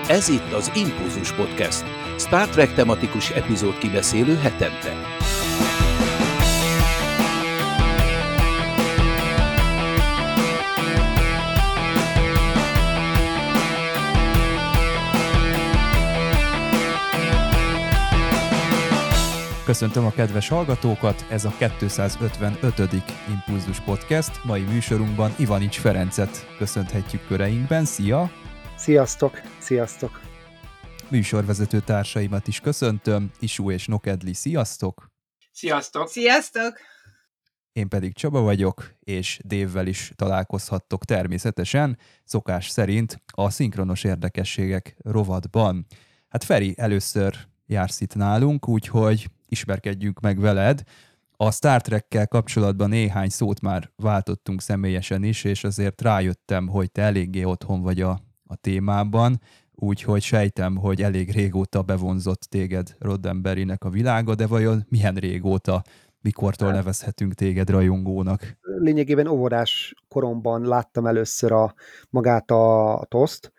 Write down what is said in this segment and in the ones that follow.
Ez itt az Impulzus Podcast, Star Trek tematikus epizód kibeszélő hetente. Köszöntöm a kedves hallgatókat, ez a 255. Impulzus Podcast. Mai műsorunkban Ivanics Ferencet köszönhetjük köreinkben. Szia! Sziasztok! Sziasztok! Műsorvezető társaimat is köszöntöm, Isú és Nokedli, sziasztok! Sziasztok! Sziasztok! Én pedig Csaba vagyok, és Dévvel is találkozhattok természetesen, szokás szerint a szinkronos érdekességek rovatban. Hát Feri, először jársz itt nálunk, úgyhogy ismerkedjünk meg veled. A Star Trekkel kapcsolatban néhány szót már váltottunk személyesen is, és azért rájöttem, hogy te eléggé otthon vagy a témában, úgyhogy sejtem, hogy elég régóta bevonzott téged Roddenberrynek a világa, de vajon milyen régóta, mikortól nevezhetünk téged rajongónak? Lényegében óvodás koromban láttam először magát a TOS-t,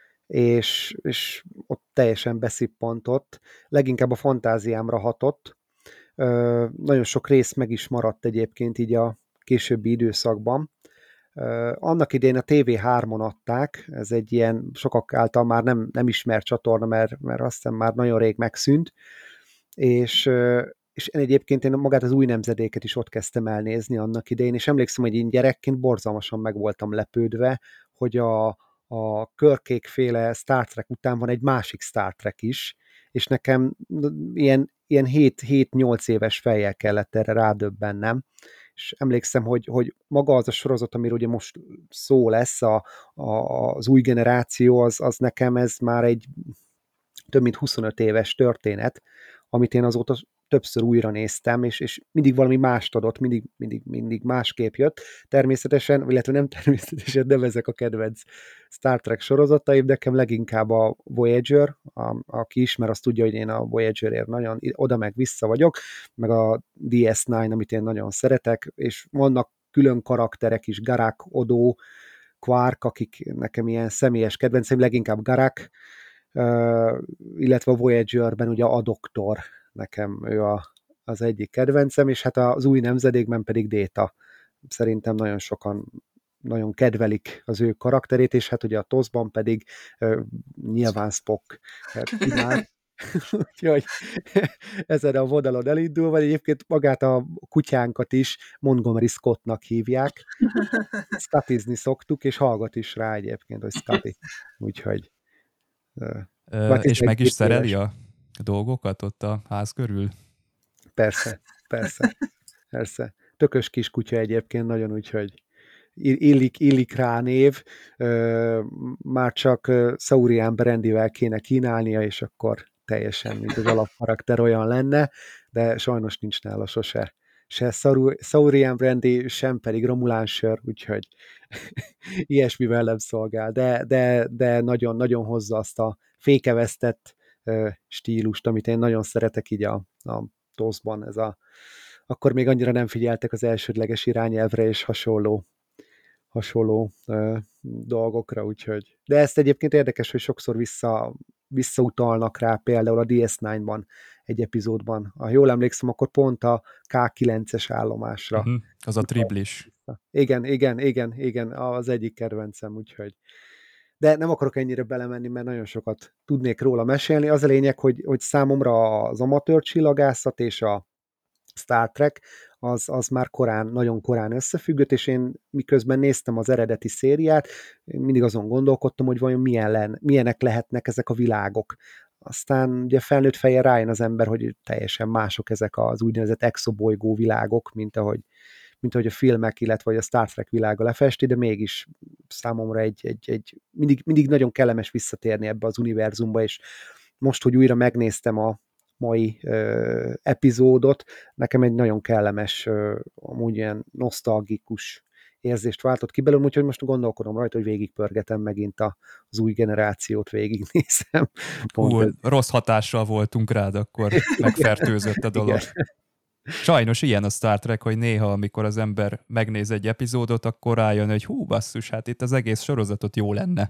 és ott teljesen beszippantott, leginkább a fantáziámra hatott. Nagyon sok rész meg is maradt egyébként így a későbbi időszakban. Annak idején a TV3-on adták, ez egy ilyen sokak által már nem ismert csatorna, mert azt hiszem már nagyon rég megszűnt, és egyébként én magát az új nemzedéket is ott kezdtem elnézni annak idején, és emlékszem, hogy én gyerekként borzalmasan meg voltam lepődve, hogy a Körkék-féle Star Trek után van egy másik Star Trek is, és nekem ilyen 7-8 éves fejjel kellett erre rádöbbennem, és emlékszem, hogy maga az a sorozat, amiről ugye most szó lesz, az új generáció, az nekem ez már egy több mint 25 éves történet, amit én azóta többször újra néztem, és mindig valami mást adott, mindig másképp jött. Természetesen, illetve nem természetesen, nem ezek a kedvenc Star Trek sorozataim, nekem leginkább a Voyager, aki ismer, azt tudja, hogy én a Voyagerért nagyon oda meg vissza vagyok, meg a DS9, amit én nagyon szeretek, és vannak külön karakterek is, Garak, Odo, Quark, akik nekem ilyen személyes kedvenceim, leginkább Garak, illetve a Voyagerben ugye a Doktor, nekem ő az egyik kedvencem, és hát az új nemzedékben pedig Data. Szerintem nagyon sokan nagyon kedvelik az ő karakterét, és hát ugye a TOS-ban pedig nyilván Spock kíván. Úgyhogy ezen a vonalon elindul, vagy egyébként magát a kutyánkat is Montgomery Scottnak hívják. Scottizni szoktuk, és hallgat is rá egyébként, hogy Scotty. Úgyhogy és meg is szereli a dolgokat ott a ház körül? Persze. Tökös kis kutya egyébként nagyon, úgyhogy illik rá név. Már csak Saurian Brandyvel kéne kínálnia, és akkor teljesen, mint az alapkarakter olyan lenne, de sajnos nincs nála sose. Se Saurian Brandy, sem pedig Romulán sör, úgyhogy ilyesmivel nem szolgál, de nagyon hozza azt a fékevesztett stílust, amit én nagyon szeretek így a TOS-ban. Akkor még annyira nem figyeltek az elsődleges irányelvre és hasonló dolgokra, úgyhogy. De ezt egyébként érdekes, hogy sokszor visszautalnak rá, például a DS9-ban egy epizódban. Ha jól emlékszem, akkor pont a K9-es állomásra. Az a triblis. Igen, az egyik kedvencem, úgyhogy. De nem akarok ennyire belemenni, mert nagyon sokat tudnék róla mesélni. Az a lényeg, hogy számomra az amatőr csillagászat és a Star Trek az már nagyon korán összefüggött, és én miközben néztem az eredeti szériát, mindig azon gondolkodtam, hogy vajon milyenek lehetnek ezek a világok. Aztán ugye felnőtt fejjel rájön az ember, hogy teljesen mások ezek az úgynevezett exobolygó világok, mint ahogy a filmek, illetve a Star Trek világa lefesti, de mégis számomra mindig nagyon kellemes visszatérni ebbe az univerzumba, és most, hogy újra megnéztem a mai epizódot, nekem egy nagyon kellemes, amúgy ilyen nosztalgikus érzést váltott ki belőlem, úgyhogy most gondolkodom rajta, hogy végigpörgetem megint az új generációt, végignézem. Rossz hatással voltunk rád, akkor megfertőzött a dolog. Sajnos ilyen a Star Trek, hogy néha, amikor az ember megnéz egy epizódot, akkor rájön, hogy basszus, hát itt az egész sorozatot jó lenne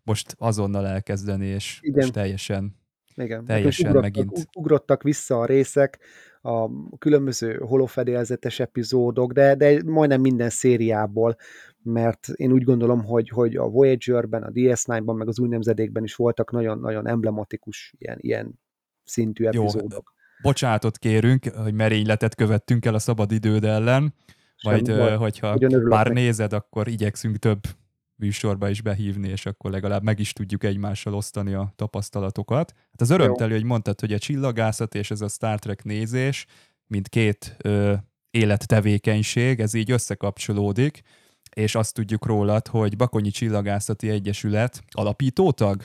most azonnal elkezdeni, és Igen. teljesen Nekünk megint... ugrottak vissza a részek, a különböző holofedélzetes epizódok, de majdnem minden szériából, mert én úgy gondolom, hogy a Voyager-ben, a DS9-ban, meg az új nemzedékben is voltak nagyon-nagyon emblematikus ilyen szintű Jó, epizódok. bocsánatot kérünk, hogy merényletet követtünk el a szabadidőd ellen, majd hogyha már nézed, akkor igyekszünk több műsorba is behívni, és akkor legalább meg is tudjuk egymással osztani a tapasztalatokat. Hát az örömtelő, hogy mondtad, hogy a csillagászat és ez a Star Trek nézés, mint két élettevékenység, ez így összekapcsolódik, és azt tudjuk rólad, hogy Bakonyi Csillagászati Egyesület alapítótag?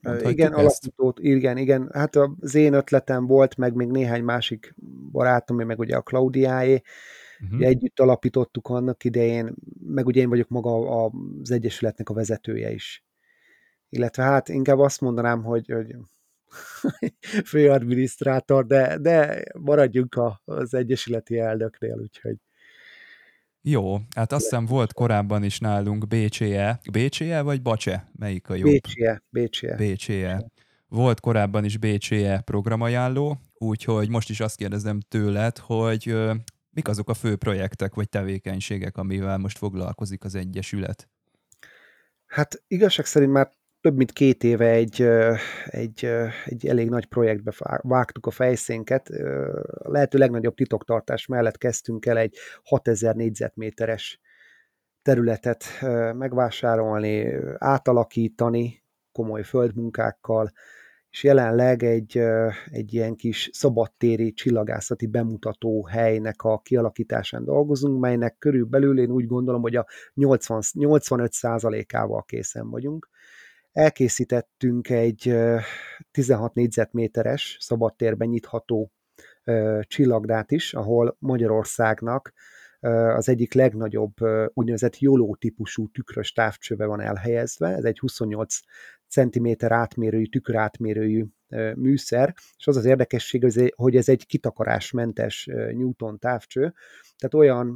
Igen. Hát az én ötletem volt, meg még néhány másik barátom, meg ugye a Klaudiáé, ugye együtt alapítottuk annak idején, meg ugye én vagyok maga az Egyesületnek a vezetője is. Illetve hát inkább azt mondanám, hogy főadminisztrátor, de maradjunk az Egyesületi elnöknél, úgyhogy. Jó, hát azt hiszem volt korábban is nálunk BCE. BCE vagy BACE? Melyik a jobb? BCE. Volt korábban is BCE programajánló, úgyhogy most is azt kérdezem tőled, hogy mik azok a fő projektek vagy tevékenységek, amivel most foglalkozik az Egyesület? Hát igazság szerint már több mint 2 éve egy elég nagy projektbe vágtuk a fejszénket. A lehető legnagyobb titoktartás mellett kezdtünk el egy 6000 négyzetméteres területet megvásárolni, átalakítani komoly földmunkákkal, és jelenleg egy ilyen kis szabadtéri csillagászati bemutató helynek a kialakításán dolgozunk, melynek körülbelül én úgy gondolom, hogy a 85%-ával készen vagyunk. Elkészítettünk egy 16 négyzetméteres szabadtérben nyitható csillagdát is, ahol Magyarországnak az egyik legnagyobb úgynevezett YOLO típusú tükrös távcsöve van elhelyezve. Ez egy 28 cm átmérőjű, tükörátmérőjű műszer, és az érdekesség, hogy ez egy kitakarásmentes Newton távcső, tehát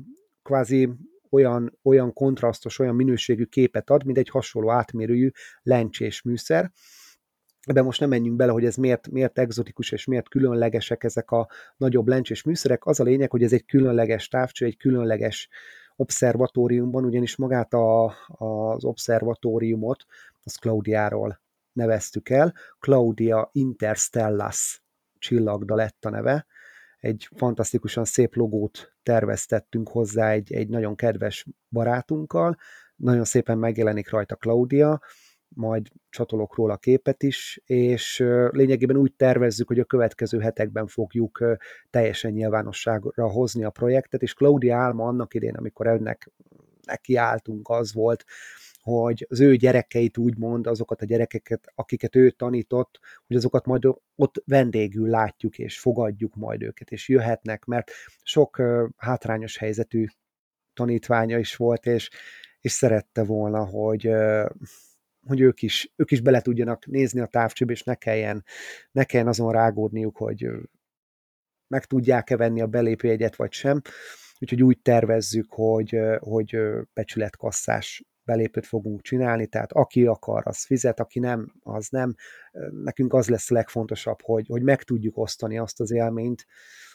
olyan kontrasztos, olyan minőségű képet ad, mint egy hasonló átmérőjű lencsés műszer. Ebben most nem menjünk bele, hogy ez miért egzotikus és miért különlegesek ezek a nagyobb lencsés műszerek. Az a lényeg, hogy ez egy különleges távcső, egy különleges obszervatóriumban, ugyanis magát az obszervatóriumot, az Claudiáról neveztük el. Claudia Interstellas csillagda lett a neve. Egy fantasztikusan szép logót terveztettünk hozzá egy nagyon kedves barátunkkal. Nagyon szépen megjelenik rajta Claudia, majd csatolok róla képet is, és lényegében úgy tervezzük, hogy a következő hetekben fogjuk teljesen nyilvánosságra hozni a projektet, és Claudia álma annak idén, amikor nekiálltunk, az volt, hogy az ő gyerekeit úgymond, azokat a gyerekeket, akiket ő tanított, hogy azokat majd ott vendégül látjuk, és fogadjuk majd őket, és jöhetnek, mert sok hátrányos helyzetű tanítványa is volt, és szerette volna, hogy ők is bele tudjanak nézni a távcsőbe, és ne kelljen azon rágódniuk, hogy meg tudják-e venni a belépőjegyet, vagy sem. Úgyhogy úgy tervezzük, hogy becsületkasszás belépőt fogunk csinálni, tehát aki akar, az fizet, aki nem, az nem. Nekünk az lesz a legfontosabb, hogy meg tudjuk osztani azt az élményt,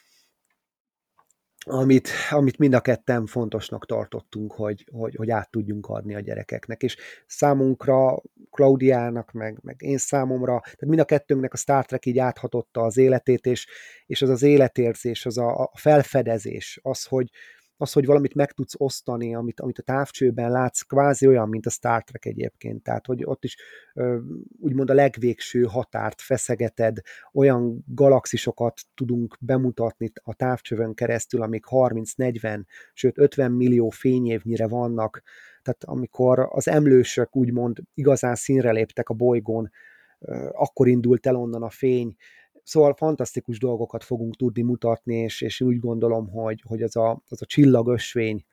amit mind a ketten fontosnak tartottunk, hogy át tudjunk adni a gyerekeknek. És számunkra, Klaudiának, meg én számomra, tehát mind a kettőnknek a Star Trek így áthatotta az életét, és az az életérzés, az a felfedezés, az, hogy valamit meg tudsz osztani, amit a távcsőben látsz, kvázi olyan, mint a Star Trek egyébként. Tehát, hogy ott is úgymond a legvégső határt feszegeted, olyan galaxisokat tudunk bemutatni a távcsövön keresztül, amik 30-40, sőt 50 millió fényévnyire vannak. Tehát amikor az emlősök úgymond igazán színre léptek a bolygón, akkor indult el onnan a fény. Szóval fantasztikus dolgokat fogunk tudni mutatni, és úgy gondolom, hogy az a csillagösvény,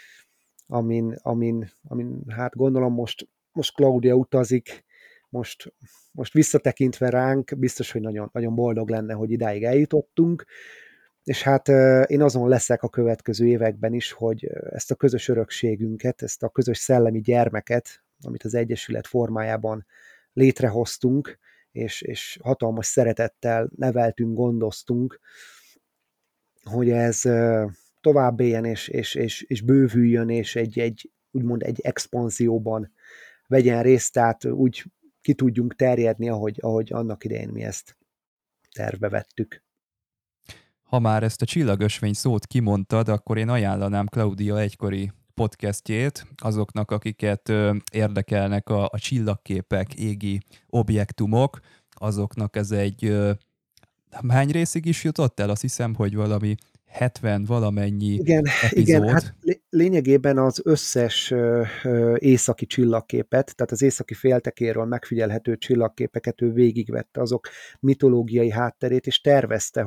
amin hát gondolom most Claudia utazik, most visszatekintve ránk, biztos, hogy nagyon, nagyon boldog lenne, hogy idáig eljutottunk, és hát én azon leszek a következő években is, hogy ezt a közös örökségünket, ezt a közös szellemi gyermeket, amit az Egyesület formájában létrehoztunk, és hatalmas szeretettel neveltünk, gondoztunk, hogy ez tovább éljen, és bővüljön, és úgymond egy expanzióban vegyen részt, tehát úgy ki tudjunk terjedni, ahogy annak idején mi ezt tervbe vettük. Ha már ezt a csillagösvény szót kimondtad, akkor én ajánlanám Claudia egykori podcastjét azoknak, akiket érdekelnek a csillagképek, égi objektumok, azoknak ez egy hány részig is jutott el? Azt hiszem, hogy valami 70 valamennyi epizód. Igen, hát lényegében az összes északi csillagképet, tehát az északi féltekéről megfigyelhető csillagképeket ő végigvette, azok mitológiai hátterét, és tervezte,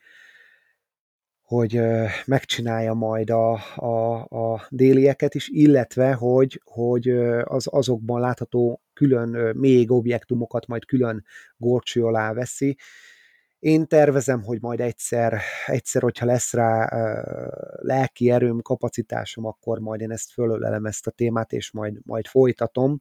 hogy megcsinálja majd a délieket is, illetve, hogy az azokban látható külön még objektumokat majd külön górcső alá veszi. Én tervezem, hogy majd egyszer, hogyha lesz rá lelki erőm, kapacitásom, akkor majd én ezt fölölelem ezt a témát, és majd folytatom.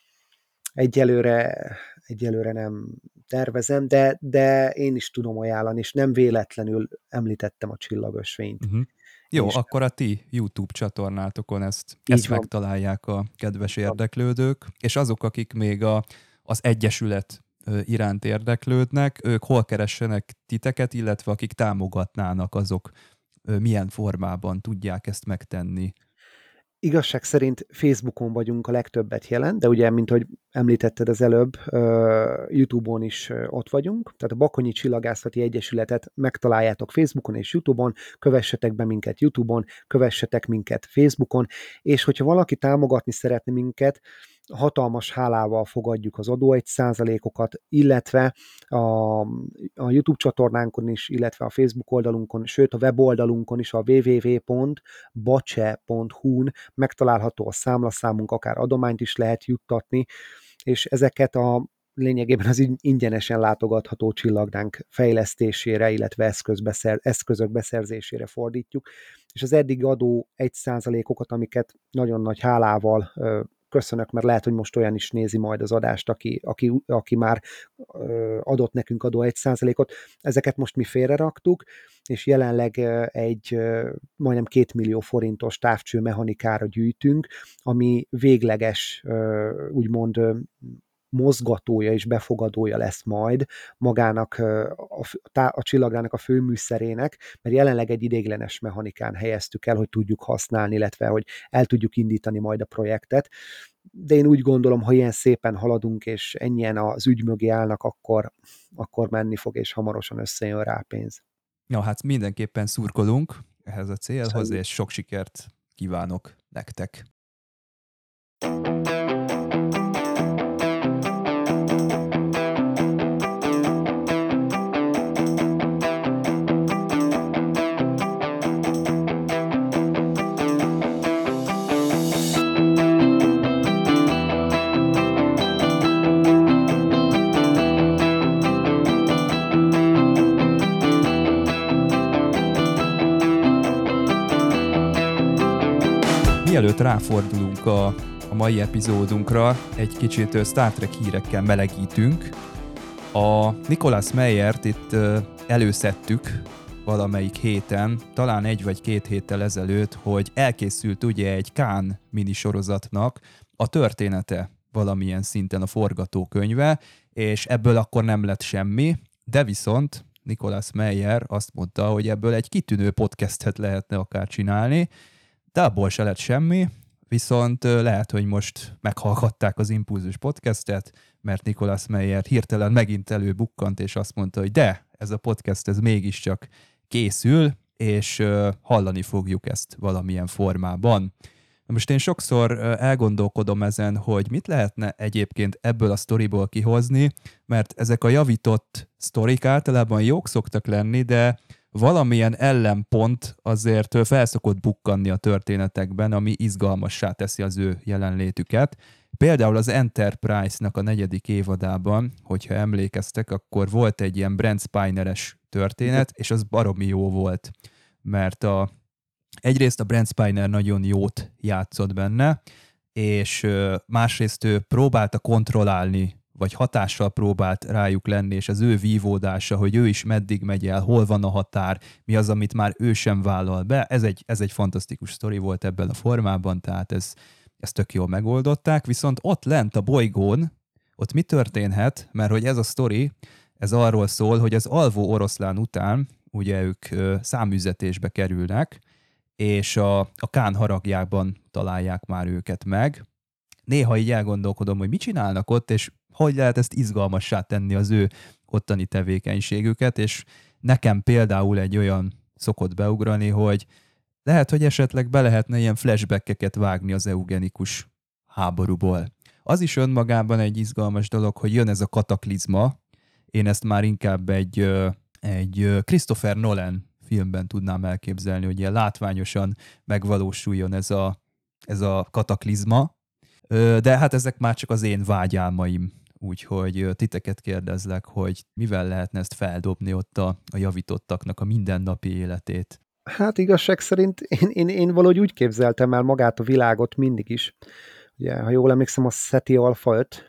Egyelőre nem tervezem, de én is tudom ajánlani, és nem véletlenül említettem a csillagösvényt. Uh-huh. Jó, akkor a ti YouTube csatornátokon ezt megtalálják a kedves érdeklődők, és azok, akik még az Egyesület iránt érdeklődnek, ők hol keressenek titeket, illetve akik támogatnának, azok milyen formában tudják ezt megtenni? Igazság szerint Facebookon vagyunk a legtöbbet jelen, de ugye, mint hogy említetted az előbb, YouTube-on is ott vagyunk, tehát a Bakonyi Csillagászati Egyesületet megtaláljátok Facebookon és YouTube-on, kövessetek be minket YouTube-on, kövessetek minket Facebookon, és hogyha valaki támogatni szeretne minket, hatalmas hálával fogadjuk az adó 1%-okat, illetve a YouTube csatornánkon is, illetve a Facebook oldalunkon, sőt a weboldalunkon is, a www.bace.hu-n megtalálható a számlaszámunk, akár adományt is lehet juttatni, és ezeket lényegében az ingyenesen látogatható csillagnánk fejlesztésére, illetve eszközök beszerzésére fordítjuk, és az eddig adó 1%-okat, amiket nagyon nagy hálával köszönök, mert lehet, hogy most olyan is nézi majd az adást, aki már adott nekünk adó 1%-ot. Ezeket most mi félreraktuk, és jelenleg egy majdnem 2 millió forintos távcsőmechanikára gyűjtünk, ami végleges, úgymond mozgatója és befogadója lesz majd magának a csillagrának a főműszerének, mert jelenleg egy ideiglenes mechanikán helyeztük el, hogy tudjuk használni, illetve hogy el tudjuk indítani majd a projektet. De én úgy gondolom, ha ilyen szépen haladunk, és ennyien az ügy mögé állnak, akkor menni fog, és hamarosan összejön rá pénz. Ja, hát mindenképpen szurkolunk ehhez a célhoz, és sok sikert kívánok nektek. Mielőtt ráfordulunk a mai epizódunkra, egy kicsit Star Trek hírekkel melegítünk. A Nicholas Meyert itt előszedtük valamelyik héten, talán 1 vagy 2 héttel ezelőtt, hogy elkészült ugye egy Khan minisorozatnak a története valamilyen szinten, a forgatókönyve, és ebből akkor nem lett semmi, de viszont Nicholas Meyer azt mondta, hogy ebből egy kitűnő podcastet lehetne akár csinálni, de abból se lett semmi, viszont lehet, hogy most meghallgatták az Impulzus podcastet, mert Nicholas Meyer hirtelen megint előbukkant, és azt mondta, hogy de, ez a podcast ez mégiscsak készül, és hallani fogjuk ezt valamilyen formában. Most én sokszor elgondolkodom ezen, hogy mit lehetne egyébként ebből a sztoriból kihozni, mert ezek a javított sztorik általában jók szoktak lenni, de valamilyen ellenpont azért felszokott bukkanni a történetekben, ami izgalmassá teszi az ő jelenlétüket. Például az Enterprise-nak a 4. évadában, hogyha emlékeztek, akkor volt egy ilyen Brent Spiner-es történet, és az baromi jó volt, mert egyrészt a Brent Spiner nagyon jót játszott benne, és másrészt ő próbálta kontrollálni vagy hatással próbált rájuk lenni, és az ő vívódása, hogy ő is meddig megy el, hol van a határ, mi az, amit már ő sem vállal be. Ez egy fantasztikus sztori volt ebben a formában, tehát ezt tök jól megoldották, viszont ott lent a bolygón, ott mi történhet, mert hogy ez a sztori, ez arról szól, hogy az alvó oroszlán után ugye ők száműzetésbe kerülnek, és a Kán haragjában találják már őket meg. Néha így elgondolkodom, hogy mit csinálnak ott, és hogy lehet ezt izgalmassá tenni az ő ottani tevékenységüket, és nekem például egy olyan szokott beugrani, hogy lehet, hogy esetleg be lehetne ilyen flashbackeket vágni az eugenikus háborúból. Az is önmagában egy izgalmas dolog, hogy jön ez a kataklizma. Én ezt már inkább egy Christopher Nolan filmben tudnám elképzelni, hogy ilyen látványosan megvalósuljon ez a kataklizma. De hát ezek már csak az én vágyálmaim, úgyhogy titeket kérdezlek, hogy mivel lehetne ezt feldobni ott a javítottaknak a mindennapi életét. Hát igazság szerint én valahogy úgy képzeltem el magát a világot mindig is. Ugye, ha jól emlékszem, a SETI Alpha 5,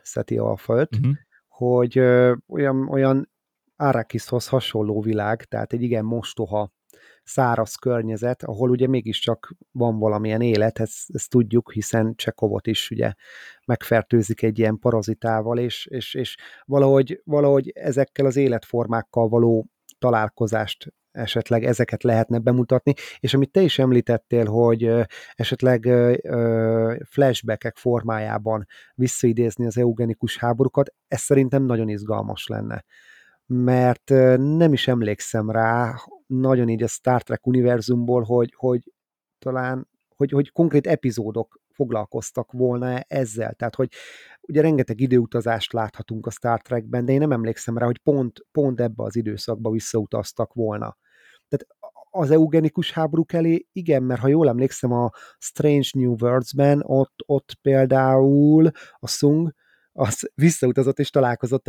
hogy olyan Arrakishoz hasonló világ, tehát egy igen mostoha, száraz környezet, ahol ugye mégiscsak van valamilyen élet, ezt tudjuk, hiszen Csekovot is ugye megfertőzik egy ilyen parazitával, és valahogy ezekkel az életformákkal való találkozást esetleg ezeket lehetne bemutatni, és amit te is említettél, hogy esetleg flashbackek formájában visszaidézni az eugenikus háborúkat, ez szerintem nagyon izgalmas lenne. Mert nem is emlékszem rá nagyon így a Star Trek univerzumból, hogy talán, hogy konkrét epizódok foglalkoztak volna ezzel. Tehát, hogy ugye rengeteg időutazást láthatunk a Star Trekben, de én nem emlékszem rá, hogy pont ebbe az időszakba visszautaztak volna. Tehát az eugenikus háborúk elé, igen, mert ha jól emlékszem, a Strange New Worlds-ben ott például a Sung az visszautazott és találkozott a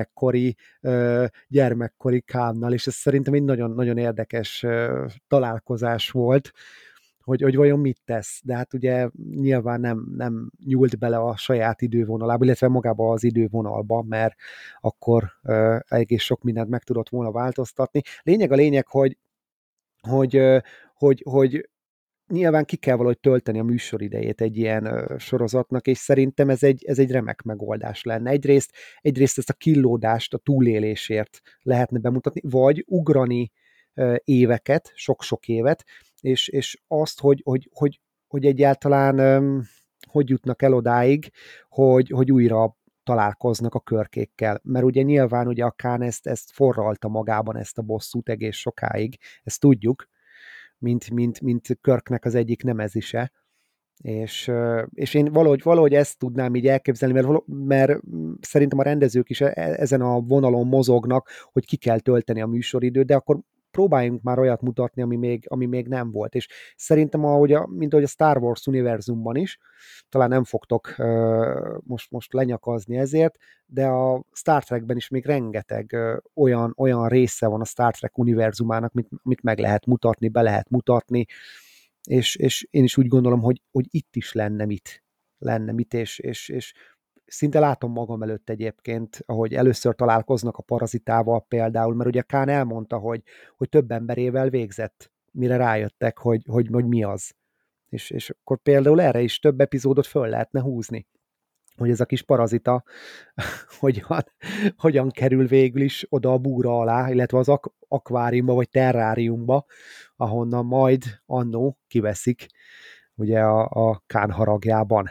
gyermekkori Kánnal, és ez szerintem egy nagyon-nagyon érdekes találkozás volt, hogy vajon mit tesz. De hát ugye nyilván nem nyúlt bele a saját idővonalába, illetve magába az idővonalba, mert akkor egész sok mindent meg tudott volna változtatni. Lényeg a lényeg, hogy nyilván ki kell valahogy tölteni a műsoridejét egy ilyen sorozatnak, és szerintem ez egy remek megoldás lenne. Egyrészt ezt a killódást a túlélésért lehetne bemutatni, vagy ugrani éveket, sok-sok évet, és azt, hogy egyáltalán hogy jutnak el odáig, hogy újra találkoznak a körkékkel. Mert ugye nyilván ugye a Kán ezt forralta magában, ezt a bosszút egész sokáig, ezt tudjuk, mint Kirknek az egyik nemezise. És én valahogy ezt tudnám így elképzelni, mert szerintem a rendezők is ezen a vonalon mozognak, hogy ki kell tölteni a műsoridőt, de akkor próbáljunk már olyat mutatni, ami még nem volt. És szerintem, mint ahogy a Star Wars univerzumban is, talán nem fogtok most lenyakazni ezért, de a Star Trekben is még rengeteg olyan része van a Star Trek univerzumának, mit meg lehet mutatni, be lehet mutatni, és én is úgy gondolom, hogy itt is lenne mit, és szinte látom magam előtt egyébként, ahogy először találkoznak a parazitával például, mert ugye Kán elmondta, hogy több emberével végzett, mire rájöttek, hogy mi az. És akkor például erre is több epizódot föl lehetne húzni, hogy ez a kis parazita hogyan kerül végül is oda a búra alá, illetve az akváriumba vagy terráriumba, ahonnan majd annó kiveszik ugye a Kán haragjában.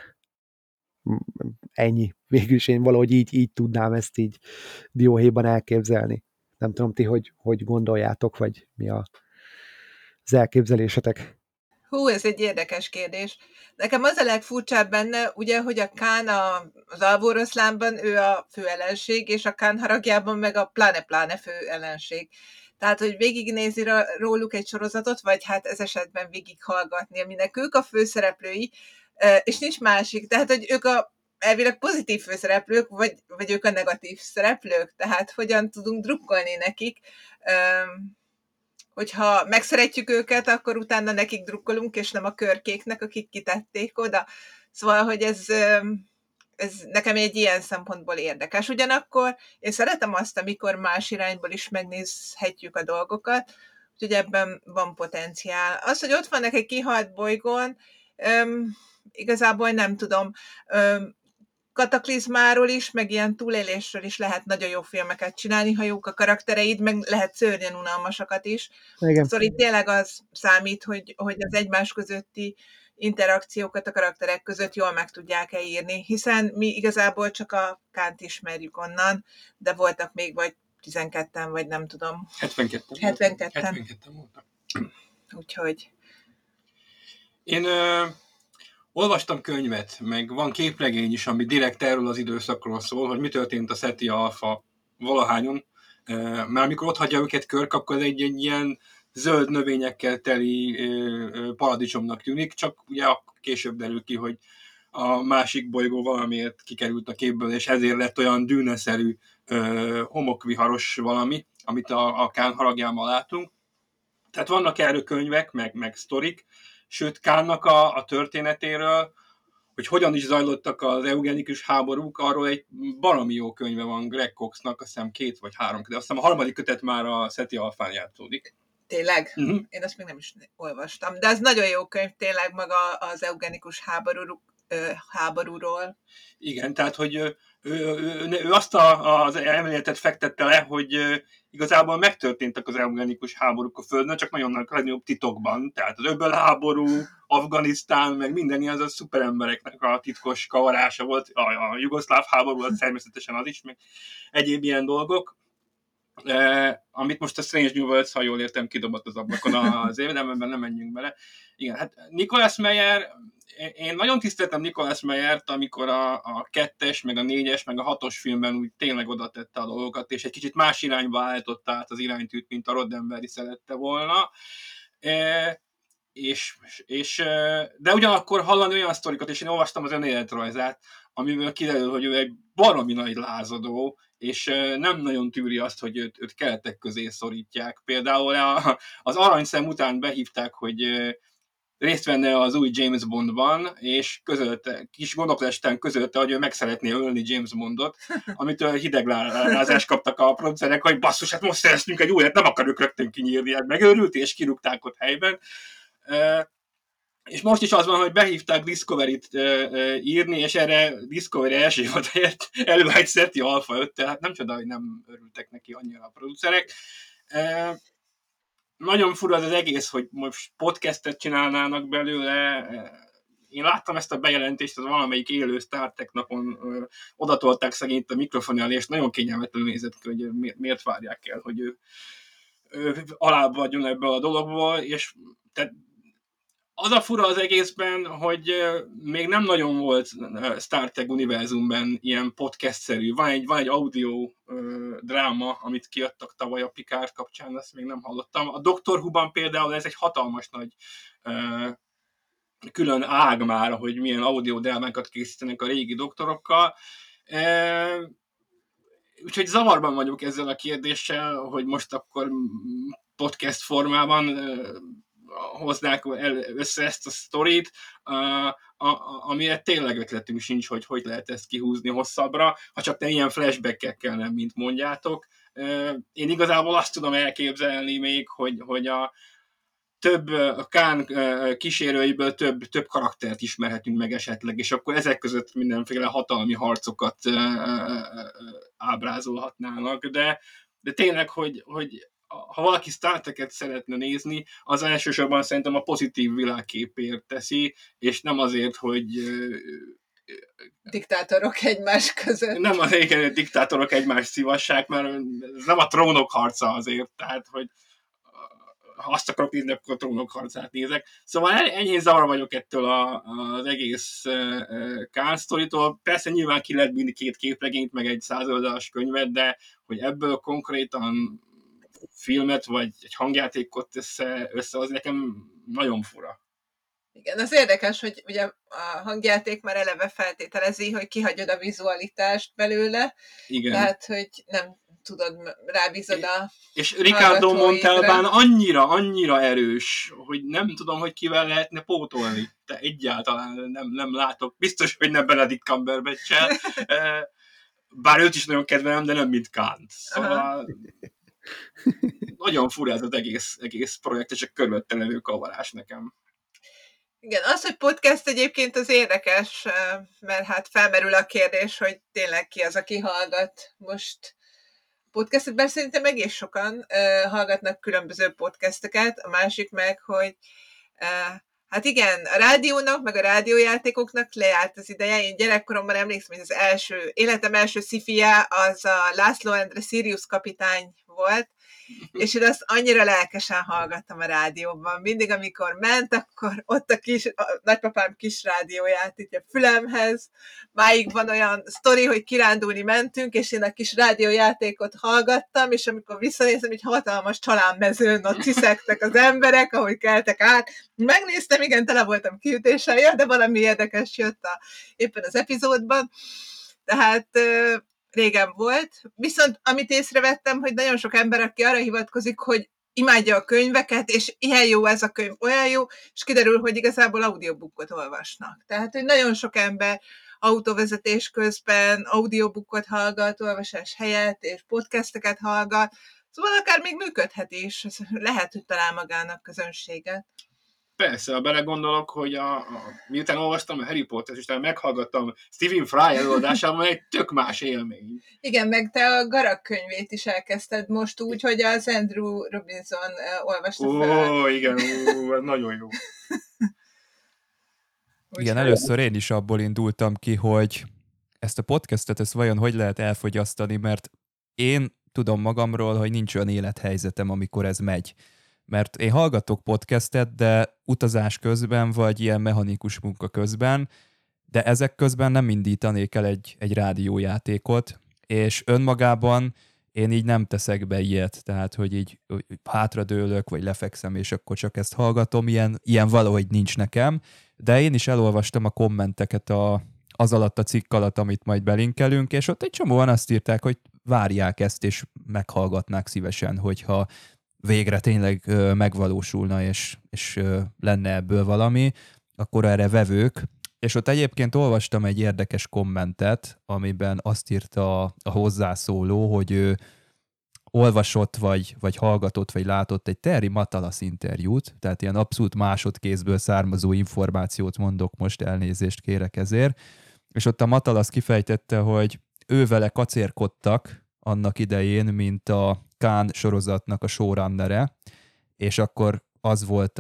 Ennyi. Végülis én valahogy így tudnám ezt így dióhéjban elképzelni. Nem tudom ti, hogy gondoljátok, vagy mi az elképzelésetek. Hú, ez egy érdekes kérdés. Nekem az a legfurcsább benne, ugye, hogy a Kán az alvoroszlánban ő a fő ellenség, és a Kán haragjában meg a pláne fő ellenség. Tehát, hogy végignézi róluk egy sorozatot, vagy hát ez esetben végighallgatni, aminek ők a főszereplői, és nincs másik. Tehát, hogy ők elvileg pozitív főszereplők, vagy ők a negatív szereplők. Tehát hogyan tudunk drukkolni nekik, hogyha megszeretjük őket, akkor utána nekik drukkolunk, és nem a körkéknek, akik kitették oda. Szóval, hogy ez ez nekem egy ilyen szempontból érdekes. Ugyanakkor én szeretem azt, amikor más irányból is megnézhetjük a dolgokat, úgyhogy ebben van potenciál. Az, hogy ott vannak egy kihalt bolygón, igazából nem tudom, kataklizmáról is, meg ilyen túlélésről is lehet nagyon jó filmeket csinálni, ha jók a karaktereid, meg lehet szörnyen unalmasakat is. Igen. Szóval itt tényleg az számít, hogy az egymás közötti interakciókat a karakterek között jól meg tudják-e írni, hiszen mi igazából csak a Kánt ismerjük onnan, de voltak még vagy 12-en, vagy nem tudom. 72-en voltak. Úgyhogy... Én olvastam könyvet, meg van képregény is, ami direkt erről az időszakról szól, hogy mi történt a Ceti Alpha valahányon, mert amikor ott hagyja őket Kirk, akkor ez egy ilyen zöld növényekkel teli paradicsomnak tűnik, csak ugye később derül ki, hogy a másik bolygó valamiért kikerült a képből, és ezért lett olyan dűneszerű homokviharos valami, amit a Kán haragjában látunk. Tehát vannak erről könyvek, meg sztorik, sőt Kánnak a történetéről, hogy hogyan is zajlottak az eugenikus háborúk, arról egy baromi jó könyve van Greg Coxnak, azt hiszem 2 vagy 3, de azt hiszem a harmadik kötet már a Ceti Alphán játszódik. Tényleg? Én azt még nem is olvastam. De az nagyon jó könyv tényleg maga az eugenikus háborúról. Igen, tehát hogy ő azt az elméletet fektette le, hogy igazából megtörténtek az eugenikus háborúk a Földön, csak nagyon legnagyobb titokban. Tehát az öbölháború, Afganisztán, meg minden ilyen, az a szuperembereknek a titkos kavarása volt. A jugoszláv háború, az természetesen az is, meg egyéb ilyen dolgok. Amit most a Strange New Worlds, ha jól értem, kidobott az ablakon az érdemben, nem menjünk bele. Igen, hát Nicolas Meyer, én nagyon tiszteltem Nicolas Meyert, amikor a 2-es, meg a 4-es, meg a 6-os filmben úgy tényleg oda tette a dolgokat, és egy kicsit más irányba állította át az iránytűt, mint a Roddenberry szerette volna. De ugyanakkor hallani olyan sztorikat, és én olvastam az önéletrajzát, amiből kiderül, hogy ő egy baromi nagy lázadó, és nem nagyon tűri azt, hogy őt keletek közé szorítják. Például az Aranyszem után behívták, hogy részt venne az új James Bondban, és kis gondolkodástán közölte, hogy ő meg szeretné ölni James Bondot, amitől hideglázást kaptak a producerek, hogy basszus, hát most szereztünk egy újat, nem akarjuk rögtön kinyírni, hát megőrült, és kirúgták ott helyben. És most is az van, hogy behívták Discovery-t írni, és erre Discovery első évad helyett előállt Ceti Alpha 5, tehát nem csoda, hogy nem örültek neki annyira a producerek. Nagyon fura az egész, hogy most podcastet csinálnának belőle. Én láttam ezt a bejelentést, az valamelyik élő Star Trek napon odatolták szegényt a mikrofonjal, és nagyon kényelmetlenül nézett ki, hogy miért várják el, hogy ő alább vagyjon ebből a dologból, és tehát az a fura az egészben, hogy még nem nagyon volt Star Trek univerzumban ilyen podcast-szerű. Van egy audio dráma, amit kiadtak tavaly a Picard kapcsán, ezt még nem hallottam. A Doctor Who-ban például ez egy hatalmas nagy külön ág már, hogy milyen audio drámákat készítenek a régi doktorokkal. Úgyhogy zavarban vagyok ezzel a kérdéssel, hogy most akkor podcast formában hoznák össze ezt a sztorit, amire tényleg ötletünk sincs, hogy lehet ezt kihúzni hosszabbra, ha csak ne ilyen flashback-ekkel nem, mint mondjátok. Én igazából azt tudom elképzelni még, hogy a Kán kísérőiből több karaktert ismerhetünk meg esetleg, és akkor ezek között mindenféle hatalmi harcokat ábrázolhatnának, de tényleg, hogy ha valaki Star Trek-et szeretne nézni, az elsősorban szerintem a pozitív világképért teszi, és nem azért, hogy diktátorok egymás között. Nem azért, hogy diktátorok egymás szívassák, mert ez nem a trónok harca azért, tehát, hogy ha azt akarok nézni, akkor a trónok harcát nézek. Szóval enyhén zavar vagyok ettől az egész Kán sztoritól. Persze nyilván ki lehet bírni 2 képregényt, meg egy 100 oldalas könyvet, de hogy ebből konkrétan filmet, vagy egy hangjátékot össze az nekem nagyon fura. Igen, az érdekes, hogy ugye a hangjáték már eleve feltételezi, hogy kihagyod a vizualitást belőle. Igen. Tehát, hogy nem tudod, rábízod a és Ricardo hallgatóidra. Montalbán annyira erős, hogy nem tudom, hogy kivel lehetne pótolni. De egyáltalán nem látok. Biztos, hogy nem Benedict Cumberbatch-el. Bár őt is nagyon kedvelem, de nem mint Kant. Szóval nagyon fura ez az egész projekt, és a körülötte levő kavarás nekem. Igen, az, hogy podcast egyébként az érdekes, mert hát felmerül a kérdés, hogy tényleg ki az, aki hallgat most podcastet, bár szerintem egész sokan hallgatnak különböző podcasteket, a másik meg, hogy hát igen, a rádiónak, meg a rádiójátékoknak lejárt az ideje. Én gyerekkoromban emlékszem, hogy az életem első szifije az a László Endre Sirius kapitány volt, és én azt annyira lelkesen hallgattam a rádióban. Mindig, amikor ment, akkor ott a nagypapám kis rádióját így a fülemhez. Máig van olyan sztori, hogy kirándulni mentünk, és én a kis rádiójátékot hallgattam, és amikor visszanéztem, hogy hatalmas csalánmezőn ott ciszegtek az emberek, ahogy keltek át. Megnéztem, igen, tele voltam kiütéssel, de valami érdekes jött éppen az epizódban. Tehát régen volt, viszont amit észrevettem, hogy nagyon sok ember, aki arra hivatkozik, hogy imádja a könyveket, és ilyen jó ez a könyv, olyan jó, és kiderül, hogy igazából audiobookot olvasnak. Tehát, hogy nagyon sok ember autóvezetés közben audiobookot hallgat, olvasás helyett, és podcasteket hallgat, szóval akár még működhet is, lehet, hogy talál magának közönséget. Persze, ha belegondolok, hogy miután olvastam a Harry Pottert, és utána meghallgattam Stephen Fry előadásában, egy tök más élmény. Igen, meg te a Garak könyvét is elkezdted most úgy, hogy az Andrew Robinson olvasta fel. Igen, nagyon jó. Igen, először én is abból indultam ki, hogy ezt a podcastet, ezt vajon hogy lehet elfogyasztani, mert én tudom magamról, hogy nincs olyan élethelyzetem, amikor ez megy. Mert én hallgatok podcastet, de utazás közben, vagy ilyen mechanikus munka közben, de ezek közben nem indítanék el egy rádiójátékot, és önmagában én így nem teszek be ilyet, tehát hogy így hátradőlök, vagy lefekszem, és akkor csak ezt hallgatom, ilyen valahogy nincs nekem, de én is elolvastam a kommenteket az alatt a cikk alatt, amit majd belinkelünk, és ott egy csomóan azt írták, hogy várják ezt, és meghallgatnák szívesen, hogyha végre tényleg megvalósulna, és lenne ebből valami, akkor erre vevők. És ott egyébként olvastam egy érdekes kommentet, amiben azt írta a hozzászóló, hogy ő olvasott, vagy hallgatott, vagy látott egy Terry Matalas interjút, tehát ilyen abszolút másodkézből származó információt mondok, most elnézést kérek ezért, és ott a Matalas kifejtette, hogy ő vele kacérkodtak annak idején, mint a Khan sorozatnak a showrunnere, és akkor az volt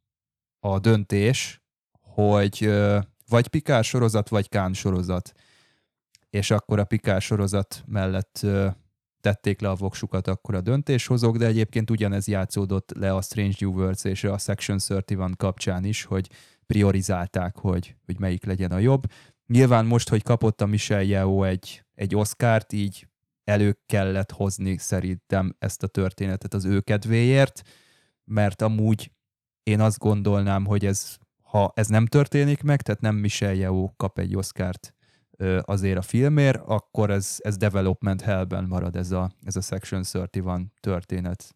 a döntés, hogy vagy Picard sorozat, vagy Khan sorozat. És akkor a Picard sorozat mellett tették le a voksukat akkor a döntéshozók, de egyébként ugyanez játszódott le a Strange New Worlds és a Section 31 kapcsán is, hogy priorizálták, hogy melyik legyen a jobb. Nyilván most, hogy kapott a Michelle Yeoh egy Oscart, így elő kellett hozni szerintem ezt a történetet az ő kedvéért, mert amúgy én azt gondolnám, hogy ha ez nem történik meg, tehát nem Michelle Yeoh kap egy Oscart azért a filmért, akkor ez development hellben marad ez a Section 31 történet.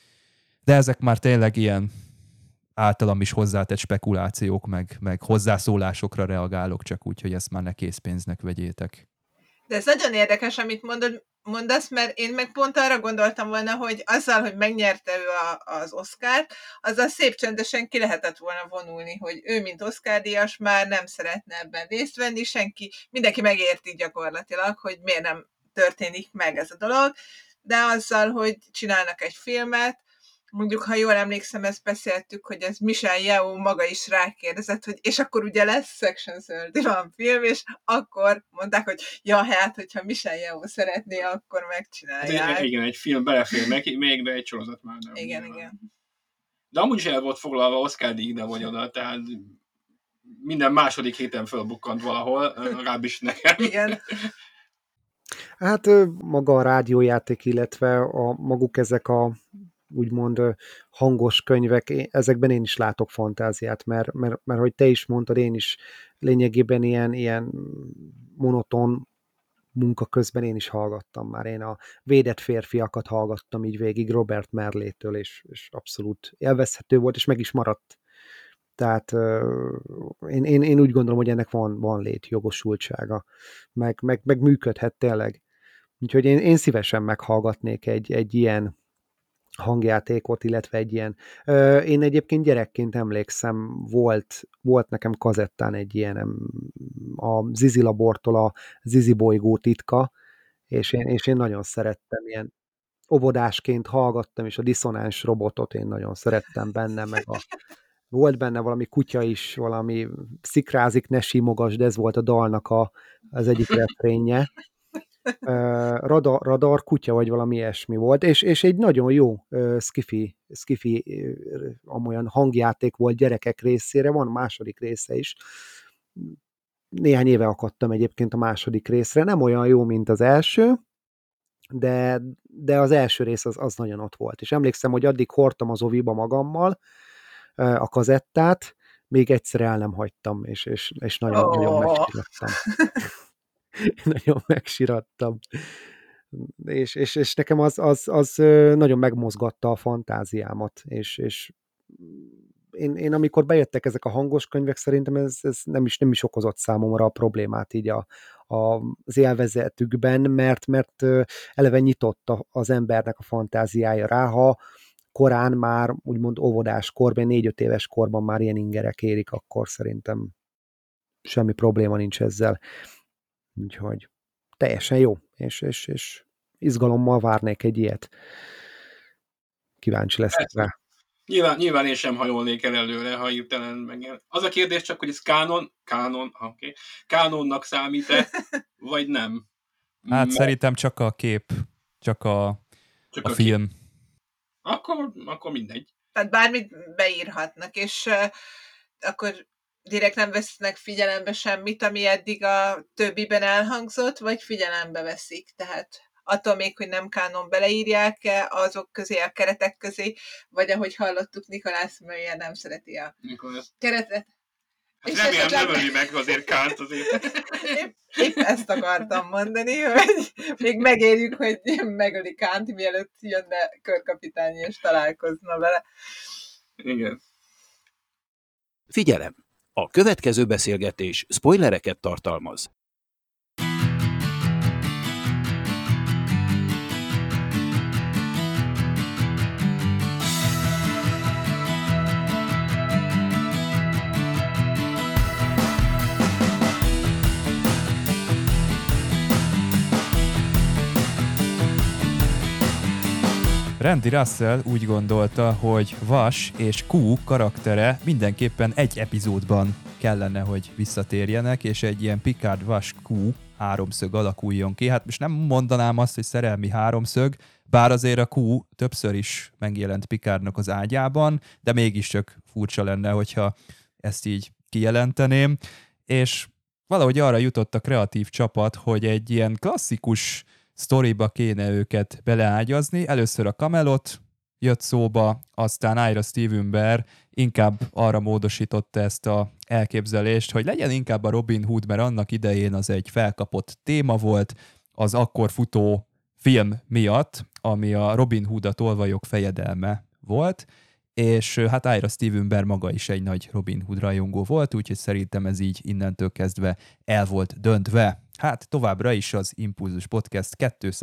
De ezek már tényleg ilyen általam is hozzátett spekulációk, meg hozzászólásokra reagálok, csak úgy, hogy ezt már ne készpénznek vegyétek. De ez nagyon érdekes, amit mondasz, mert én meg pont arra gondoltam volna, hogy azzal, hogy megnyerte ő az Oscart, azzal szép csendesen ki lehetett volna vonulni, hogy ő, mint Oscar-díjas, már nem szeretne ebben részt venni, mindenki megérti gyakorlatilag, hogy miért nem történik meg ez a dolog, de azzal, hogy csinálnak egy filmet, mondjuk, ha jól emlékszem, ezt beszéltük, hogy ez Michelle Yeoh maga is rákérdezett, hogy és akkor ugye lesz Section 31 film, és akkor mondták, hogy ja, hát, hogyha Michelle Yeoh szeretné, akkor megcsinálják. Hát, igen, egy film belefér neki, még de egy sorozat már nem. Igen. De amúgy is el volt foglalva Oscar-díj ide vagy oda, tehát minden második héten fölbukkant valahol, legalábbis nekem. Igen. Hát maga a rádiójáték, illetve maguk ezek a úgymond hangos könyvek, ezekben én is látok fantáziát, mert hogy te is mondtad, én is lényegében ilyen monoton munka közben én is hallgattam már. Én a Védett férfiakat hallgattam így végig Robert Merlétől, és abszolút élvezhető volt, és meg is maradt. Tehát én úgy gondolom, hogy ennek van létjogosultsága, meg működhet tényleg. Úgyhogy én szívesen meghallgatnék egy ilyen hangjátékot, illetve egy ilyen. Én egyébként gyerekként emlékszem, volt nekem kazettán egy ilyen a Zizi Labortól a Zizi bolygó titka, és én nagyon szerettem, ilyen óvodásként hallgattam, és a diszonáns robotot én nagyon szerettem benne, meg volt benne valami kutya is, valami szikrázik, ne simogasd, de ez volt a dalnak az egyik refrénje. Radar kutya, vagy valami ilyesmi volt, és egy nagyon jó skifi amolyan hangjáték volt gyerekek részére, van második része is. Néhány éve akadtam egyébként a második részre, nem olyan jó, mint az első, de az első rész az nagyon ott volt. És emlékszem, hogy addig hordtam az oviba magammal a kazettát, még egyszer el nem hagytam, és nagyon megsirattam. Nagyon megsirattam. És nekem az nagyon megmozgatta a fantáziámat, és én amikor bejöttek ezek a hangos könyvek, szerintem ez nem is okozott számomra a problémát így az élvezetükben, mert eleve nyitott az embernek a fantáziája rá, ha korán már úgymond óvodás korban, 4-5 éves korban már ilyen ingerek érik, akkor szerintem semmi probléma nincs ezzel. Úgyhogy teljesen jó, és izgalommal várnék egy ilyet. Kíváncsi leszek rá. Nyilván én sem hajolnék el előre, ha hirtelen meg. Az a kérdés csak, hogy ez kánonnak számít-e, vagy nem? Hát szerintem csak a kép, csak a film. Akkor mindegy. Tehát bármit beírhatnak, és akkor direkt nem vesznek figyelembe semmit, ami eddig a többiben elhangzott, vagy figyelembe veszik. Tehát attól még, hogy nem kánon beleírják-e azok közé, a keretek közé, vagy ahogy hallottuk, Nikolász Möller nem szereti a keretet. Hát remélem nem öli meg azért Kánt azért. Épp ezt akartam mondani, hogy még megérjük, hogy megöli Kánt, mielőtt jönne körkapitány és találkozna vele. Igen. Figyelem! A következő beszélgetés spoilereket tartalmaz. Randy Russell úgy gondolta, hogy Vash és Q karaktere mindenképpen egy epizódban kellene, hogy visszatérjenek, és egy ilyen Picard-Vash-Q háromszög alakuljon ki. Hát most nem mondanám azt, hogy szerelmi háromszög, bár azért a Q többször is megjelent Picardnak az ágyában, de mégiscsak furcsa lenne, hogyha ezt így kijelenteném. És valahogy arra jutott a kreatív csapat, hogy egy ilyen klasszikus sztoriba kéne őket beleágyazni. Először a Camelot jött szóba, aztán Ira Steven Behr inkább arra módosította ezt a elképzelést, hogy legyen inkább a Robin Hood, mert annak idején az egy felkapott téma volt az akkor futó film miatt, ami a Robin Hood a tolvajok fejedelme volt, és hát Ira Steven Behr maga is egy nagy Robin Hood rajongó volt, úgyhogy szerintem ez így innentől kezdve el volt döntve. Hát továbbra is az Impulzus Podcast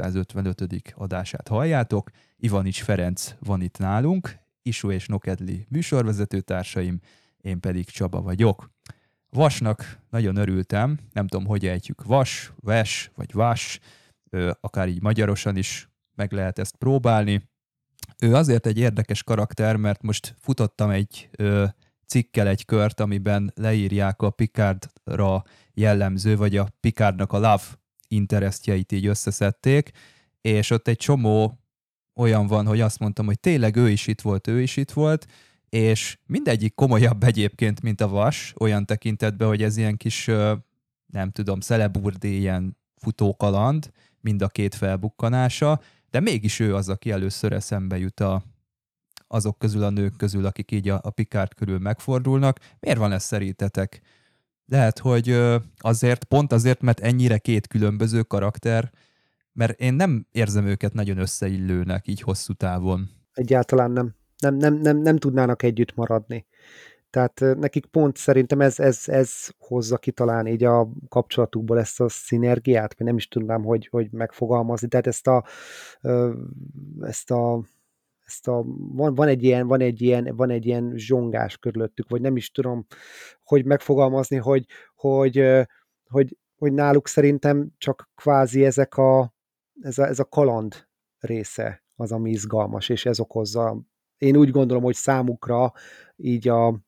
255. adását halljátok. Ivanics Ferenc van itt nálunk, Isu és Nokedli műsorvezető társaim, én pedig Csaba vagyok. Vasnak nagyon örültem, nem tudom, hogy ejtjük, Vas, Ves vagy Vas, akár így magyarosan is meg lehet ezt próbálni. Ő azért egy érdekes karakter, mert most futottam egy cikkel egy kört, amiben leírják a Picardra jellemző, vagy a Picardnak a love interestjeit így összeszedték, és ott egy csomó olyan van, hogy azt mondtam, hogy tényleg ő is itt volt, és mindegyik komolyabb egyébként, mint a Vas, olyan tekintetben, hogy ez ilyen kis, nem tudom, szeleburdi, ilyen futókaland, mind a két felbukkanása, de mégis ő az, aki először eszembe jut azok közül a nők közül, akik így a Picard körül megfordulnak. Miért van ez szerintetek? Lehet, hogy pont azért, mert ennyire két különböző karakter, mert én nem érzem őket nagyon összeillőnek így hosszú távon. Egyáltalán nem. Nem tudnának együtt maradni. Tehát nekik pont szerintem ez hozza ki talán így a kapcsolatukból ezt a szinergiát, vagy nem is tudnám, hogy megfogalmazni. Tehát ezt a van egy ilyen zsongás körülöttük, vagy nem is tudom, hogy megfogalmazni, hogy, hogy náluk szerintem csak kvázi ez a kaland része az, ami izgalmas, és ez okozza. Én úgy gondolom, hogy számukra így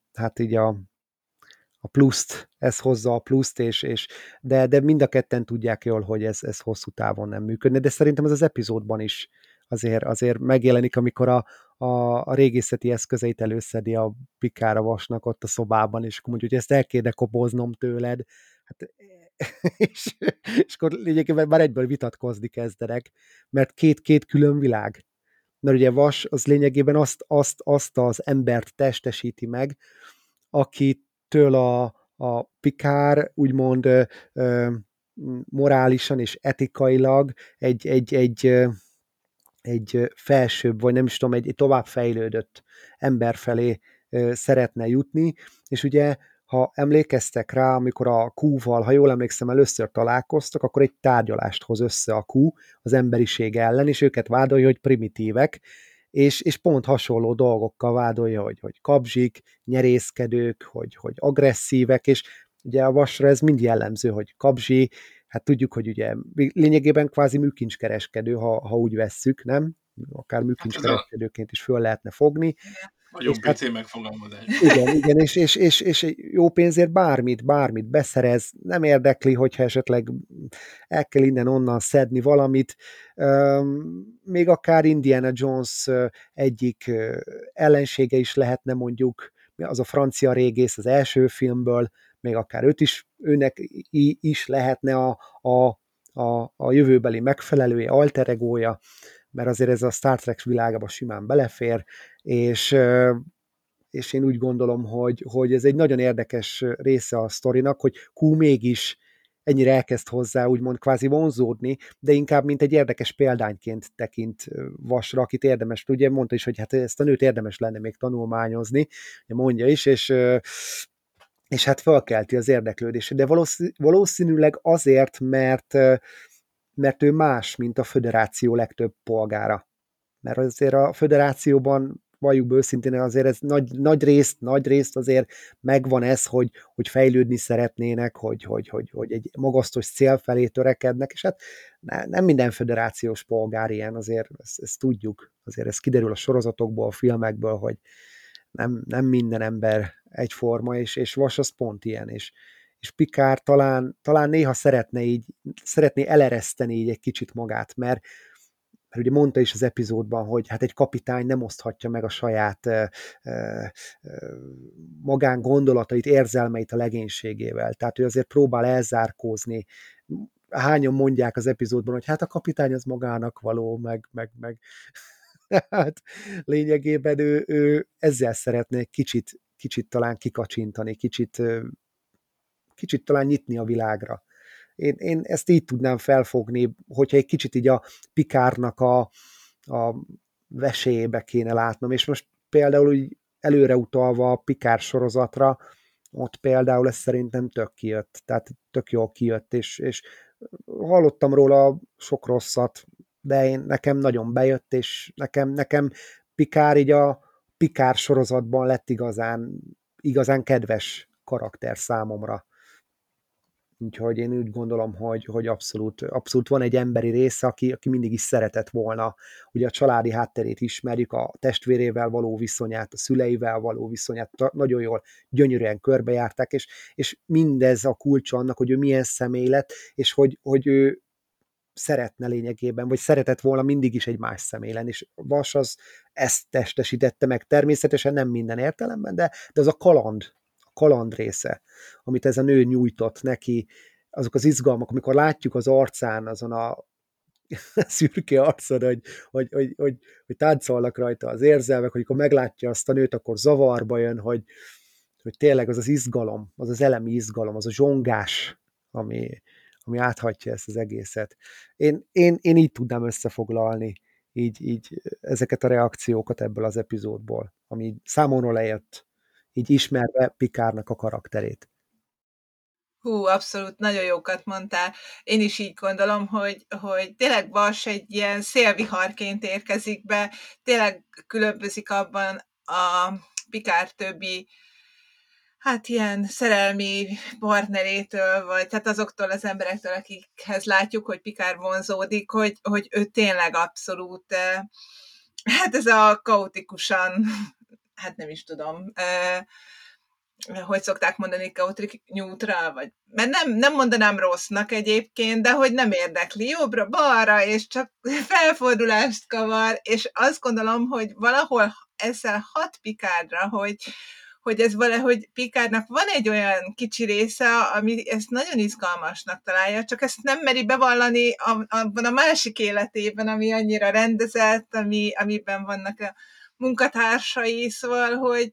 a pluszt, ez hozza a pluszt, de mind a ketten tudják jól, hogy ez hosszú távon nem működne, de szerintem ez az epizódban is azért megjelenik, amikor a régészeti eszközeit előszedi a Picard Vasnak ott a szobában, és akkor mondja, hogy ezt el kéne kopoznom tőled. Hát, és akkor lényegében már egyből vitatkozni kezdenek, mert két külön világ. Mert ugye Vas az lényegében azt az embert testesíti meg, akitől a Picard úgymond morálisan és etikailag egy felsőbb, vagy nem is tudom, egy továbbfejlődött ember felé szeretne jutni, és ugye, ha emlékeztek rá, amikor a Q-val, ha jól emlékszem, először találkoztak, akkor egy tárgyalást hoz össze a Q az emberiség ellen, és őket vádolja, hogy primitívek, és pont hasonló dolgokkal vádolja, hogy kabzsik, nyerészkedők, hogy agresszívek, és ugye a Vasra ez mind jellemző, hogy kabzsi, hát tudjuk, hogy ugye lényegében kvázi műkincskereskedő, ha úgy vesszük, nem? Akár műkincskereskedőként is föl lehetne fogni. Nagyon PC megfogalmazás. Igen, és jó pénzért bármit beszerez, nem érdekli, hogyha esetleg el kell innen-onnan szedni valamit. Még akár Indiana Jones egyik ellensége is lehetne, mondjuk az a francia régész az első filmből, még akár őnek is lehetne a jövőbeli megfelelője, alter egója, mert azért ez a Star Trek világába simán belefér, és én úgy gondolom, hogy ez egy nagyon érdekes része a sztorinak, hogy Q mégis ennyire elkezd hozzá úgymond kvázi vonzódni, de inkább mint egy érdekes példányként tekint Vasra, akit érdemes, ugye mondta is, hogy hát ezt a nőt érdemes lenne még tanulmányozni, mondja is, és hát felkelti az érdeklődését, de valószínűleg azért, mert ő más, mint a föderáció legtöbb polgára. Mert azért a föderációban, valljuk be őszintén, azért ez nagy részt azért megvan ez, hogy fejlődni szeretnének, hogy egy magasztos cél felé törekednek, és hát nem minden föderációs polgár ilyen, azért ezt tudjuk, azért ez kiderül a sorozatokból, a filmekből, hogy nem minden ember egyforma, és Vas az pont ilyen, és Picard talán néha szeretné elereszteni így egy kicsit magát, mert ugye mondta is az epizódban, hogy hát egy kapitány nem oszthatja meg a saját magán gondolatait, érzelmeit a legénységével. Tehát ő azért próbál elzárkózni. Hányan mondják az epizódban, hogy hát a kapitány az magának való, meg hát lényegében ő ezzel szeretne kicsit talán kikacsintani, kicsit talán nyitni a világra. Én ezt így tudnám felfogni, hogyha egy kicsit így a Picardnak a vesélyébe kéne látnom, és most például úgy előre utalva a Picard sorozatra, ott például ez szerintem tök kijött, tehát tök jól kijött, és hallottam róla sok rosszat, de nekem nagyon bejött, és nekem Picard így a Picard sorozatban lett igazán kedves karakter számomra. Úgyhogy én úgy gondolom, hogy abszolút van egy emberi része, aki mindig is szeretett volna. Ugye a családi hátterét ismerjük, a testvérével való viszonyát, a szüleivel való viszonyát nagyon jól, gyönyörűen körbejárták, és mindez a kulcs annak, hogy ő milyen személy lett, és hogy ő szeretne lényegében, vagy szeretett volna mindig is egy más személy lenni, és Vas az ezt testesítette meg természetesen, nem minden értelemben, de az a kaland része, amit ez a nő nyújtott neki, azok az izgalmak, amikor látjuk az arcán, azon a szürke arcon, hogy táncolnak rajta az érzelmek, hogy amikor meglátja azt a nőt, akkor zavarba jön, hogy tényleg az izgalom, az az elemi izgalom, az a zsongás, ami áthatja ezt az egészet. Én így tudnám összefoglalni így ezeket a reakciókat ebből az epizódból, ami számomra lejött, így ismerve Picardnak a karakterét. Hú, abszolút, nagyon jókat mondtál. Én is így gondolom, hogy tényleg Vas egy ilyen szélviharként érkezik be, tényleg különbözik abban a Picard többi, hát ilyen szerelmi partnerétől, vagy tehát azoktól az emberektől, akikhez látjuk, hogy Picard vonzódik, hogy ő tényleg abszolút, hát ez a kaotikusan, hát nem is tudom, hogy szokták mondani, chaotic neutral, vagy, mert nem mondanám rossznak egyébként, de hogy nem érdekli jobbra-balra, és csak felfordulást kavar, és azt gondolom, hogy valahol ezzel hat Picardra, hogy ez valahogy Picardnak van egy olyan kicsi része, ami ezt nagyon izgalmasnak találja, csak ezt nem meri bevallani abban a másik életében, ami annyira rendezett, amiben vannak a munkatársai, szóval, hogy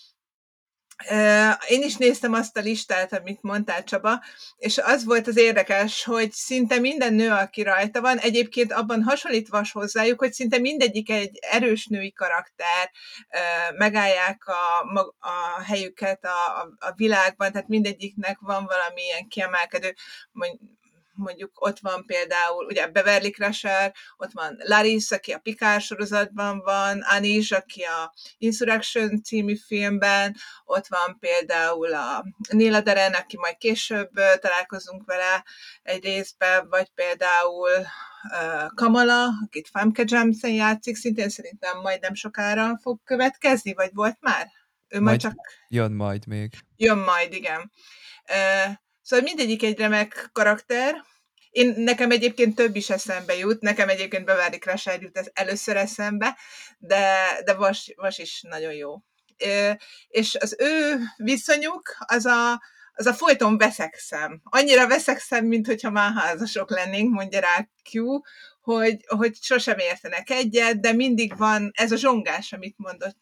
én is néztem azt a listát, amit mondtál, Csaba, és az volt az érdekes, hogy szinte minden nő, aki rajta van, egyébként abban hasonlítva hozzájuk, hogy szinte mindegyik egy erős női karakter, megállják a helyüket a világban, tehát mindegyiknek van valamilyen kiemelkedő, mondjuk ott van például ugye Beverly Crusher, ott van Laris, aki a Picard sorozatban van, Anish, aki a Insurrection című filmben, ott van például a Neil Aderen, aki majd később találkozunk vele egy részben, vagy például Kamala, akit Famke Janssen játszik, szintén szerintem majd nem sokára fog következni, vagy volt már? Ő majd csak... Jön majd még. Jön majd, igen. Szóval mindegyik egy remek karakter. Nekem egyébként több is eszembe jut, nekem egyébként Beverly Crusher jut először eszembe, de Vas is nagyon jó. És az ő viszonyuk, az a folyton veszekszem. Annyira veszekszem, mint hogyha már házasok lennénk, mondja rá Q, hogy sosem értenek egyet, de mindig van ez a zsongás, amit mondott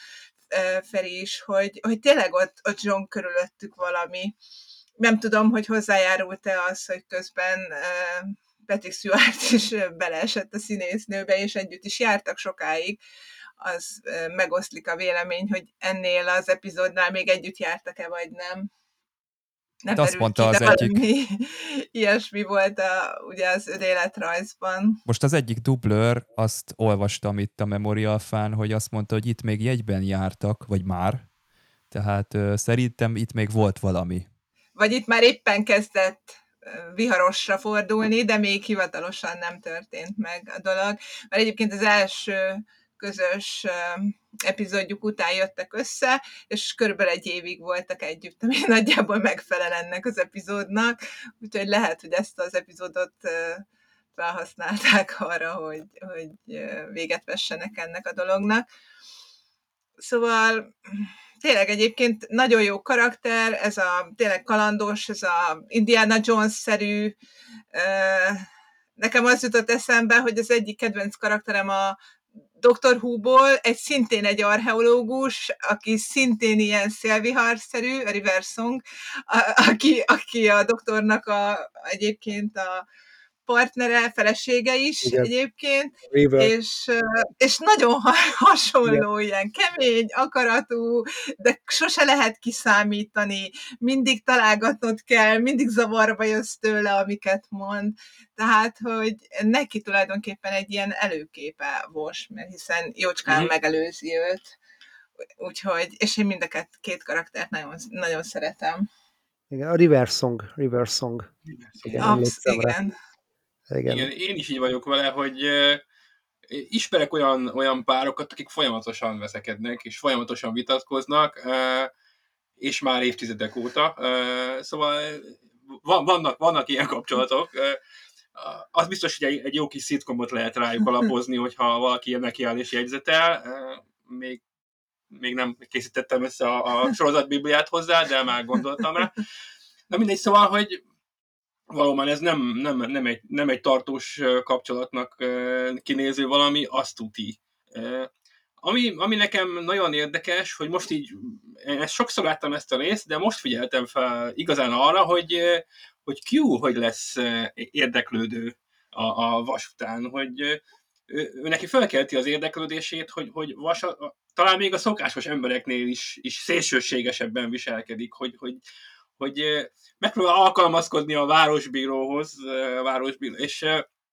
Feri is, hogy tényleg ott zsong körülöttük valami. Nem tudom, hogy hozzájárult-e az, hogy közben Patrick Stewart is beleesett a színésznőbe, és együtt is jártak sokáig. Az megoszlik a vélemény, hogy ennél az epizódnál még együtt jártak-e, vagy nem. Nem azt mondta ki, az egyik. Ilyesmi volt ugye az önéletrajzban. Most az egyik dublőr, azt olvastam itt a Memorial-fán, hogy azt mondta, hogy itt még jegyben jártak, vagy már. Tehát szerintem itt még volt valami. Vagy itt már éppen kezdett viharosra fordulni, de még hivatalosan nem történt meg a dolog. Mert egyébként az első közös epizódjuk után jöttek össze, és körülbelül egy évig voltak együtt, ami nagyjából megfelel ennek az epizódnak, úgyhogy lehet, hogy ezt az epizódot felhasználták arra, hogy véget vessenek ennek a dolognak. Szóval tényleg egyébként nagyon jó karakter, ez a tényleg kalandos, ez a Indiana Jones-szerű. Nekem az jutott eszembe, hogy az egyik kedvenc karakterem a Dr. Who-ból szintén egy archeológus, aki szintén ilyen szélviharszerű, a River Song, aki a doktornak egyébként a partnere, felesége is. Igen. Egyébként, és nagyon hasonló, igen. Ilyen kemény, akaratú, de sose lehet kiszámítani, mindig találgatnod kell, mindig zavarba jössz tőle, amiket mond. Tehát, hogy neki tulajdonképpen egy ilyen előképe Vos, mert hiszen jócskán megelőzi őt. Úgyhogy, és én mind a két karaktert nagyon, nagyon szeretem. Igen, a River Song. Igen, igen. Igen, én is így vagyok vele, hogy ismerek olyan párokat, akik folyamatosan veszekednek, és folyamatosan vitatkoznak, és már évtizedek óta. Szóval vannak ilyen kapcsolatok. Az biztos, hogy egy jó kis szitkomot lehet rájuk alapozni, hogyha valaki ilyen nekiáll és jegyzetel. Még nem készítettem össze a sorozatbibliát hozzá, de már gondoltam rá. Na mindegy, szóval, hogy valóban ez nem egy tartós kapcsolatnak kinéző valami, azt tuti. Ami nekem nagyon érdekes, hogy most így, ezt sokszor láttam ezt a részt, de most figyeltem fel igazán arra, hogy Q hogy lesz érdeklődő a Vas után, hogy ő neki felkelti az érdeklődését, hogy Vas talán még a szokásos embereknél is szélsőségesebben viselkedik, hogy megpróbál alkalmazkodni a városbíróhoz, és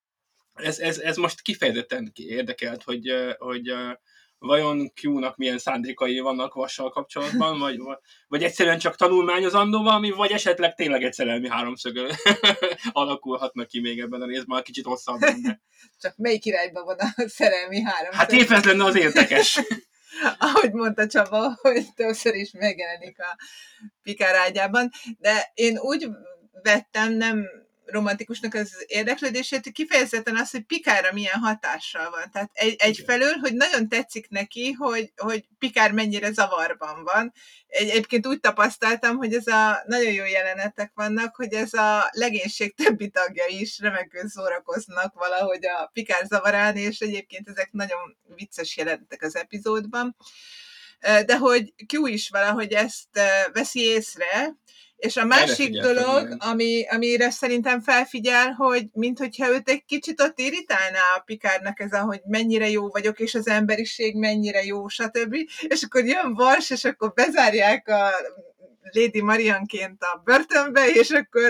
ez most kifejezetten érdekelt, hogy vajon Q-nak milyen szándékai vannak Vassal kapcsolatban, vagy egyszerűen csak tanulmányozandó valami, vagy esetleg tényleg egy szerelmi háromszög alakulhatnak ki még ebben a részben, kicsit hosszabb lenne. Csak melyik irányban van a szerelmi háromszög? Hát épp ez lenne az érdekes. Ahogy mondta Csaba, hogy többször is megjelenik a Picard ágyában, de én úgy vettem, nem romantikusnak az érdeklődését, kifejezetten az, hogy Picardra milyen hatással van. Tehát egyfelől, hogy nagyon tetszik neki, hogy Picard mennyire zavarban van. Egyébként úgy tapasztaltam, hogy ez a nagyon jó jelenetek vannak, hogy ez a legénység többi tagja is remekül szórakoznak valahogy a Picard zavarán, és egyébként ezek nagyon vicces jelenetek az epizódban. De hogy Q is valahogy ezt veszi észre, és a másik dolog, amire szerintem felfigyel, hogy minthogyha őt egy kicsit ott irritálná a Picardnak ez, hogy mennyire jó vagyok, és az emberiség mennyire jó, stb. És akkor jön Vas, és akkor bezárják a Lady Marianként a börtönbe, és akkor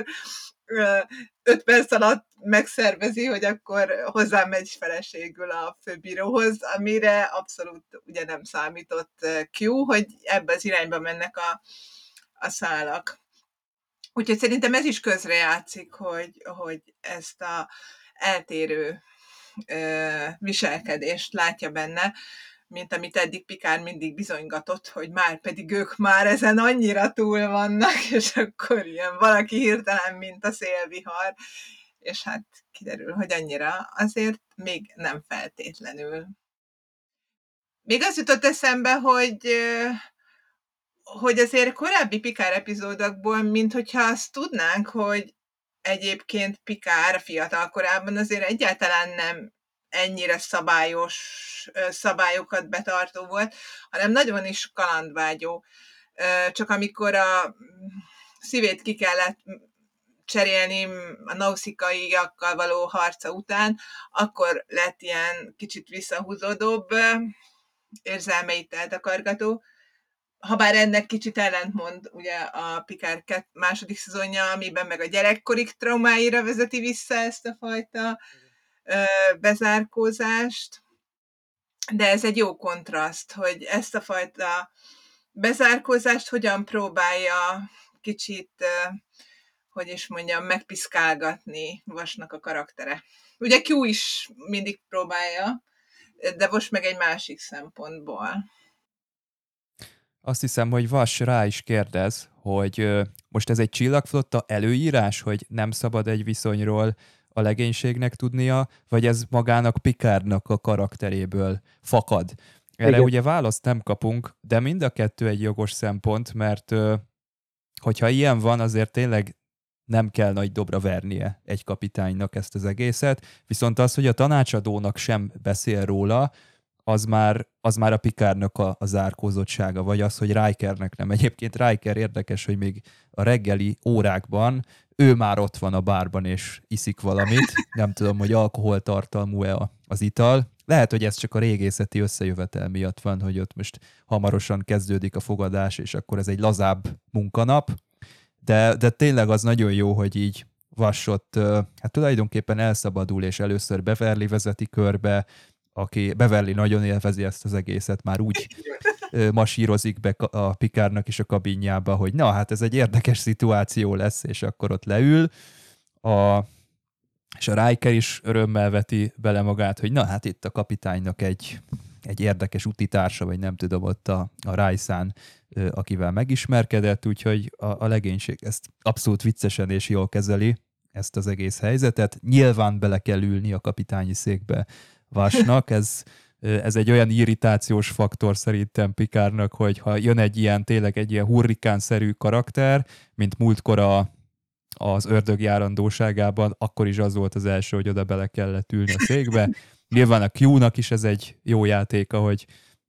5 perc alatt megszervezi, hogy akkor hozzám megy feleségül a főbíróhoz, amire abszolút ugye nem számított Q, hogy ebbe az irányba mennek a szálak. Úgyhogy szerintem ez is közrejátszik, hogy ezt a eltérő viselkedést látja benne, mint amit eddig Picard mindig bizonygatott, hogy már pedig ők már ezen annyira túl vannak, és akkor ilyen valaki hirtelen, mint a szélvihar, és hát kiderül, hogy annyira azért még nem feltétlenül. Még az jutott eszembe, hogy azért korábbi Picard epizódokból, mint hogyha azt tudnánk, hogy egyébként Picard fiatal korában azért egyáltalán nem ennyire szabályos szabályokat betartó volt, hanem nagyon is kalandvágyó. Csak amikor a szívét ki kellett cserélni a nauszikaiakkal való harca után, akkor lett ilyen kicsit visszahúzódóbb, érzelmeit eltakargató. Habár ennek kicsit ellentmond ugye a Picard második szezonja, amiben meg a gyerekkorik traumáira vezeti vissza ezt a fajta bezárkózást. De ez egy jó kontraszt, hogy ezt a fajta bezárkózást hogyan próbálja kicsit, hogy is mondjam, megpiszkálgatni Vasnak a karaktere. Ugye Q is mindig próbálja, de most meg egy másik szempontból. Azt hiszem, hogy Vas rá is kérdez, hogy most ez egy csillagflotta előírás, hogy nem szabad egy viszonyról a legénységnek tudnia, vagy ez magának Picardnak a karakteréből fakad. Erre igen. Ugye választ nem kapunk, de mind a kettő egy jogos szempont, mert hogyha ilyen van, azért tényleg nem kell nagy dobra vernie egy kapitánynak ezt az egészet, viszont az, hogy a tanácsadónak sem beszél róla, az már a Picardnak a zárkózottsága, vagy az, hogy Rikernek nem. Egyébként Riker érdekes, hogy még a reggeli órákban ő már ott van a bárban, és iszik valamit. Nem tudom, hogy alkoholtartalmú-e az ital. Lehet, hogy ez csak a régészeti összejövetel miatt van, hogy ott most hamarosan kezdődik a fogadás, és akkor ez egy lazább munkanap. De tényleg az nagyon jó, hogy így Vas ott hát tulajdonképpen elszabadul, és először Beverly vezeti körbe, aki Beverly nagyon élvezi ezt az egészet, már úgy masírozik be a Picardnak is a kabinjába, hogy na, hát ez egy érdekes szituáció lesz, és akkor ott leül. És a Riker is örömmel veti bele magát, hogy na, hát itt a kapitánynak egy érdekes utitársa, vagy nem tudom, ott a Rajszán, akivel megismerkedett, úgyhogy a legénység ezt abszolút viccesen és jól kezeli, ezt az egész helyzetet. Nyilván bele kell ülni a kapitányi székbe Vasnak, ez egy olyan irritációs faktor szerintem Picardnak, hogy ha jön tényleg egy ilyen hurrikánszerű karakter, mint múltkor az ördög járandóságában, akkor is az volt az első, hogy oda bele kellett ülni a székbe. Nyilván a Q-nak is ez egy jó játéka, hogy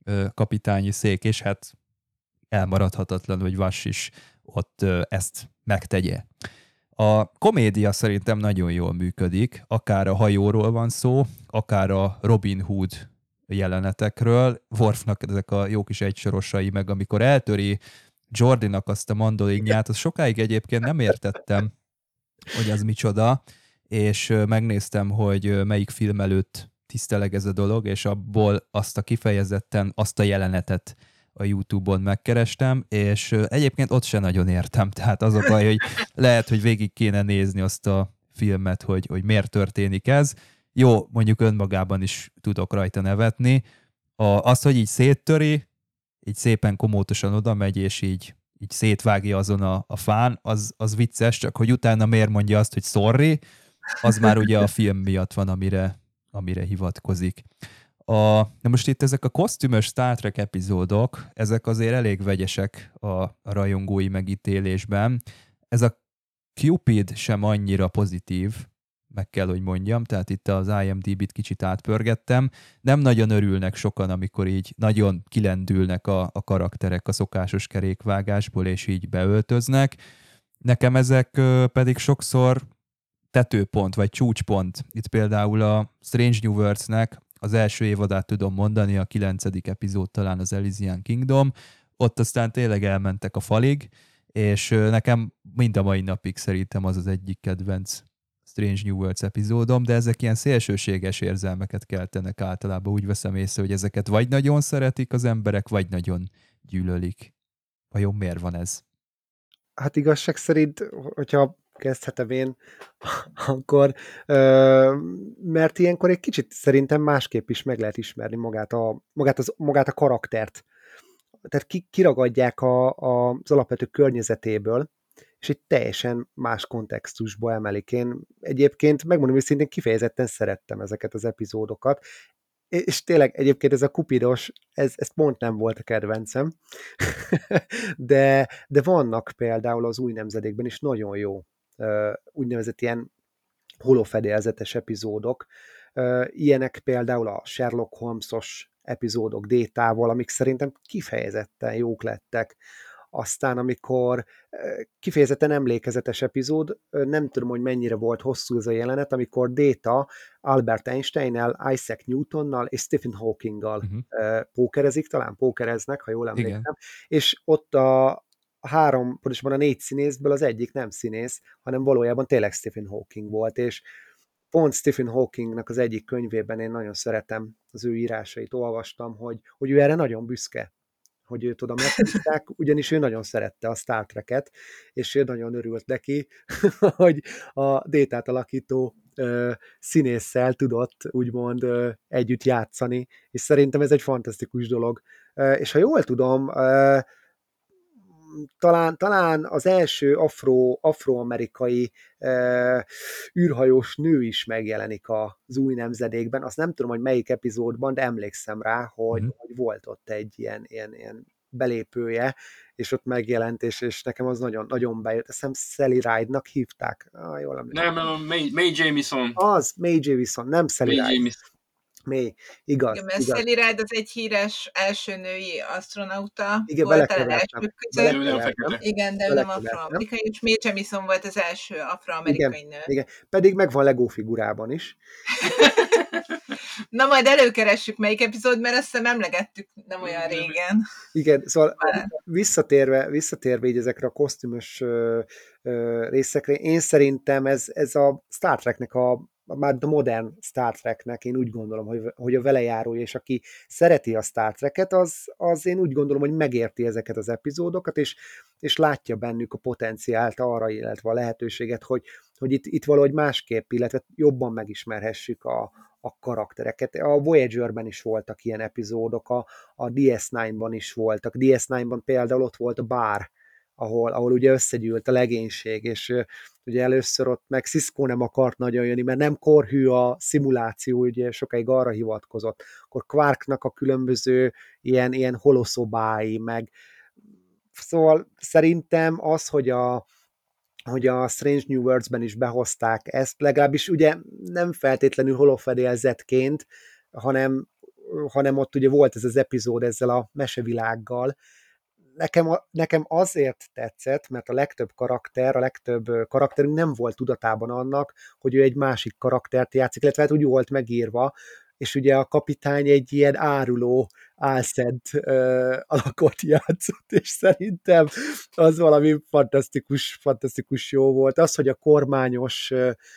kapitányi szék, és hát elmaradhatatlan, hogy Vass is ott ezt megtegye. A komédia szerintem nagyon jól működik, akár a hajóról van szó, akár a Robin Hood jelenetekről. Worfnak ezek a jó kis egysorosai, meg amikor eltöri Jordinak azt a mandolinját, az sokáig egyébként nem értettem, hogy az micsoda, és megnéztem, hogy melyik film előtt tiszteleg ez a dolog, és abból azt a jelenetet a YouTube-on megkerestem, és egyébként ott se nagyon értem, tehát az a baj, hogy lehet, hogy végig kéne nézni azt a filmet, hogy miért történik ez. Jó, mondjuk önmagában is tudok rajta nevetni. Az, hogy így széttöri, így szépen komótosan oda megy, és így szétvágja azon a fán, az vicces, csak hogy utána miért mondja azt, hogy sorry, az már ugye a film miatt van, amire hivatkozik. Na most itt ezek a kosztümös Star Trek epizódok, ezek azért elég vegyesek a rajongói megítélésben. Ez a Cupid sem annyira pozitív, meg kell, hogy mondjam, tehát itt az IMDb-t kicsit átpörgettem. Nem nagyon örülnek sokan, amikor így nagyon kilendülnek a karakterek a szokásos kerékvágásból, és így beöltöznek. Nekem ezek pedig sokszor tetőpont, vagy csúcspont. Itt például a Strange New Worlds-nek az első évadát tudom mondani, a 9. epizód talán az Elysian Kingdom, ott aztán tényleg elmentek a falig, és nekem mind a mai napig szerintem az egyik kedvenc Strange New Worlds epizódom, de ezek ilyen szélsőséges érzelmeket keltenek általában. Úgy veszem észre, hogy ezeket vagy nagyon szeretik az emberek, vagy nagyon gyűlölik. Vajon miért van ez? Hát igazság szerint, hogyha kezdhetem én, akkor, mert ilyenkor egy kicsit szerintem másképp is meg lehet ismerni magát a karaktert. Tehát kiragadják az alapvető környezetéből, és egy teljesen más kontextusba emelik. Én egyébként, megmondom őszintén, kifejezetten szerettem ezeket az epizódokat, és tényleg egyébként ez a kupidos, ez pont nem volt a kedvencem, de vannak például az új nemzedékben is nagyon jó úgynevezett ilyen holofedélzetes epizódok. Ilyenek például a Sherlock Holmes-os epizódok Détával, amik szerintem kifejezetten jók lettek. Aztán, amikor kifejezetten emlékezetes epizód, nem tudom, hogy mennyire volt hosszú ez a jelenet, amikor Data Albert Einsteinnel, Isaac Newtonnal és Stephen Hawkinggal pókerezik, talán pókereznek, ha jól emlékszem, igen. És ott a 3, pontosabban a 4 színészből az egyik nem színész, hanem valójában tényleg Stephen Hawking volt, és pont Stephen Hawkingnak az egyik könyvében én nagyon szeretem az ő írásait, olvastam, hogy ő erre nagyon büszke, hogy őt oda meghívták, ugyanis ő nagyon szerette a Star Trek-et, és ő nagyon örült neki, hogy a Détát alakító színésszel tudott úgymond együtt játszani, és szerintem ez egy fantasztikus dolog. És ha jól tudom, talán az első afroamerikai űrhajós nő is megjelenik az új nemzedékben. Azt nem tudom, hogy melyik epizódban, de emlékszem rá, hogy volt ott egy ilyen belépője, és ott megjelent, és nekem az nagyon, nagyon bejött. Azt hiszem Sally Ride-nak hívták. Jól emlékszem. Nem, Mae Jemison. Az, Mae Jemison, nem Sally Ride. Mély, igaz. Igen, mert Sally Ride az egy híres első női asztronauta. Igen, volt az elsők között. Igen, de ő nem Belekevertem. afroamerikai, és Mae Jemison volt az első afroamerikai nő. Igen, pedig megvan Lego figurában is. Na majd előkeressük melyik epizód, mert azt hiszem emlegettük nem olyan régen. Igen, szóval visszatérve így ezekre a kosztümös részekre, én szerintem ez a Star Treknek már a modern Star Treknek, én úgy gondolom, hogy a velejárója, és aki szereti a Star Treket, az én úgy gondolom, hogy megérti ezeket az epizódokat, és látja bennük a potenciált arra, illetve a lehetőséget, hogy itt valahogy másképp, illetve jobban megismerhessük a karaktereket. A Voyager-ben is voltak ilyen epizódok, a DS9-ban is voltak. DS9-ban például ott volt a bár, ahol ugye összegyűlt a legénység, és ugye először ott meg Sisko nem akart nagyon jönni, mert nem korhű a szimuláció, ugye sokáig arra hivatkozott. Akkor Quarknak a különböző ilyen holoszobái, meg szóval szerintem az, hogy a Strange New Worlds-ben is behozták ezt, legalábbis ugye nem feltétlenül holofedélzetként, hanem hanem ott ugye volt ez az epizód ezzel a mesevilággal. Nekem azért tetszett, mert a legtöbb karakterünk nem volt tudatában annak, hogy ő egy másik karaktert játszik, illetve hát úgy volt megírva, és ugye a kapitány egy ilyen áruló, álszent alakot játszott, és szerintem az valami fantasztikus jó volt. Az, hogy a kormányos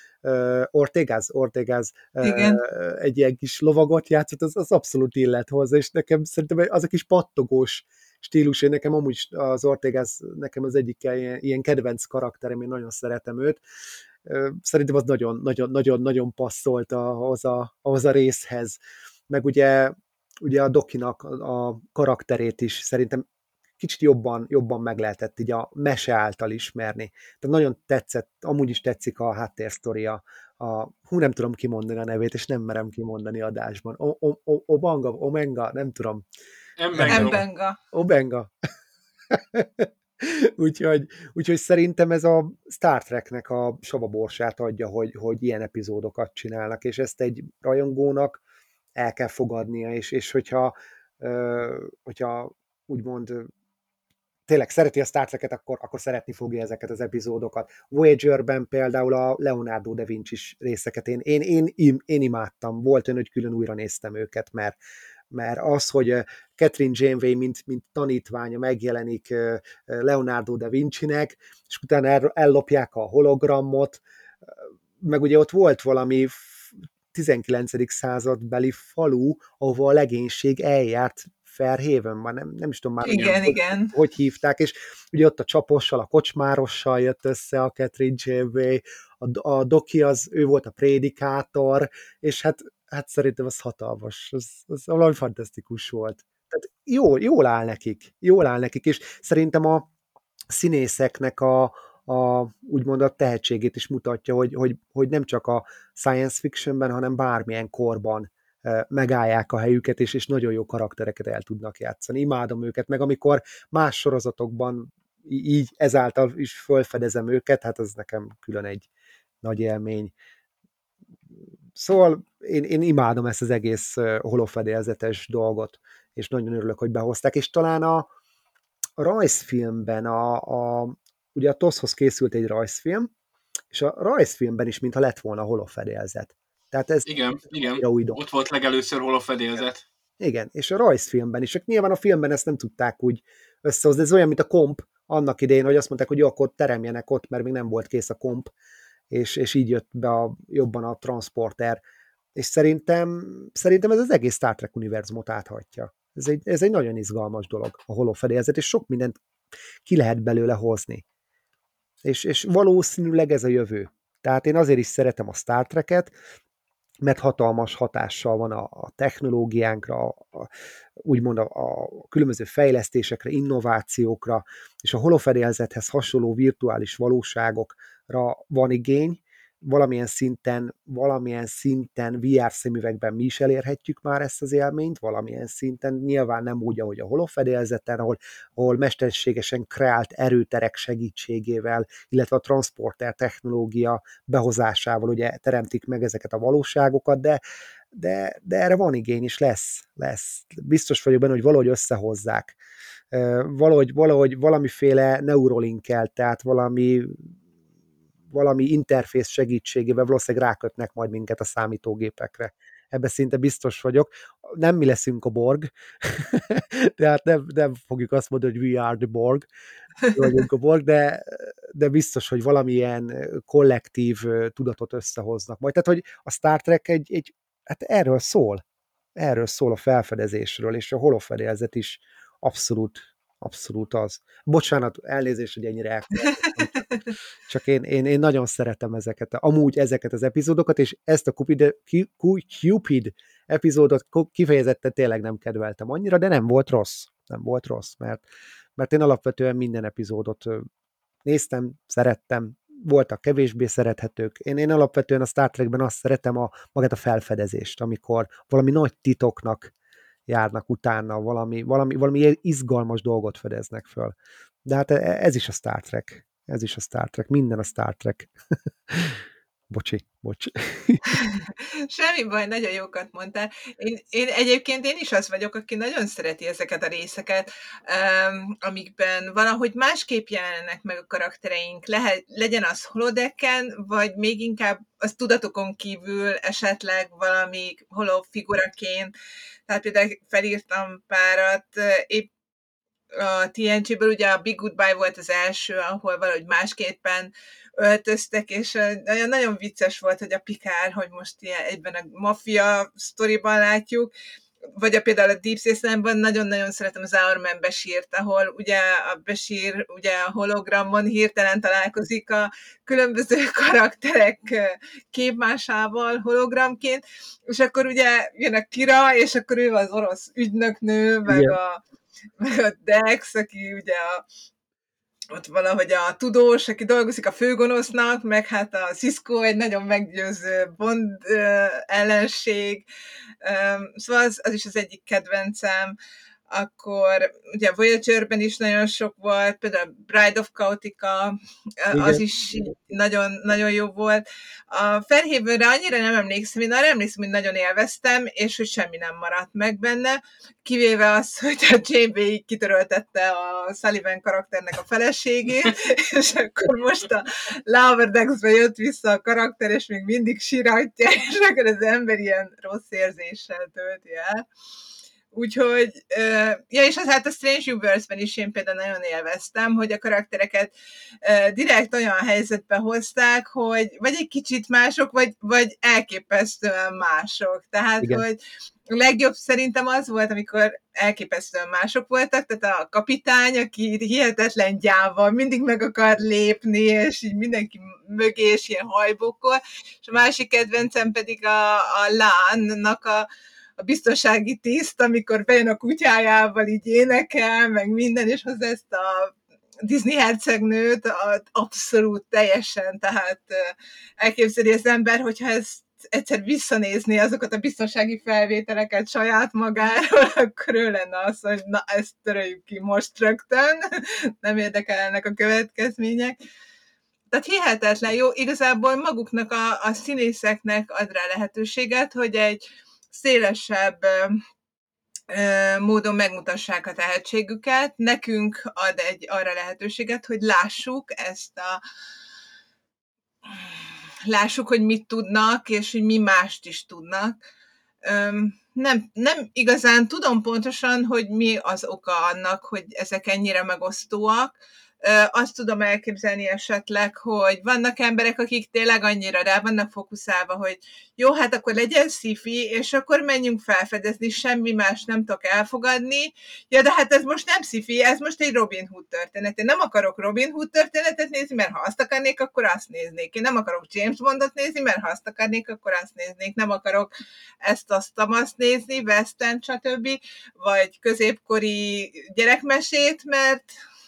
Ortegáz egy ilyen kis lovagot játszott, az abszolút illet hozzá, és nekem szerintem az a kis pattogós stílus, én nekem amúgy az Ortegáz nekem az egyik ilyen kedvenc karakterem, én nagyon szeretem őt. Szerintem az nagyon passzolt ahhoz a részhez. Meg ugye a Dokinak a karakterét is szerintem kicsit jobban meg lehetett így a mese által ismerni. Tehát nagyon tetszett, amúgy is tetszik a háttérsztoria. Nem tudom kimondani a nevét, és nem merem kimondani adásban. Omenga, nem tudom. Obenga. Úgyhogy szerintem ez a Star Treknek a savaborsát adja, hogy ilyen epizódokat csinálnak, és ezt egy rajongónak el kell fogadnia, és hogyha úgymond tényleg szereti a Star Trek-et, akkor szeretni fogja ezeket az epizódokat. Voyager-ben például a Leonardo da Vinci részeket én imádtam. Volt olyan, hogy külön újra néztem őket, mert az, hogy Catherine Janeway, mint tanítványa megjelenik Leonardo da Vincinek, és utána ellopják a hologramot, meg ugye ott volt valami 19. századbeli falu, ahova a legénység eljárt Fairhavenben, nem is tudom már, hogy hívták, és ugye ott a csapossal, a kocsmárossal jött össze a Catherine Janeway, a Doki ő volt a prédikátor, és hát szerintem az hatalmas, az valami fantasztikus volt. Tehát jól áll nekik, és szerintem a színészeknek úgymond a tehetségét is mutatja, hogy nem csak a science fictionben, hanem bármilyen korban megállják a helyüket, és nagyon jó karaktereket el tudnak játszani. Imádom őket, meg amikor más sorozatokban így ezáltal is felfedezem őket, hát az nekem külön egy nagy élmény. Szóval én imádom ezt az egész holofedélzetes dolgot, és nagyon örülök, hogy behozták, és talán a rajzfilmben, ugye a TOS-hoz készült egy rajzfilm, és a rajzfilmben is mintha lett volna holofedélzet. Tehát ez igen, ott volt legelőször holofedélzet. Igen, és a rajzfilmben is. Csak nyilván a filmben ezt nem tudták úgy összehozni. Ez olyan, mint a komp annak idején, hogy azt mondták, hogy jó, akkor teremjenek ott, mert még nem volt kész a komp, és így jött be jobban a transporter. És szerintem ez az egész Star Trek univerzumot áthatja. Ez egy nagyon izgalmas dolog, a holofedélzet, és sok mindent ki lehet belőle hozni. És valószínűleg ez a jövő. Tehát én azért is szeretem a Star Trek-et, mert hatalmas hatással van a technológiánkra, úgymond a különböző fejlesztésekre, innovációkra, és a holofedélzethez hasonló virtuális valóságokra van igény. Valamilyen szinten VR szemüvegben mi is elérhetjük már ezt az élményt, valamilyen szinten, nyilván nem úgy, ahogy a holofedélzeten, ahol mesterségesen kreált erőterek segítségével, illetve a transporter technológia behozásával ugye teremtik meg ezeket a valóságokat, de erre van igény, és lesz. Biztos vagyok benne, hogy valahogy összehozzák. Valahogy valamiféle neurolinkkel, tehát valami interfész segítségével valószínűleg rákötnek majd minket a számítógépekre. Ebben szinte biztos vagyok. Nem mi leszünk a Borg, tehát nem fogjuk azt mondani, hogy we are the Borg, vagyunk a Borg, de biztos, hogy valamilyen kollektív tudatot összehoznak majd. Tehát, hogy a Star Trek hát erről szól a felfedezésről, és a holofedélzet is abszolút az. Bocsánat, elnézést, hogy ennyire elfelejtettem. Csak én nagyon szeretem ezeket az epizódokat, és ezt a Cupid epizódot kifejezetten tényleg nem kedveltem annyira, de nem volt rossz, mert én alapvetően minden epizódot néztem, szerettem, voltak kevésbé szerethetők. Én alapvetően a Star Trekben azt szeretem magát a felfedezést, amikor valami nagy titoknak járnak utána, valami izgalmas dolgot fedeznek föl. De hát ez is a Star Trek. Minden a Star Trek. Bocs. Semmi baj, nagyon jókat mondtál. Én egyébként én is az vagyok, aki nagyon szereti ezeket a részeket, amikben valahogy másképp jelennek meg a karaktereink. Legyen az holodecken, vagy még inkább az tudatokon kívül esetleg valami holofiguraként. Tehát például felírtam párat, épp a TNG-ből ugye a Big Goodbye volt az első, ahol valahogy másképpen öltöztek, és nagyon vicces volt, hogy a Picard, hogy most ilyen egyben a maffia sztoriban látjuk, vagy például a Deep Space Nine-ban nagyon-nagyon szeretem az Our Man Bashir-t, ahol ugye a Bashir ugye a hologramon hirtelen találkozik a különböző karakterek képmásával hologramként, és akkor ugye jön a Kira, és akkor ő az orosz ügynöknő, meg a Dex, aki ugye ott valahogy a tudós, aki dolgozik a főgonosznak, meg hát a Cisco egy nagyon meggyőző Bond ellenség, szóval az is az egyik kedvencem. Akkor ugye a Voyager-ben is nagyon sok volt, például Bride of Kautika, az is nagyon, nagyon jó volt. A Fairhavenre annyira nem emlékszem, én arra emlékszem, hogy nagyon élveztem, és hogy semmi nem maradt meg benne, kivéve az, hogy a JB kitöröltette a Sullivan karakternek a feleségét, és akkor most a Lower Decks-be jött vissza a karakter, és még mindig síratja, és akkor az ember ilyen rossz érzéssel tölti el. Úgyhogy, ja, és az hát a Strange Universe-ben is én például nagyon élveztem, hogy a karaktereket direkt olyan helyzetbe hozták, hogy vagy egy kicsit mások, vagy elképesztően mások. Tehát, igen, hogy a legjobb szerintem az volt, amikor elképesztően mások voltak, tehát a kapitány, aki hihetetlen gyáva, mindig meg akar lépni, és így mindenki mögé, és ilyen hajbokkol, és a másik kedvencem pedig a Lánnak a biztonsági tiszt, amikor bejön a kutyájával, így énekel, meg minden, és hozzá ezt a Disney hercegnőt, abszolút teljesen, tehát elképzeli az ember, hogyha ezt egyszer visszanézni azokat a biztonsági felvételeket saját magáról, akkor ő lenne az, hogy na, ezt töröljük ki most rögtön, nem érdekelnek a következmények. Tehát hihetetlen jó, igazából maguknak a színészeknek ad rá lehetőséget, hogy egy szélesebb módon megmutassák a tehetségüket, nekünk ad arra lehetőséget, hogy lássuk, hogy mit tudnak, és hogy mi mást is tudnak. Nem igazán tudom pontosan, hogy mi az oka annak, hogy ezek ennyire megosztóak. Azt tudom elképzelni esetleg, hogy vannak emberek, akik tényleg annyira rá vannak fókuszálva, hogy jó, hát akkor legyen sci-fi, és akkor menjünk felfedezni, semmi más nem tudok elfogadni. Ja, de hát ez most nem sci-fi, ez most egy Robin Hood történet. Én nem akarok Robin Hood történetet nézni, mert ha azt akarnék, akkor azt néznék. Én nem akarok James Bondot nézni, mert ha azt akarnék, akkor azt néznék. Nem akarok ezt-azt nézni, western, stb. Vagy középkori gyerekmesét, mert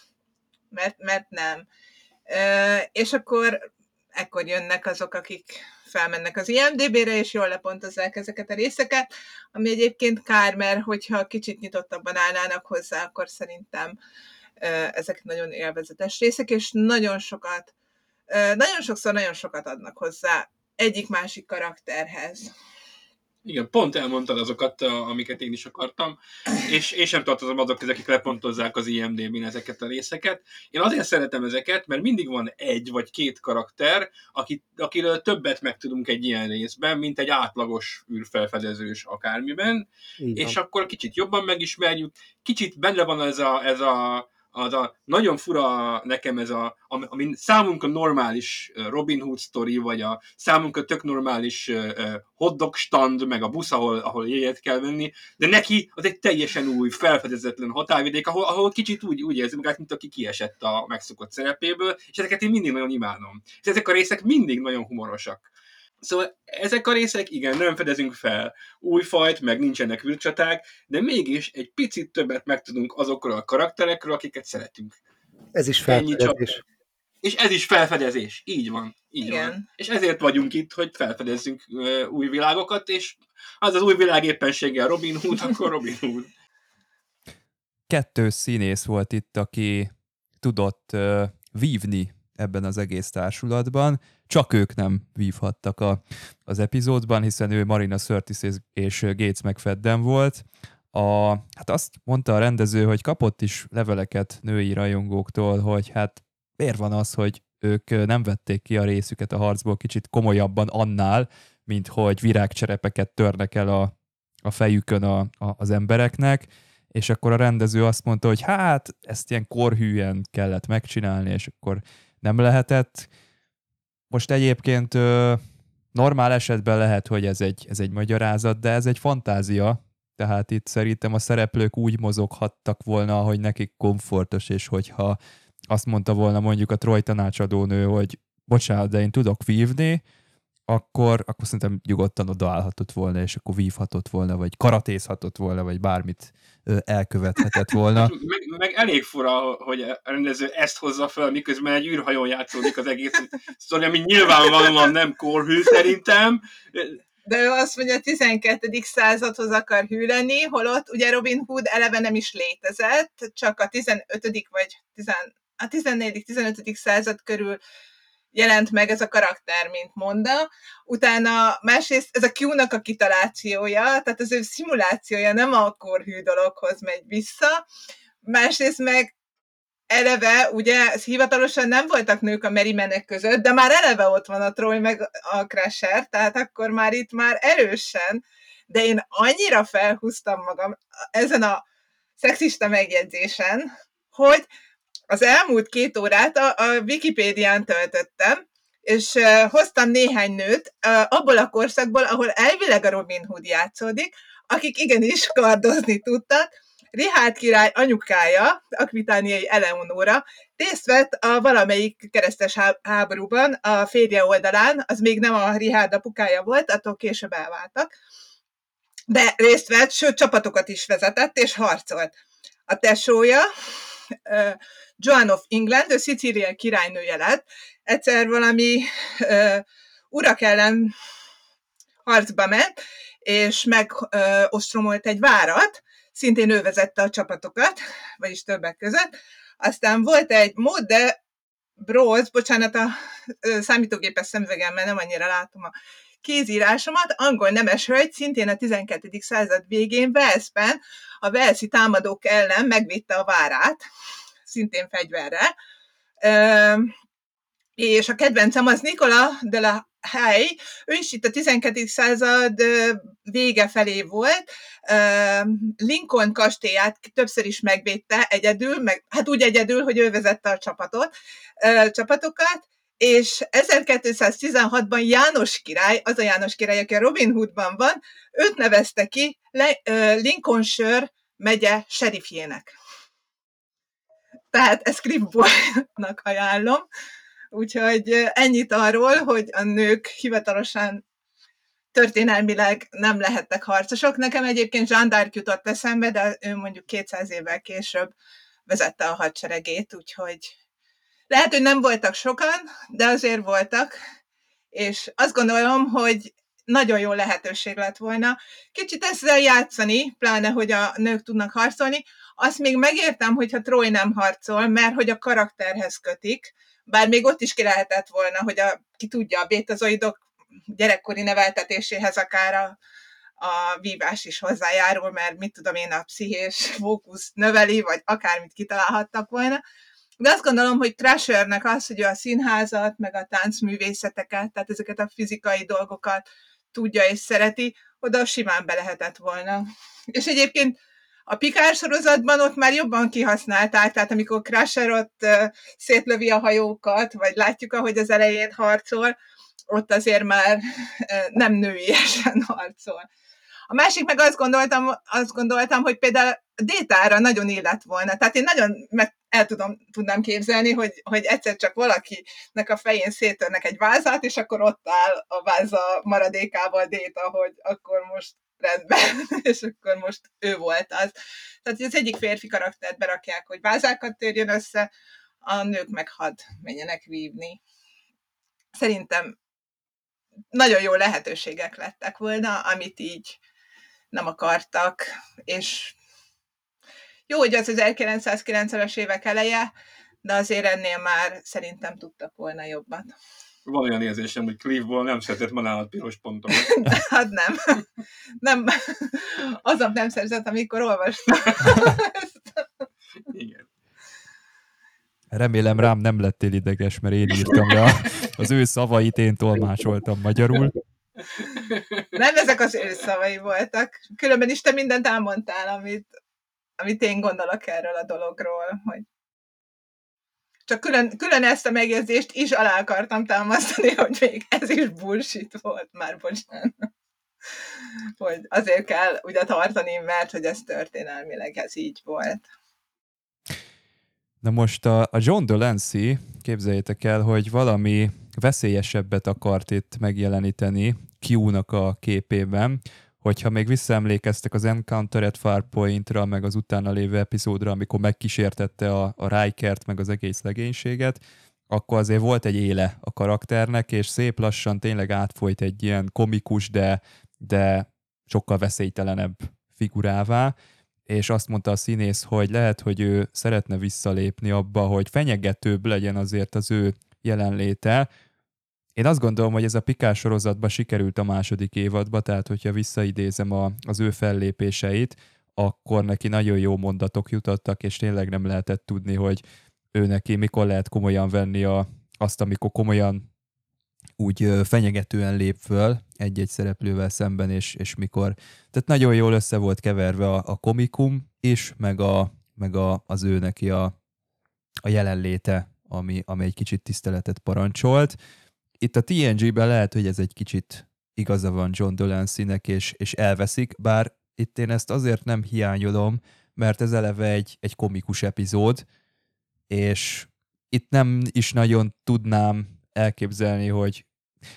nem. És akkor ekkor jönnek azok, akik felmennek az IMDb-re, és jól lepontozzák ezeket a részeket, ami egyébként kár, mert hogyha kicsit nyitottabban állnának hozzá, akkor szerintem ezek nagyon élvezetes részek, és nagyon sokszor nagyon sokat adnak hozzá egyik-másik karakterhez. Igen, pont elmondtad azokat, amiket én is akartam, és én sem tartozom azok közé, akik lepontozzák az IMDb-n ezeket a részeket. Én azért szeretem ezeket, mert mindig van egy vagy két karakter, akiről többet megtudunk egy ilyen részben, mint egy átlagos űrfelfedezős akármiben, és akkor kicsit jobban megismerjük, kicsit benne van az a nagyon fura nekem ami számunkra normális Robin Hood sztori, vagy a számunkra tök normális hotdog stand, meg a busz, ahol jegyet kell venni, de neki az egy teljesen új, felfedezetlen határvidék, ahol kicsit úgy érzi magát, mint aki kiesett a megszokott szerepéből, és ezeket én mindig nagyon imádom. És ezek a részek mindig nagyon humorosak. Szóval ezek a részek, igen, nem fedezünk fel új fajt, meg nincsenek űrcsaták, de mégis egy picit többet megtudunk azokról a karakterekről, akiket szeretünk. Ez is felfedezés. És ez is felfedezés. Így van. Igen. Van. És ezért vagyunk itt, hogy felfedezzünk új világokat, és az új világ éppenséggel Robin Hood, akkor Robin Hood. 2 színész volt itt, aki tudott vívni ebben az egész társulatban. csak ők nem vívhattak az epizódban, hiszen ő Marina Sirtis és Gates McFadden volt. Hát azt mondta a rendező, hogy kapott is leveleket női rajongóktól, hogy hát miért van az, hogy ők nem vették ki a részüket a harcból kicsit komolyabban annál, mint hogy virágcserepeket törnek el a fejükön az embereknek, és akkor a rendező azt mondta, hogy hát ezt ilyen korhűen kellett megcsinálni, és akkor nem lehetett. Most egyébként normál esetben lehet, hogy ez egy magyarázat, de ez egy fantázia, tehát itt szerintem a szereplők úgy mozoghattak volna, hogy nekik komfortos, és hogyha azt mondta volna mondjuk a Troy tanácsadónő, hogy bocsánat, de én tudok vívni, akkor szerintem nyugodtan odaállhatott volna, és akkor vívhatott volna, vagy karatézhatott volna, vagy bármit elkövethetett volna. Meg elég fura, hogy a rendező ezt hozza fel, miközben egy űrhajón játszódik az egész sztori, ami nyilvánvalóan nem korhű szerintem. De ő azt mondja, a 12. századhoz akar hű lenni, holott ugye Robin Hood eleve nem is létezett, csak a 15. vagy a 14.-15. század körül jelent meg ez a karakter, mint Monda. Utána másrészt ez a Q-nak a kitalációja, tehát az ő szimulációja nem a korhű dologhoz megy vissza. Másrészt meg eleve, ugye hivatalosan nem voltak nők a Merrymenek között, de már eleve ott van a Troy meg a Crusher, tehát akkor már itt már erősen, de én annyira felhúztam magam ezen a szexista megjegyzésen, hogy az elmúlt 2 órát a Wikipédián töltöttem, és hoztam néhány nőt abból a korszakból, ahol elvileg a Robin Hood játszódik, akik igenis kardozni tudtak. Richárd király anyukája, akvitániai Eleonóra részt vett a valamelyik keresztes háborúban a férje oldalán, az még nem a Richárd apukája volt, attól később elváltak, de részt vett, sőt csapatokat is vezetett és harcolt. A tesója, Joan of England, ő Szicília királynője lett, egyszer valami urak ellen harcba ment, és megostromolt egy várat, szintén ő vezette a csapatokat, vagyis többek között. Aztán volt egy Maud de Brose, bocsánat, a számítógépes szemüvegemmel nem annyira látom a kézírásomat, angol nemes hölgy, szintén a 12. század végén Walesben a walesi támadók ellen megvédte a várát, szintén fegyverrel. És a kedvencem az Nicola de la Haye, ő is itt a 12. század vége felé volt, Lincoln kastélyát többször is megvédte egyedül, hát úgy egyedül, hogy ő vezette a csapatokat, és 1216-ban János király, az a János király, aki a Robin Hoodban van, őt nevezte ki Lincolnshire megye serifjének. Tehát ezt Scribbnernak ajánlom. Úgyhogy ennyit arról, hogy a nők hivatalosan történelmileg nem lehettek harcosok. Nekem egyébként Jeanne d'Arc jutott eszembe, de ő mondjuk 200 évvel később vezette a hadseregét, úgyhogy lehet, hogy nem voltak sokan, de azért voltak, és azt gondolom, hogy nagyon jó lehetőség lett volna kicsit ezzel játszani, pláne, hogy a nők tudnak harcolni. Azt még megértem, hogyha Troy nem harcol, mert hogy a karakterhez kötik, bár még ott is ki lehetett volna, hogy ki tudja, a bétazoidok gyerekkori neveltetéséhez akár a vívás is hozzájárul, mert mit tudom én, a pszichés fókusz növeli, vagy akármit kitalálhattak volna. De azt gondolom, hogy Crushernek az, hogy a színházat, meg a táncművészeteket, tehát ezeket a fizikai dolgokat tudja és szereti, oda simán be lehetett volna. És egyébként a Picard sorozatban ott már jobban kihasználták, tehát amikor Crusher ott szétlövi a hajókat, vagy látjuk, ahogy az elején harcol, ott azért már nem nőiesen harcol. A másik meg azt gondoltam, hogy például Détára nagyon illett volna. Tehát én nagyon tudnám képzelni, hogy egyszer csak valakinek a fején szétörnek egy vázát, és akkor ott áll a váza maradékával Déta, hogy akkor most rendben, és akkor most ő volt az. Tehát az egyik férfi karaktert berakják, hogy vázákat törjön össze, a nők meg hadd menjenek vívni. Szerintem nagyon jó lehetőségek lettek volna, amit így nem akartak, és jó, hogy az 1990-es évek eleje, de azért ennél már szerintem tudtak volna jobban. Van olyan érzésem, hogy Cliffból nem szedett ma nálad piros pontokat. Hát nem. Nem. Aznap nem szerzett, amikor olvastam. Igen. Remélem rám nem lettél ideges, mert én írtam le az ő szavait, én tolmácsoltam magyarul. Nem ezek az ő szavai voltak. Különben is te mindent elmondtál, amit én gondolok erről a dologról. Hogy csak külön ezt a megjegyzést is alá akartam támasztani, hogy még ez is bullshit volt, már bocsánat. Hogy azért kell ugye tartani, mert hogy ez történelmileg ez így volt. Na most a John Delancey, képzeljétek el, hogy valami veszélyesebbet akart itt megjeleníteni Q-nak a képében, hogyha még visszaemlékeztek az Encounter at Farpointra, meg az utána lévő epizódra, amikor megkísértette a Rikert, meg az egész legénységet, akkor azért volt egy éle a karakternek, és szép lassan tényleg átfolyt egy ilyen komikus, de sokkal veszélytelenebb figurává, és azt mondta a színész, hogy lehet, hogy ő szeretne visszalépni abba, hogy fenyegetőbb legyen azért az ő jelenléte. Én azt gondolom, hogy ez a Picard sorozatban sikerült a második évadba, tehát hogyha visszaidézem az ő fellépéseit, akkor neki nagyon jó mondatok jutottak, és tényleg nem lehetett tudni, hogy ő neki mikor lehet komolyan venni azt, amikor komolyan úgy fenyegetően lép föl egy-egy szereplővel szemben, és mikor. Tehát nagyon jól össze volt keverve a komikum is, meg az ő neki a jelenléte, ami egy kicsit tiszteletet parancsolt. Itt a TNG-ben lehet, hogy ez egy kicsit igaza van John Delancey-nek, és elveszik, bár itt én ezt azért nem hiányolom, mert ez eleve egy komikus epizód, és itt nem is nagyon tudnám elképzelni, hogy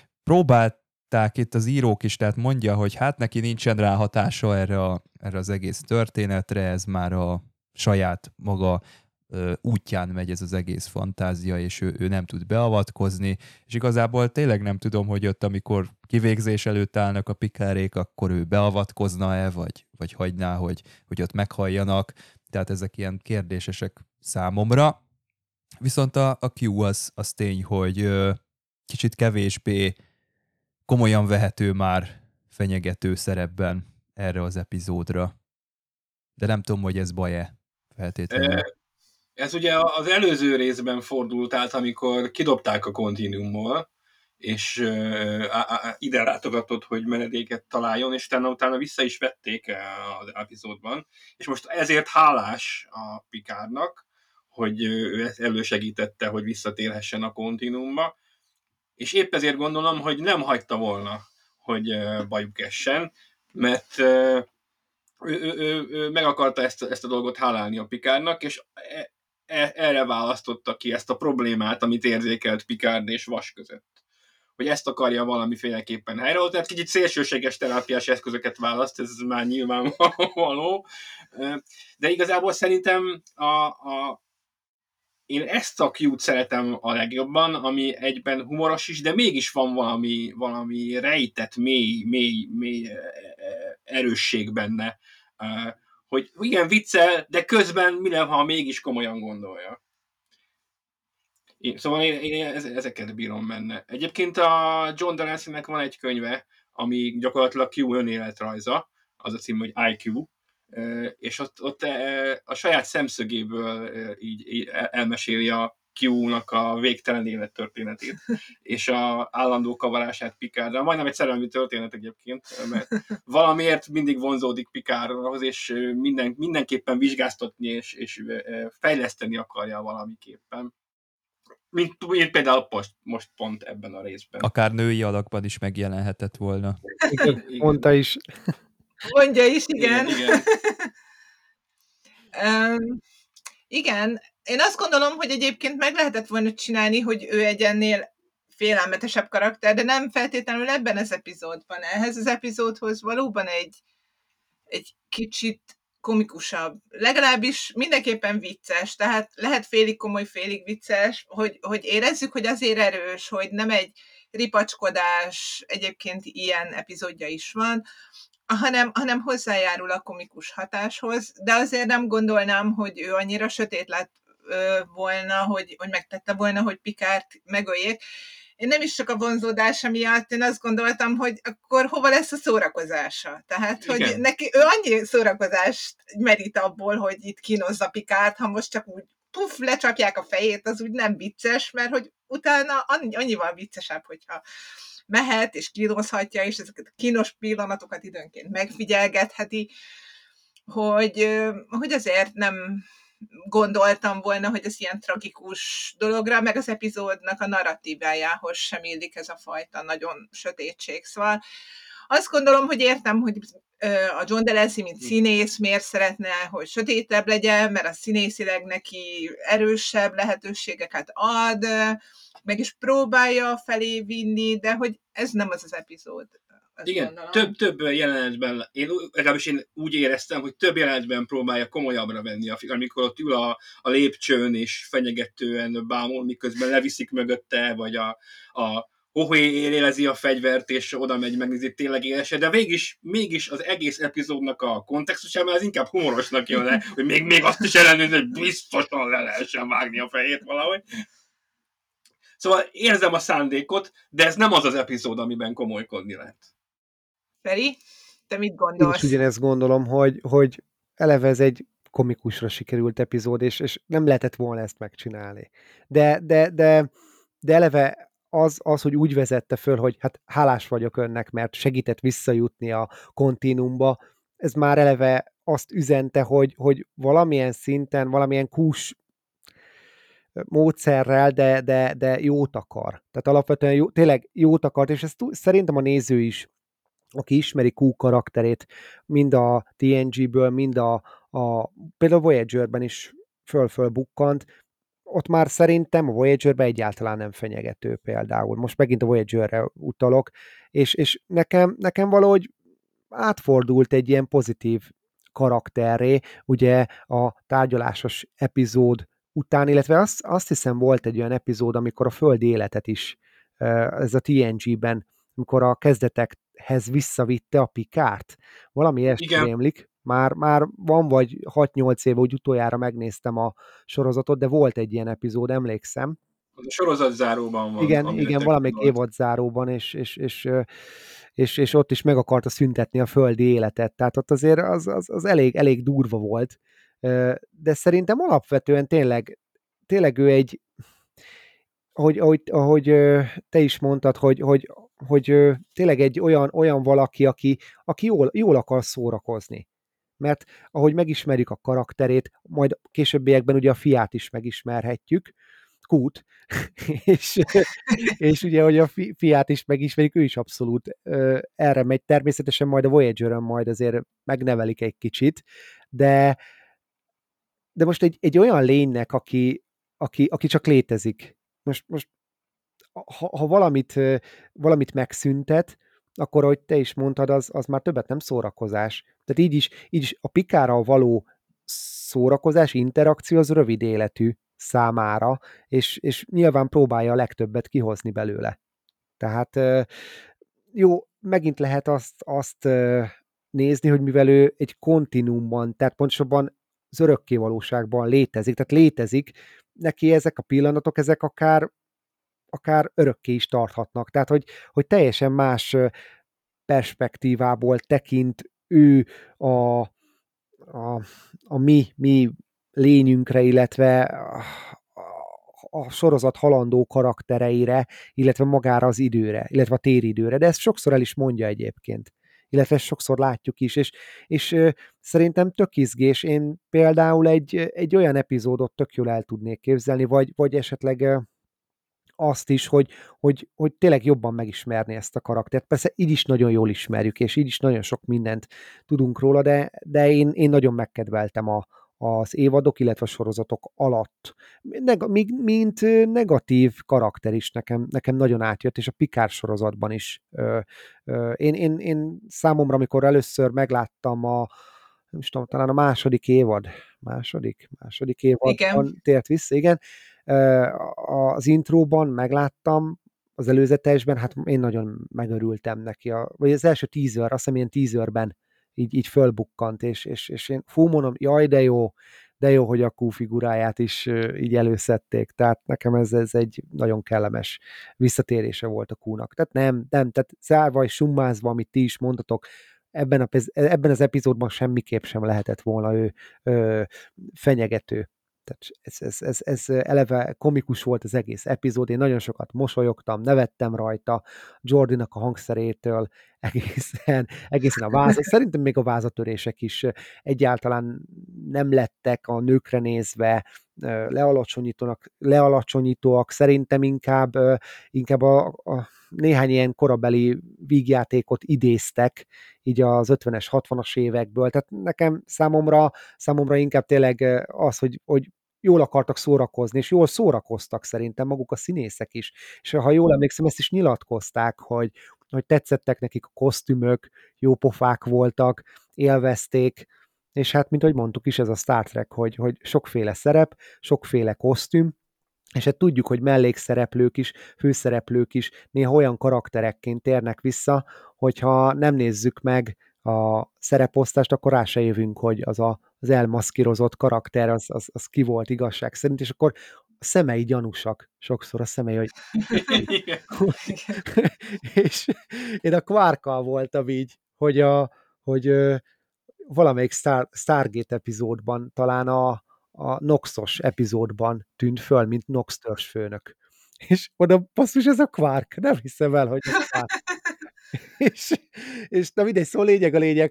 próbálták itt az írók is, tehát mondja, hogy hát neki nincsen rá hatása erre az egész történetre, ez már a saját maga útján megy ez az egész fantázia, és ő nem tud beavatkozni, és igazából tényleg nem tudom, hogy ott, amikor kivégzés előtt állnak a Picardék, akkor ő beavatkozna-e, vagy hagyná, hogy ott meghalljanak, tehát ezek ilyen kérdésesek számomra. Viszont a Q az tény, hogy kicsit kevésbé komolyan vehető már fenyegető szerepben erre az epizódra. De nem tudom, hogy ez baj-e feltétlenül. Ez ugye az előző részben fordult át, amikor kidobták a kontinuumból, és ide látogatott, hogy menedéket találjon, és utána vissza is vették az epizódban, és most ezért hálás a Picardnak, hogy ő ezt elősegítette, hogy visszatérhessen a kontinuumba, és épp ezért gondolom, hogy nem hagyta volna, hogy bajuk essen, mert ő meg akarta ezt a dolgot hálálni a Picardnak, és erre választotta ki ezt a problémát, amit érzékelt Picard és Vas között. Hogy ezt akarja valamiféleképpen helyrehozni, tehát kicsit szélsőséges terápiás eszközöket választ, ez már nyilvánvaló, de igazából szerintem én ezt a Q-t szeretem a legjobban, ami egyben humoros is, de mégis van valami rejtett, mély erősség benne, hogy igen, viccel, de közben mi ha mégis komolyan gondolja. Szóval én ezeket bírom benne. Egyébként a John Delancey-nek van egy könyve, ami gyakorlatilag Q önéletrajza, az a cím, hogy IQ, és ott a saját szemszögéből így elmeséli a Q-nak a végtelen élettörténetét, és a állandó kavarását Picardra. Majdnem egy szerelmi történet egyébként, mert valamiért mindig vonzódik Picardhoz, és mindenképpen vizsgáztatni és fejleszteni akarja valamiképpen. Mint például most pont ebben a részben. Akár női alakban is megjelenhetett volna. Igen. Mondta is. Mondja is, igen. Igen. Igen, én azt gondolom, hogy egyébként meg lehetett volna csinálni, hogy ő egy ennél félelmetesebb karakter, de nem feltétlenül ebben az epizódban. Ehhez az epizódhoz valóban egy kicsit komikusabb. Legalábbis mindenképpen vicces, tehát lehet félig komoly, félig vicces, hogy érezzük, hogy azért erős, hogy nem egy ripacskodás, egyébként ilyen epizódja is van, hanem hozzájárul a komikus hatáshoz, de azért nem gondolnám, hogy ő annyira sötét lett volna, hogy megtette volna, hogy Picard megöljék. én nem is csak a vonzódása miatt, én azt gondoltam, hogy akkor hova lesz a szórakozása. Tehát, hogy Igen. neki, ő annyi szórakozást merít abból, hogy itt kínozza Pikárt, ha most csak úgy lecsapják a fejét, az úgy nem vicces, mert hogy utána annyival viccesebb, hogyha mehet és kínozhatja, és ezeket a kínos pillanatokat időnként megfigyelgetheti, hogy azért nem gondoltam volna, hogy ez ilyen tragikus dologra, meg az epizódnak a narratívájához sem illik ez a fajta nagyon sötétség. Szóval azt gondolom, hogy értem, hogy a John de Lancie, mint színész, miért szeretne, hogy sötétebb legyen, mert a színészileg neki erősebb lehetőségeket ad, meg is próbálja felé vinni, de hogy ez nem az az epizód. Igen, több jelenetben, legalábbis én úgy éreztem, hogy több jelenetben próbálja komolyabbra venni a film, amikor ott ül a lépcsőn és fenyegetően bámul, miközben leviszik mögötte, vagy a Hohé élezi a fegyvert, és oda megy, megnézi tényleg élese, de mégis az egész epizódnak a kontextusában ez inkább humorosnak jön le, hogy még azt is ellenőrizni, hogy biztosan le lehessen vágni a fejét valahogy. Szóval érzem a szándékot, de ez nem az az epizód, amiben komolykodni lehet. Feri, te mit Én gondolsz? is ugyanezt gondolom, hogy eleve ez egy komikusra sikerült epizód, és nem lehetett volna ezt megcsinálni. De eleve az, hogy úgy vezette föl, hogy hát hálás vagyok önnek, mert segített visszajutni a kontinúmba, ez már eleve azt üzente, hogy valamilyen szinten, valamilyen kús módszerrel, de jót akar. Tehát alapvetően tényleg jót akart, és ezt szerintem a néző is, aki ismeri Q karakterét, mind a TNG-ből, mind például Voyager-ben is föl-bukkant, ott már szerintem a Voyager-ben egyáltalán nem fenyegető például. Most megint a Voyager-re utalok, és nekem valahogy átfordult egy ilyen pozitív karakterré, ugye a tárgyalásos epizód után, illetve azt hiszem volt egy olyan epizód, amikor a földi életet is, ez a TNG-ben, amikor a kezdetekhez visszavitte a Pikárt. Valami ilyesmi rémlik. Már van vagy 6-8 éve, hogy utoljára megnéztem a sorozatot, de volt egy ilyen epizód, emlékszem. Az a sorozatzáróban van. Igen, valamelyik évadzáróban, és ott is meg akarta szüntetni a földi életet. Tehát ott azért az elég durva volt. De szerintem alapvetően tényleg ő egy, ahogy te is mondtad, hogy tényleg egy olyan valaki, aki jól akar szórakozni. Mert ahogy megismerjük a karakterét, majd későbbiekben ugye a fiát is megismerhetjük, Kút, és ugye, hogy a fiát is megismerjük, ő is abszolút erre megy. Természetesen majd a Voyager-ön majd azért megnevelik egy kicsit, de most egy olyan lénynek, aki csak létezik. Most ha valamit megszüntet, akkor, ahogy te is mondtad, az már többet nem szórakozás. Tehát így is a Picardral való szórakozás, interakció az rövid életű számára, és nyilván próbálja a legtöbbet kihozni belőle. Tehát jó, megint lehet azt nézni, hogy mivel ő egy kontinuumban, tehát pontosabban az örökkévalóságban létezik, tehát létezik, neki ezek a pillanatok, ezek akár örökké is tarthatnak. Tehát, hogy teljesen más perspektívából tekint ő a mi lényünkre, illetve a sorozat halandó karaktereire, illetve magára az időre, illetve a téridőre. De ezt sokszor el is mondja egyébként. Illetve sokszor látjuk is, és szerintem tök izgés. Én például egy olyan epizódot tök jól el tudnék képzelni, vagy esetleg azt is, hogy tényleg jobban megismerni ezt a karaktert. Persze így is nagyon jól ismerjük, és így is nagyon sok mindent tudunk róla, de én nagyon megkedveltem az évadok, illetve a sorozatok alatt. Mint negatív karakter is nekem nagyon átjött, és a Picard sorozatban is. Én számomra, amikor először megláttam nem is tudom, talán a második évadban tért vissza, igen, az intróban megláttam, az előzetesben, hát én nagyon megörültem neki. Vagy az első teaser, azt hiszem ilyen teaserben így fölbukkant, és én mondom, jaj, de jó, de jó, hogy a Q figuráját is így előszedték, tehát nekem ez egy nagyon kellemes visszatérése volt a Q-nak. Tehát nem, tehát zárva és summázva, amit ti is mondtatok, ebben az epizódban semmiképp sem lehetett volna ő fenyegető. Tehát ez eleve komikus volt az egész epizód, én nagyon sokat mosolyogtam, nevettem rajta, Jordinak a hangszerétől egészen a vázat. Szerintem még a vázatörések is egyáltalán nem lettek a nőkre nézve lealacsonyítóak, szerintem inkább a néhány ilyen korabeli vígjátékot idéztek, így az 50-es, 60-as évekből, tehát nekem számomra inkább tényleg az, hogy jól akartak szórakozni, és jól szórakoztak szerintem maguk a színészek is. És ha jól emlékszem, ezt is nyilatkozták, hogy tetszettek nekik a kosztümök, jó pofák voltak, élvezték, és hát, mint ahogy mondtuk is, ez a Star Trek, hogy sokféle szerep, sokféle kosztüm, és hát tudjuk, hogy mellékszereplők is, főszereplők is néha olyan karakterekként térnek vissza, hogyha nem nézzük meg a szereposztást, akkor rá se jövünk, hogy az elmaszkírozott karakter, az ki volt igazság szerint, és akkor a szemei gyanúsak, sokszor a szemei, hogy... és én a Quarkkal voltam így, hogy valamelyik Stargate epizódban, talán a Noxos epizódban tűnt föl, mint Nox törzsfőnök. És oda basszus, ez a Quark, nem hiszem el, hogy ez Quark. és na mindegy, szó a lényeg,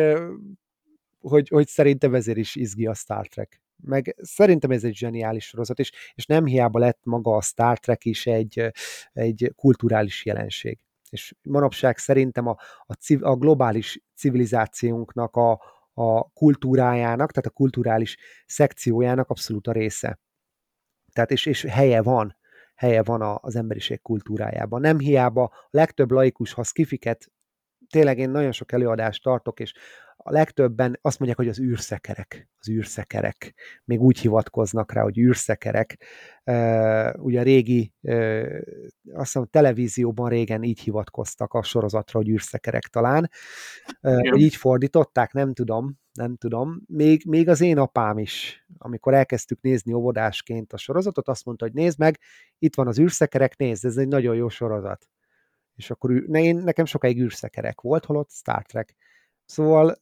hogy szerintem ezért is izgi a Star Trek. Meg szerintem ez egy zseniális sorozat, és nem hiába lett maga a Star Trek is egy kulturális jelenség. És manapság szerintem a globális civilizációnknak a kultúrájának, tehát a kulturális szekciójának abszolút a része. Tehát és helye van az emberiség kultúrájában. Nem hiába a legtöbb laikus, ha skifiket, tényleg én nagyon sok előadást tartok, és a legtöbben azt mondják, hogy az űrszekerek. Még úgy hivatkoznak rá, hogy űrszekerek. Ugye a régi, azt hiszem, televízióban régen így hivatkoztak a sorozatra, hogy űrszekerek talán. Hogy így fordították, nem tudom. Még az én apám is, amikor elkezdtük nézni óvodásként a sorozatot, azt mondta, hogy nézd meg, itt van az űrszekerek, nézd, ez egy nagyon jó sorozat. És akkor nekem sokáig űrszekerek volt, holott Star Trek. Szóval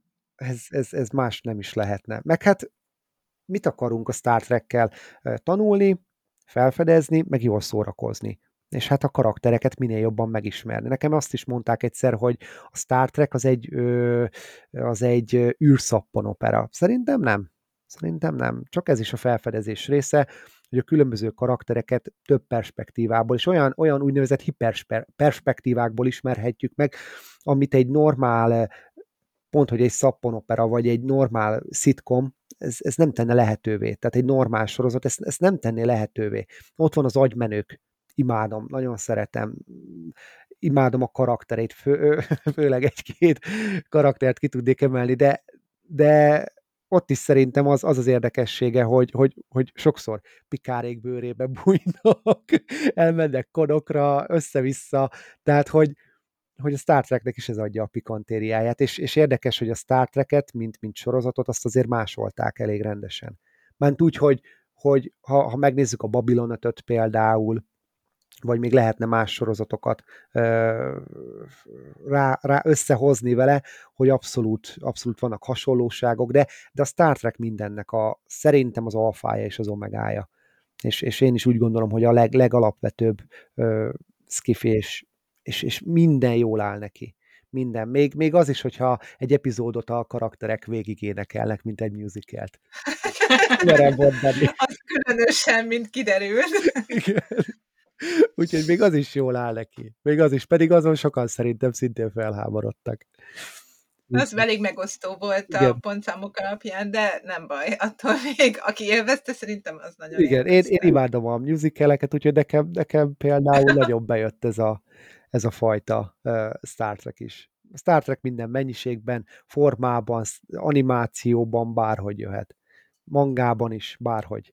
ez más nem is lehetne. Meg hát mit akarunk a Star Trekkel? Tanulni, felfedezni, meg jól szórakozni. És hát a karaktereket minél jobban megismerni. Nekem azt is mondták egyszer, hogy a Star Trek az egy űrszappanopera. Szerintem nem. Csak ez is a felfedezés része, hogy a különböző karaktereket több perspektívából, és olyan úgynevezett hiperperspektívákból ismerhetjük meg, amit egy normál, pont hogy egy szappanopera, vagy egy normál szitkom, ez nem tenne lehetővé. Tehát egy normál sorozat ezt nem tenné lehetővé. Ott van az Agymenők, imádom, nagyon szeretem, imádom a karakterét, főleg egy-két karaktert ki tudnék emelni, de ott is szerintem az érdekessége, hogy sokszor Pikárék bőrébe bújnak, elmennek konokra, össze-vissza, tehát hogy a Star Treknek is ez adja a pikantériáját, és érdekes, hogy a Star Treket, mint sorozatot, azt azért másolták elég rendesen. Ment úgy, hogy ha megnézzük a Babylon 5-öt például, vagy még lehetne más sorozatokat rá összehozni vele, hogy abszolút vannak hasonlóságok, de a Star Trek mindennek szerintem az alfája és az omegája. És én is úgy gondolom, hogy a legalapvetőbb sci-fi, és minden jól áll neki. Minden. Még az is, hogyha egy epizódot a karakterek végig énekelnek, mint egy musicalt. Az különösen, mint kiderült. Igen. Úgyhogy még az is jól áll neki. Még az is, pedig azon sokan szerintem szintén felháborodtak. Az elég megosztó volt a pontszámok alapján, de nem baj. Attól még, aki élvezte, szerintem az nagyon igen, én imádom a musicaleket, úgyhogy nekem például nagyon bejött ez a fajta Star Trek is. A Star Trek minden mennyiségben, formában, animációban, bárhogy jöhet. Mangában is, bárhogy.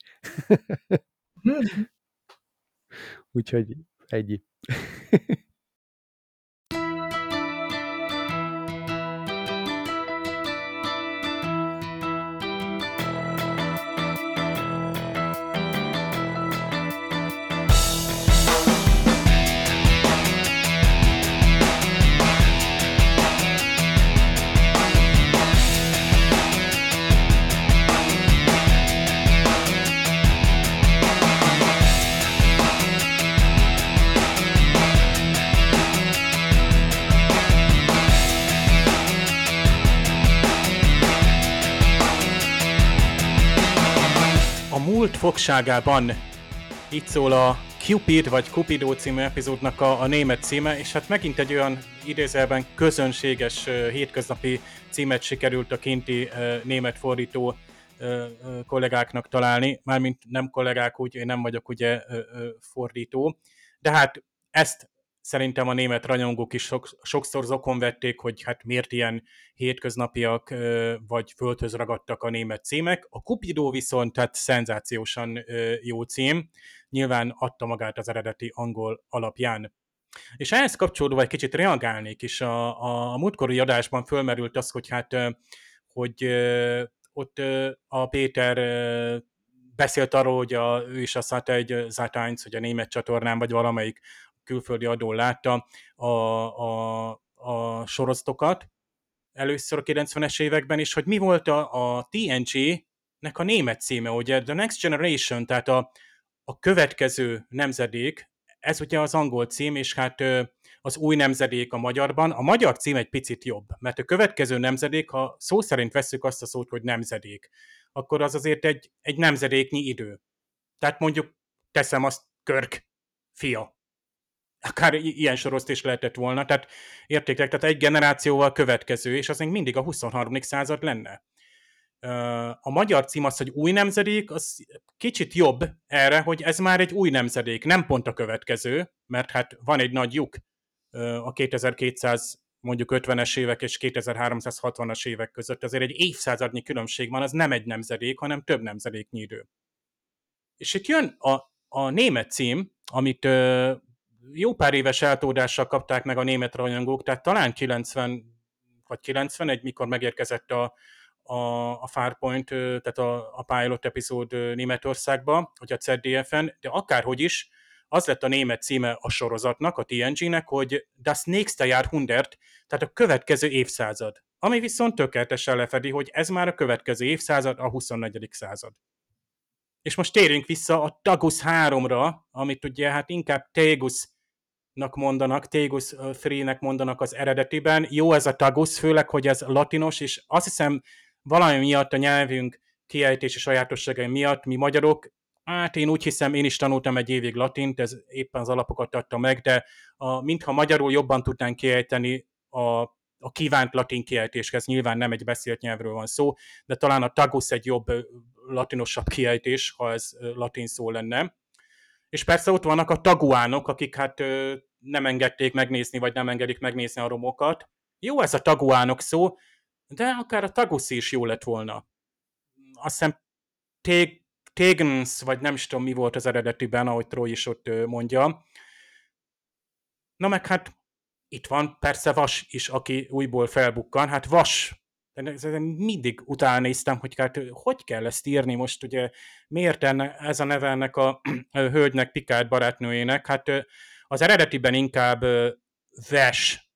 Úgyhogy ennyi. múlt fogságában. Itt szól a Cupid vagy Cupido című epizódnak a német címe, és hát megint egy olyan idézőjelben közönséges hétköznapi címet sikerült a kinti német fordító kollégáknak találni, mármint nem kollégák, úgy én nem vagyok ugye fordító, de hát ezt szerintem a német rajongók is sokszor zokon vették, hogy hát miért ilyen hétköznapiak vagy földhöz ragadtak a német címek. A Cupido viszont hát szenzációsan jó cím, nyilván adta magát az eredeti angol alapján. És ehhez kapcsolódva egy kicsit reagálnék is. A múltkori adásban fölmerült az, hogy hát hogy ott a Péter beszélt arról, hogy ő is azt látta egy Sat.1, hogy a német csatornán, vagy valamelyik külföldi adón látta a sorozatokat először a 90-es években, és hogy mi volt a TNG-nek a német címe, ugye The Next Generation, tehát a következő nemzedék, ez ugye az angol cím, és hát az új nemzedék a magyarban. A magyar cím egy picit jobb, mert a következő nemzedék, ha szó szerint vesszük azt a szót, hogy nemzedék, akkor az azért egy nemzedéknyi idő. Tehát mondjuk teszem azt Kirk fia. Akár ilyen sorozat is lehetett volna, tehát értékek, tehát egy generációval következő, és az még mindig a 23. század lenne. A magyar cím az, hogy új nemzedék, az kicsit jobb erre, hogy ez már egy új nemzedék, nem pont a következő, mert hát van egy nagy lyuk a 2200 mondjuk 50-es évek és 2360-as évek között, azért egy évszázadnyi különbség van, az nem egy nemzedék, hanem több nemzedéknyi idő. És itt jön a német cím, amit jó pár éves eltódással kapták meg a német rajongók, tehát talán 90 vagy 91, mikor megérkezett a Farpoint, tehát a pilot epizód Németországba, vagy a ZDF-en, de akárhogy is, az lett a német címe a sorozatnak, a TNG-nek, hogy Das nächste Jahrhundert, tehát a következő évszázad. Ami viszont tökéletesen lefedi, hogy ez már a következő évszázad, a 24. század. És most térjünk vissza a Tagus 3-ra, amit ugye hát inkább Tegus-nak mondanak, Tegus 3-nek mondanak az eredetiben. Jó ez a Tagus, főleg, hogy ez latinos, és azt hiszem valami miatt a nyelvünk kiejtési sajátosságai miatt mi magyarok, hát én úgy hiszem, én is tanultam egy évig latint, ez éppen az alapokat adta meg, de mintha magyarul jobban tudnánk kiejteni a kívánt latin kiejtéshez, nyilván nem egy beszélt nyelvről van szó, de talán a Tagus egy jobb, latinosabb kiejtés, ha ez latin szó lenne. És persze ott vannak a taguánok, akik hát nem engedték megnézni, vagy nem engedik megnézni a romokat. Jó ez a taguánok szó, de akár a Tagus is jó lett volna. Azt hiszem Tegens, vagy nem is tudom mi volt az eredetiben, ahogy Troy is ott mondja. Na meg hát itt van persze Vas is, aki újból felbukkan. Hát Vas, mindig utána néztem, hogy hát hogy kell ezt írni most, ugye miért ez a neve ennek a hölgynek, Picard barátnőjének. Hát az eredetiben inkább Vas.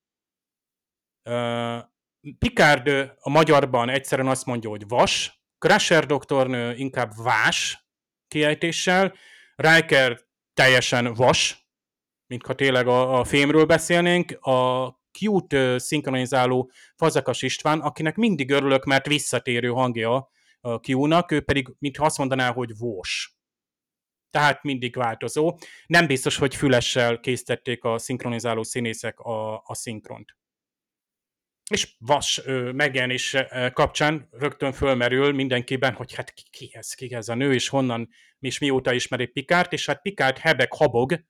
Picard a magyarban egyszerűen azt mondja, hogy Vas, Crusher doktornő inkább Vás kiejtéssel, Riker teljesen Vas, mintha tényleg a fémről beszélnénk, a Q-t szinkronizáló Fazekas István, akinek mindig örülök, mert visszatérő hangja a Q-nak, ő pedig mintha azt mondaná, hogy Vós. Tehát mindig változó. Nem biztos, hogy fülessel készítették a szinkronizáló színészek a szinkront. És Vas megjelenés kapcsán rögtön fölmerül mindenkiben, hogy hát ki ez a nő, és honnan, és mióta ismeri Picardt, és hát Picard hebeg-habog.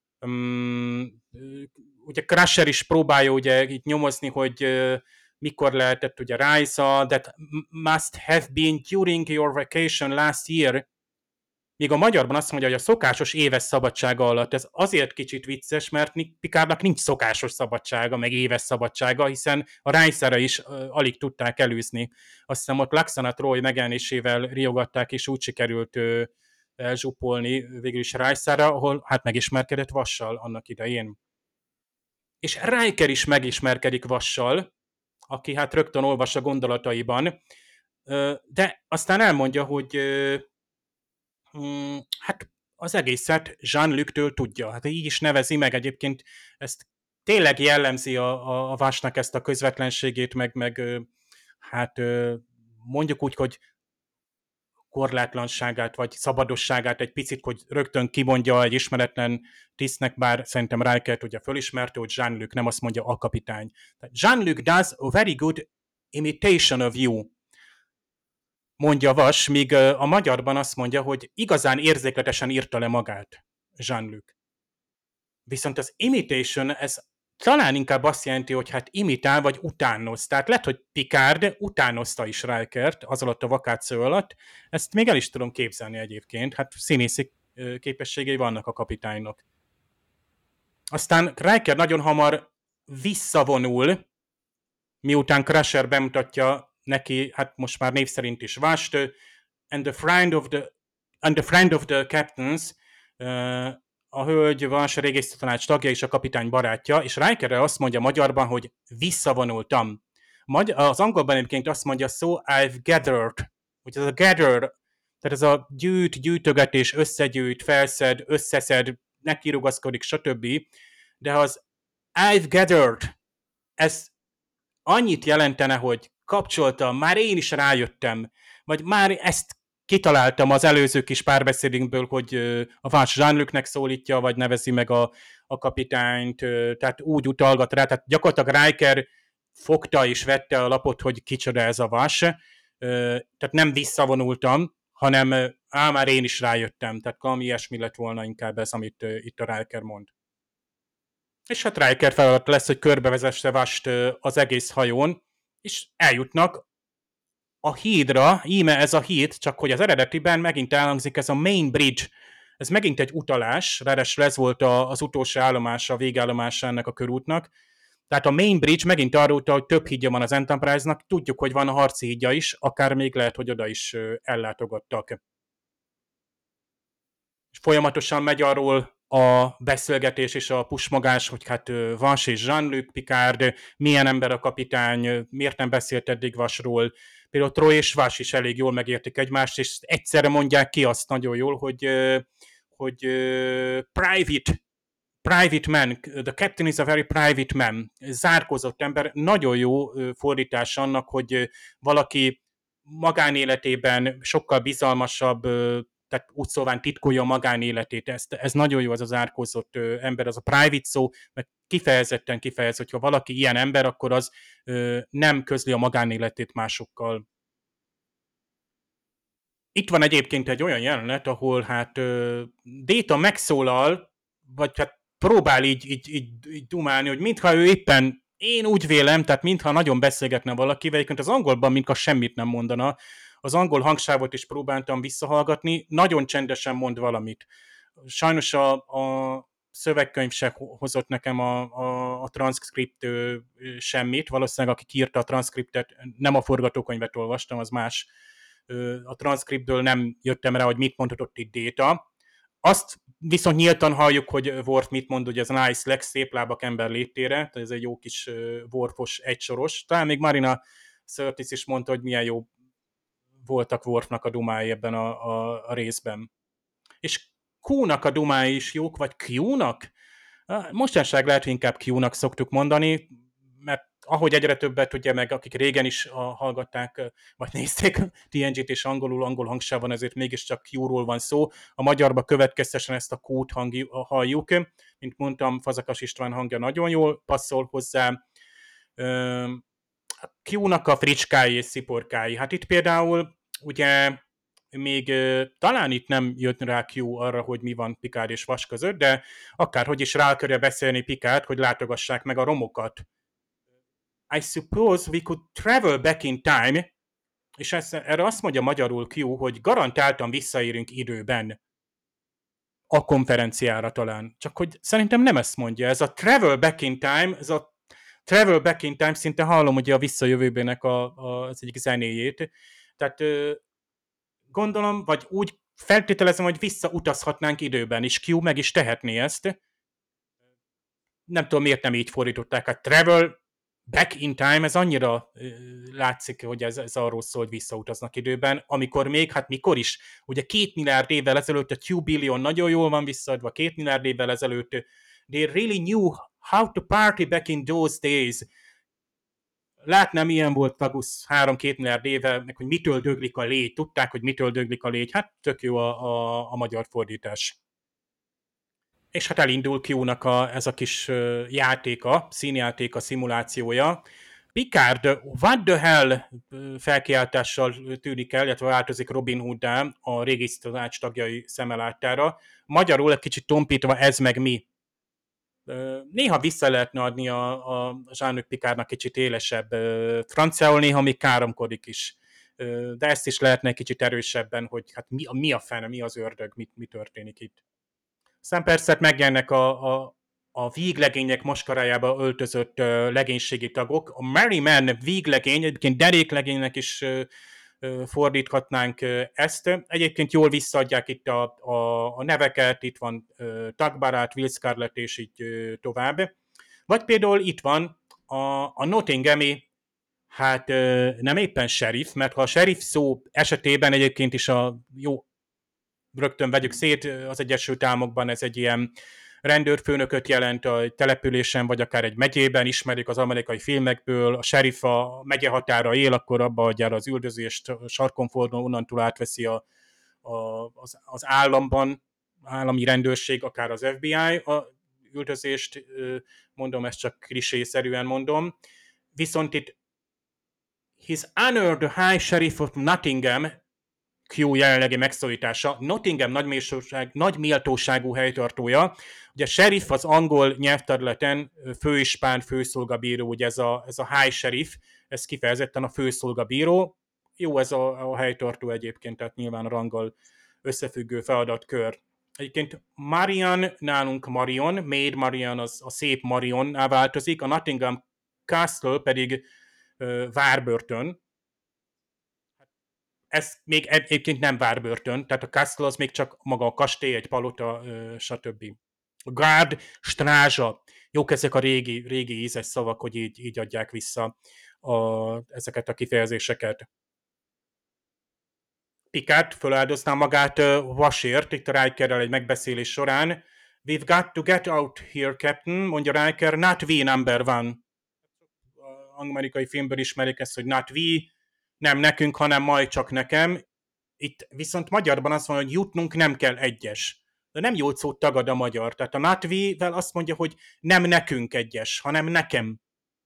Ugye Crusher is próbálja ugye itt nyomozni, hogy mikor lehetett ugye Raisa, that must have been during your vacation last year. Míg a magyarban azt mondja, hogy a szokásos éves szabadsága alatt. Ez azért kicsit vicces, mert Picardnak nincs szokásos szabadsága, meg éves szabadsága, hiszen a Raisa-ra is alig tudták elűzni. Azt hiszem ott Lwaxana Troi megjelenésével riogatták, és úgy sikerült elzsúpolni végül is Raisa-ra, ahol hát megismerkedett Vassal annak idején. És Riker is megismerkedik Vassal, aki hát rögtön olvas a gondolataiban, de aztán elmondja, hogy hát az egészet Jean-Luc-től tudja. Hát így is nevezi meg egyébként, ezt tényleg jellemzi a Vasnak ezt a közvetlenségét, meg hát mondjuk úgy, hogy korlátlanságát, vagy szabadosságát egy picit, hogy rögtön kimondja egy ismeretlen tisztnek, bár szerintem Rikert ugye fölismerte, hogy Jean-Luc nem azt mondja a kapitány. Jean-Luc does a very good imitation of you, mondja Vas, míg a magyarban azt mondja, hogy igazán érzékletesen írta le magát Jean-Luc. Viszont az imitation, ez talán inkább azt jelenti, hogy hát imitál, vagy utánoz. Tehát lehet, hogy Picard utánozta is Rikert az alatt a vakáció alatt. Ezt még el is tudom képzelni egyébként. Hát színészi képességei vannak a kapitánynak. Aztán Riker nagyon hamar visszavonul, miután Crusher bemutatja neki, hát most már név szerint is Vast, and the friend of the captains, a hölgy Vas a régészetanács tagja és a kapitány barátja, és Rikerre azt mondja magyarban, hogy visszavonultam. Az angolban egyébként azt mondja szó, I've gathered, hogy ez a gather, tehát ez a gyűjtögetés, összegyűjt, felszed, összeszed, nekirugaszkodik, stb. De az I've gathered, ez annyit jelentene, hogy kapcsoltam, már én is rájöttem, vagy már ezt kitaláltam az előző kis párbeszédünkből, hogy a Vas Jean-Lucnek szólítja, vagy nevezi meg a kapitányt, tehát úgy utalgat rá, tehát gyakorlatilag Riker fogta és vette a lapot, hogy kicsoda ez a Vas, tehát nem visszavonultam, hanem már én is rájöttem, tehát valami ilyesmi lett volna inkább ez, amit itt a Riker mond. És hát Riker feladat lesz, hogy körbevezesse Vast az egész hajón, és eljutnak a hídra, íme ez a híd, csak hogy az eredetiben megint elhangzik ez a Main Bridge. Ez megint egy utalás, ráadásul ez volt az utolsó állomása, a végállomása ennek a körútnak. Tehát a Main Bridge megint arról utal, hogy több hídja van az Enterprise-nak, tudjuk, hogy van a harci hídja is, akár még lehet, hogy oda is ellátogattak. És folyamatosan megy arról a beszélgetés és a pusmogás, hogy hát Vas és Jean-Luc Picard, milyen ember a kapitány, miért nem beszélt eddig Vasról. Például Troy és Vas is elég jól megértik egymást, és egyszerre mondják ki azt nagyon jól, hogy private man, the captain is a very private man, zárkózott ember, nagyon jó fordítás annak, hogy valaki magánéletében sokkal bizalmasabb, tehát úgy szóval titkolja a magánéletét. Ez nagyon jó, az az árkózott ember, az a private szó, mert kifejezetten kifejez, hogyha valaki ilyen ember, akkor az nem közli a magánéletét másokkal. Itt van egyébként egy olyan jelenet, ahol hát Data megszólal, vagy hát próbál így dumálni, hogy mintha ő éppen, én úgy vélem, tehát mintha nagyon beszélgetne valakivel, egyébként az angolban mintha semmit nem mondana. Az angol hangsávot is próbáltam visszahallgatni, nagyon csendesen mond valamit. Sajnos a szövegkönyv se hozott nekem a transzkript semmit, valószínűleg aki írta a transzkriptet, nem a forgatókönyvet olvastam, az más. A transzkriptből nem jöttem rá, hogy mit mondhatott itt Data. Azt viszont nyíltan halljuk, hogy Worf mit mond, hogy ez a nice legs, szép lábak ember létére, tehát ez egy jó kis Worfos egysoros. Talán még Marina Sirtis is mondta, hogy milyen jó voltak Worfnak a dumái ebben a részben. És Q-nak a dumái is jók, vagy Q-nak? Mostanság lehet, hogy inkább Q-nak szoktuk mondani, mert ahogy egyre többet, ugye meg akik régen is hallgatták, vagy nézték TNG-t és angol hangsávban, ezért mégiscsak Q-ról van szó. A magyarban következtesen ezt a Q-t halljuk. Mint mondtam, Fazekas István hangja nagyon jól passzol hozzá. Q-nak a fricskái és sziporkái. Hát itt például ugye még talán itt nem jött rá Q arra, hogy mi van Picard és Vas között, de akárhogy is rá akarja beszélni Picard, hogy látogassák meg a romokat. I suppose we could travel back in time, és erre azt mondja magyarul Q, hogy garantáltan visszaérünk időben a konferenciára talán. Csak hogy szerintem nem ezt mondja. Ez a travel back in time, szinte hallom ugye a visszajövőbének az egyik zenéjét. Tehát gondolom, vagy úgy feltételezem, hogy visszautazhatnánk időben, és Q meg is tehetné ezt. Nem tudom, miért nem így fordították. A travel back in time, ez annyira látszik, hogy ez arról szól, hogy visszautaznak időben, amikor még, hát mikor is, ugye 2 milliárd évvel ezelőtt a Q-billion nagyon jól van visszaadva, 2 milliárd évvel ezelőtt they really knew how to party back in those days. Látnám, ilyen volt Tagus 3-2 milliárd éve, meg hogy mitől döglik a légy. Tudták, hogy mitől döglik a légy. Hát tök jó a magyar fordítás. És hát elindul Q-nak ez a kis játéka, színjátéka, szimulációja. Picard, what the hell felkiáltással tűnik el, illetve változik Robin Hood-dá a régi tanács tagjai szemelátára. Magyarul egy kicsit tompítva, ez meg mi. Néha vissza lehetne adni a Jean-Luc Picardnak kicsit élesebb. Franciául néha még káromkodik is. De ezt is lehetne egy kicsit erősebben, hogy hát mi a fene, mi az ördög, mi történik itt. Aztán persze megjelennek a víglegények maskarájába öltözött legénységi tagok. A Merryman víglegény, egyébként deréklegénynek is fordíthatnánk ezt. Egyébként jól visszaadják itt a neveket, itt van Tagbarát, Will Scarlett és így tovább. Vagy például itt van a Nottinghami, hát nem éppen sheriff, mert ha a sheriff szó esetében egyébként is rögtön vegyük szét, az Egyesült Államokban ez egy ilyen rendőrfőnököt jelent a településen, vagy akár egy megyében, ismerik az amerikai filmekből, a sheriff a megye határa él, akkor abba adja az üldözést, sarkon fordul, onnantól átveszi az államban, állami rendőrség, akár az FBI a üldözést, mondom, ezt csak klisészerűen mondom. Viszont itt His Honor the High Sheriff of Nottingham, Q jelenlegi megszólítása, Nottingham nagy méltóságú helytartója. Ugye sheriff az angol nyelvterületen főispán, főszolgabíró, ugye ez a high sheriff, ez kifejezetten a főszolgabíró. Jó ez a helytartó egyébként, tehát nyilván a ranggal összefüggő feladatkör. Egyébként Marian, nálunk Marion, Maid Marian az a szép Marionná változik, a Nottingham Castle pedig várbörtön. Ez még egyébként nem várbörtön, tehát a castle az még csak maga a kastély, egy palota, stb. A guard, strázsa, jók ezek a régi ízes szavak, hogy így adják vissza ezeket a kifejezéseket. Picard föláldozná magát vasért, itt a Rikerrel egy megbeszélés során. We've got to get out here, Captain, mondja Riker, not we number one. Az amerikai filmből ismerik ezt, hogy not we, nem nekünk, hanem majd csak nekem. Itt viszont magyarban azt mondja, hogy jutnunk nem kell egyes. De nem jó szót tagad a magyar. Tehát a not we-vel azt mondja, hogy nem nekünk egyes, hanem nekem.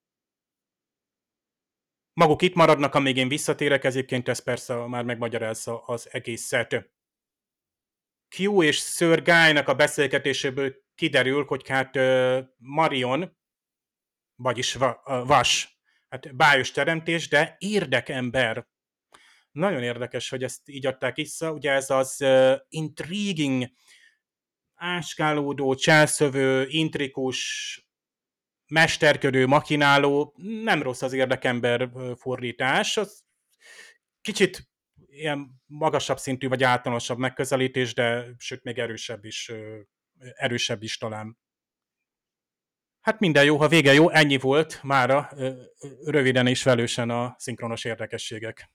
Maguk itt maradnak, amíg én visszatérek, ezért ez persze már megmagyarázza az egészet. Q és Sir Guy-nak a beszélgetéséből kiderül, hogy hát Marion, vagyis Vas, hát bájos teremtés, de érdekember. Nagyon érdekes, hogy ezt így adták vissza. Ugye ez az intriguing, áskálódó, cselszövő, intrikus, mesterködő, machináló, nem rossz az érdekember fordítás. Az kicsit ilyen magasabb szintű, vagy általánosabb megközelítés, de sőt, még erősebb is talán. Hát minden jó, ha vége jó, ennyi volt mára, röviden és velősen a szinkronos érdekességek.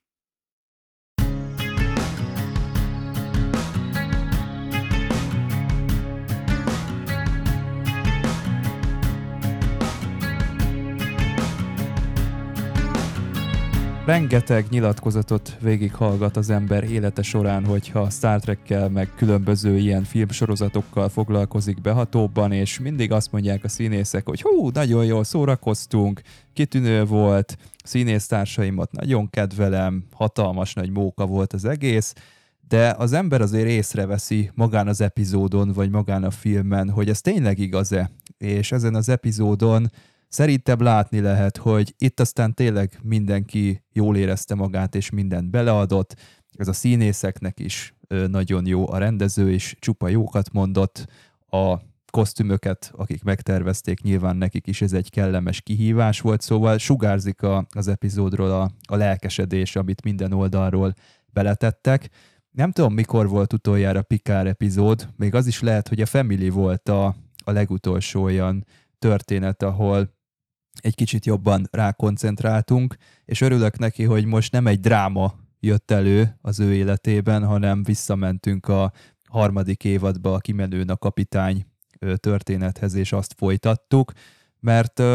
Rengeteg nyilatkozatot végighallgat az ember élete során, hogyha Star Trekkel meg különböző ilyen filmsorozatokkal foglalkozik behatóbban, és mindig azt mondják a színészek, hogy hú, nagyon jól szórakoztunk, kitűnő volt, színésztársaimat nagyon kedvelem, hatalmas nagy móka volt az egész, de az ember azért észreveszi magán az epizódon, vagy magán a filmen, hogy ez tényleg igaz-e, és ezen az epizódon szerintem látni lehet, hogy itt aztán tényleg mindenki jól érezte magát, és mindent beleadott. Ez a színészeknek is nagyon jó, a rendező is csupa jókat mondott, a kosztümöket, akik megtervezték, nyilván nekik is ez egy kellemes kihívás volt, szóval sugárzik az epizódról a lelkesedés, amit minden oldalról beletettek. Nem tudom, mikor volt utoljára Picard epizód, még az is lehet, hogy a Family volt a legutolsó olyan történet, ahol egy kicsit jobban rákoncentráltunk, és örülök neki, hogy most nem egy dráma jött elő az ő életében, hanem visszamentünk a 3. évadba a Kimenőn a kapitány történethez, és azt folytattuk, mert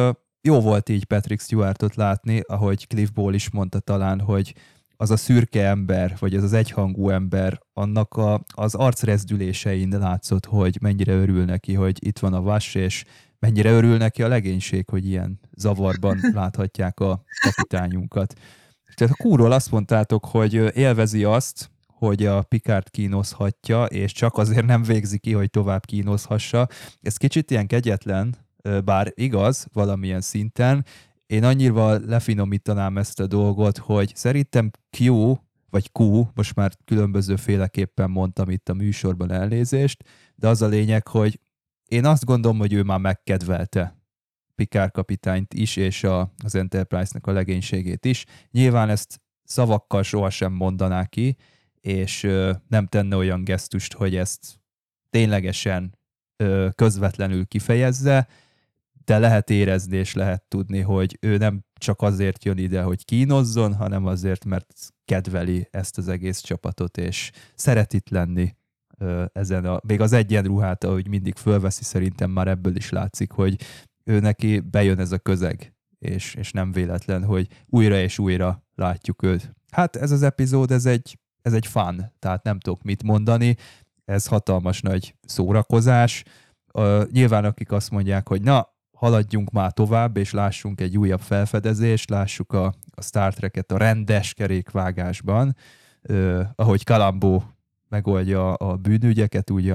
jó volt így Patrick Stewartot látni, ahogy Cliff Ball is mondta talán, hogy az a szürke ember, vagy az az egyhangú ember, annak az arcrezdülésein látszott, hogy mennyire örül neki, hogy itt van a Vass, és mennyire örül neki a legénység, hogy ilyen zavarban láthatják a kapitányunkat. Tehát a Q-ról azt mondtátok, hogy élvezi azt, hogy a Picard kínozhatja, és csak azért nem végzi ki, hogy tovább kínozhassa. Ez kicsit ilyen kegyetlen, bár igaz valamilyen szinten. Én annyira lefinomítanám ezt a dolgot, hogy szerintem Q, vagy Q, most már különböző féleképpen mondtam itt a műsorban, elnézést, de az a lényeg, hogy én azt gondolom, hogy ő már megkedvelte Picard kapitányt is, és az Enterprise-nek a legénységét is. Nyilván ezt szavakkal sohasem mondaná ki, és nem tenne olyan gesztust, hogy ezt ténylegesen közvetlenül kifejezze, de lehet érezni és lehet tudni, hogy ő nem csak azért jön ide, hogy kínozzon, hanem azért, mert kedveli ezt az egész csapatot, és szeret itt lenni ezen még az egyenruhát, ahogy mindig fölveszi, szerintem már ebből is látszik, hogy ő neki bejön ez a közeg, és nem véletlen, hogy újra és újra látjuk őt. Hát ez az epizód, ez egy fun, tehát nem tudok mit mondani, ez hatalmas nagy szórakozás. Nyilván akik azt mondják, hogy na, haladjunk már tovább, és lássunk egy újabb felfedezést, lássuk a Star Trek-et a rendes kerékvágásban, ahogy Columbo megoldja a bűnügyeket, úgy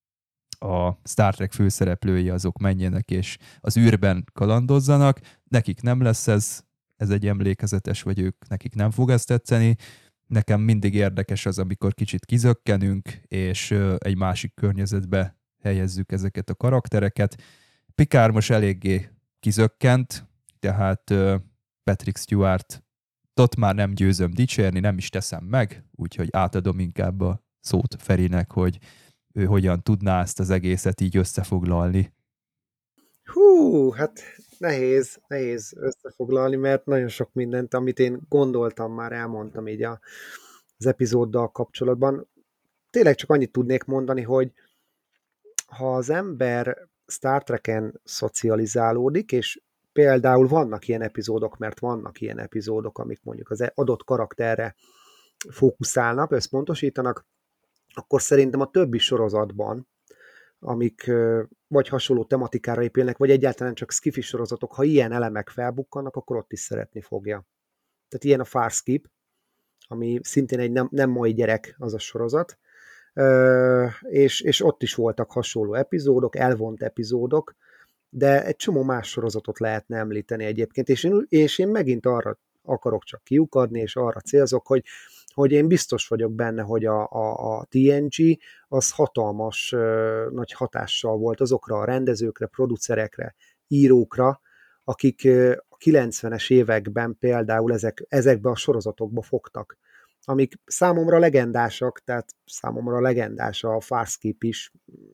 a Star Trek főszereplői azok menjenek, és az űrben kalandozzanak. Nekik nem lesz ez egy emlékezetes, vagy nekik nem fog ezt tetszeni. Nekem mindig érdekes az, amikor kicsit kizökkenünk, és egy másik környezetbe helyezzük ezeket a karaktereket. Picard most eléggé kizökkent, tehát Patrick Stewart-ot már nem győzöm dicsérni, nem is teszem meg, úgyhogy átadom inkább a szót Ferinek, hogy ő hogyan tudná ezt az egészet így összefoglalni. Hú, hát nehéz összefoglalni, mert nagyon sok mindent, amit én gondoltam, már elmondtam így az epizóddal kapcsolatban. Tényleg csak annyit tudnék mondani, hogy ha az ember Star Trek-en szocializálódik, és például vannak ilyen epizódok, mert vannak ilyen epizódok, amik mondjuk az adott karakterre fókuszálnak, összpontosítanak, akkor szerintem a többi sorozatban, amik vagy hasonló tematikára épülnek, vagy egyáltalán csak sci-fi sorozatok, ha ilyen elemek felbukkannak, akkor ott is szeretni fogja. Tehát ilyen a Farskip, ami szintén egy nem mai gyerek az a sorozat, és ott is voltak hasonló epizódok, elvont epizódok, de egy csomó más sorozatot lehetne említeni egyébként, és én megint arra akarok csak kiukadni, és arra célzok, hogy én biztos vagyok benne, hogy a TNG az hatalmas nagy hatással volt azokra a rendezőkre, producerekre, írókra, akik a 90-es években például ezekbe a sorozatokba fogtak, amik számomra legendásak, tehát számomra legendás a Farskip is,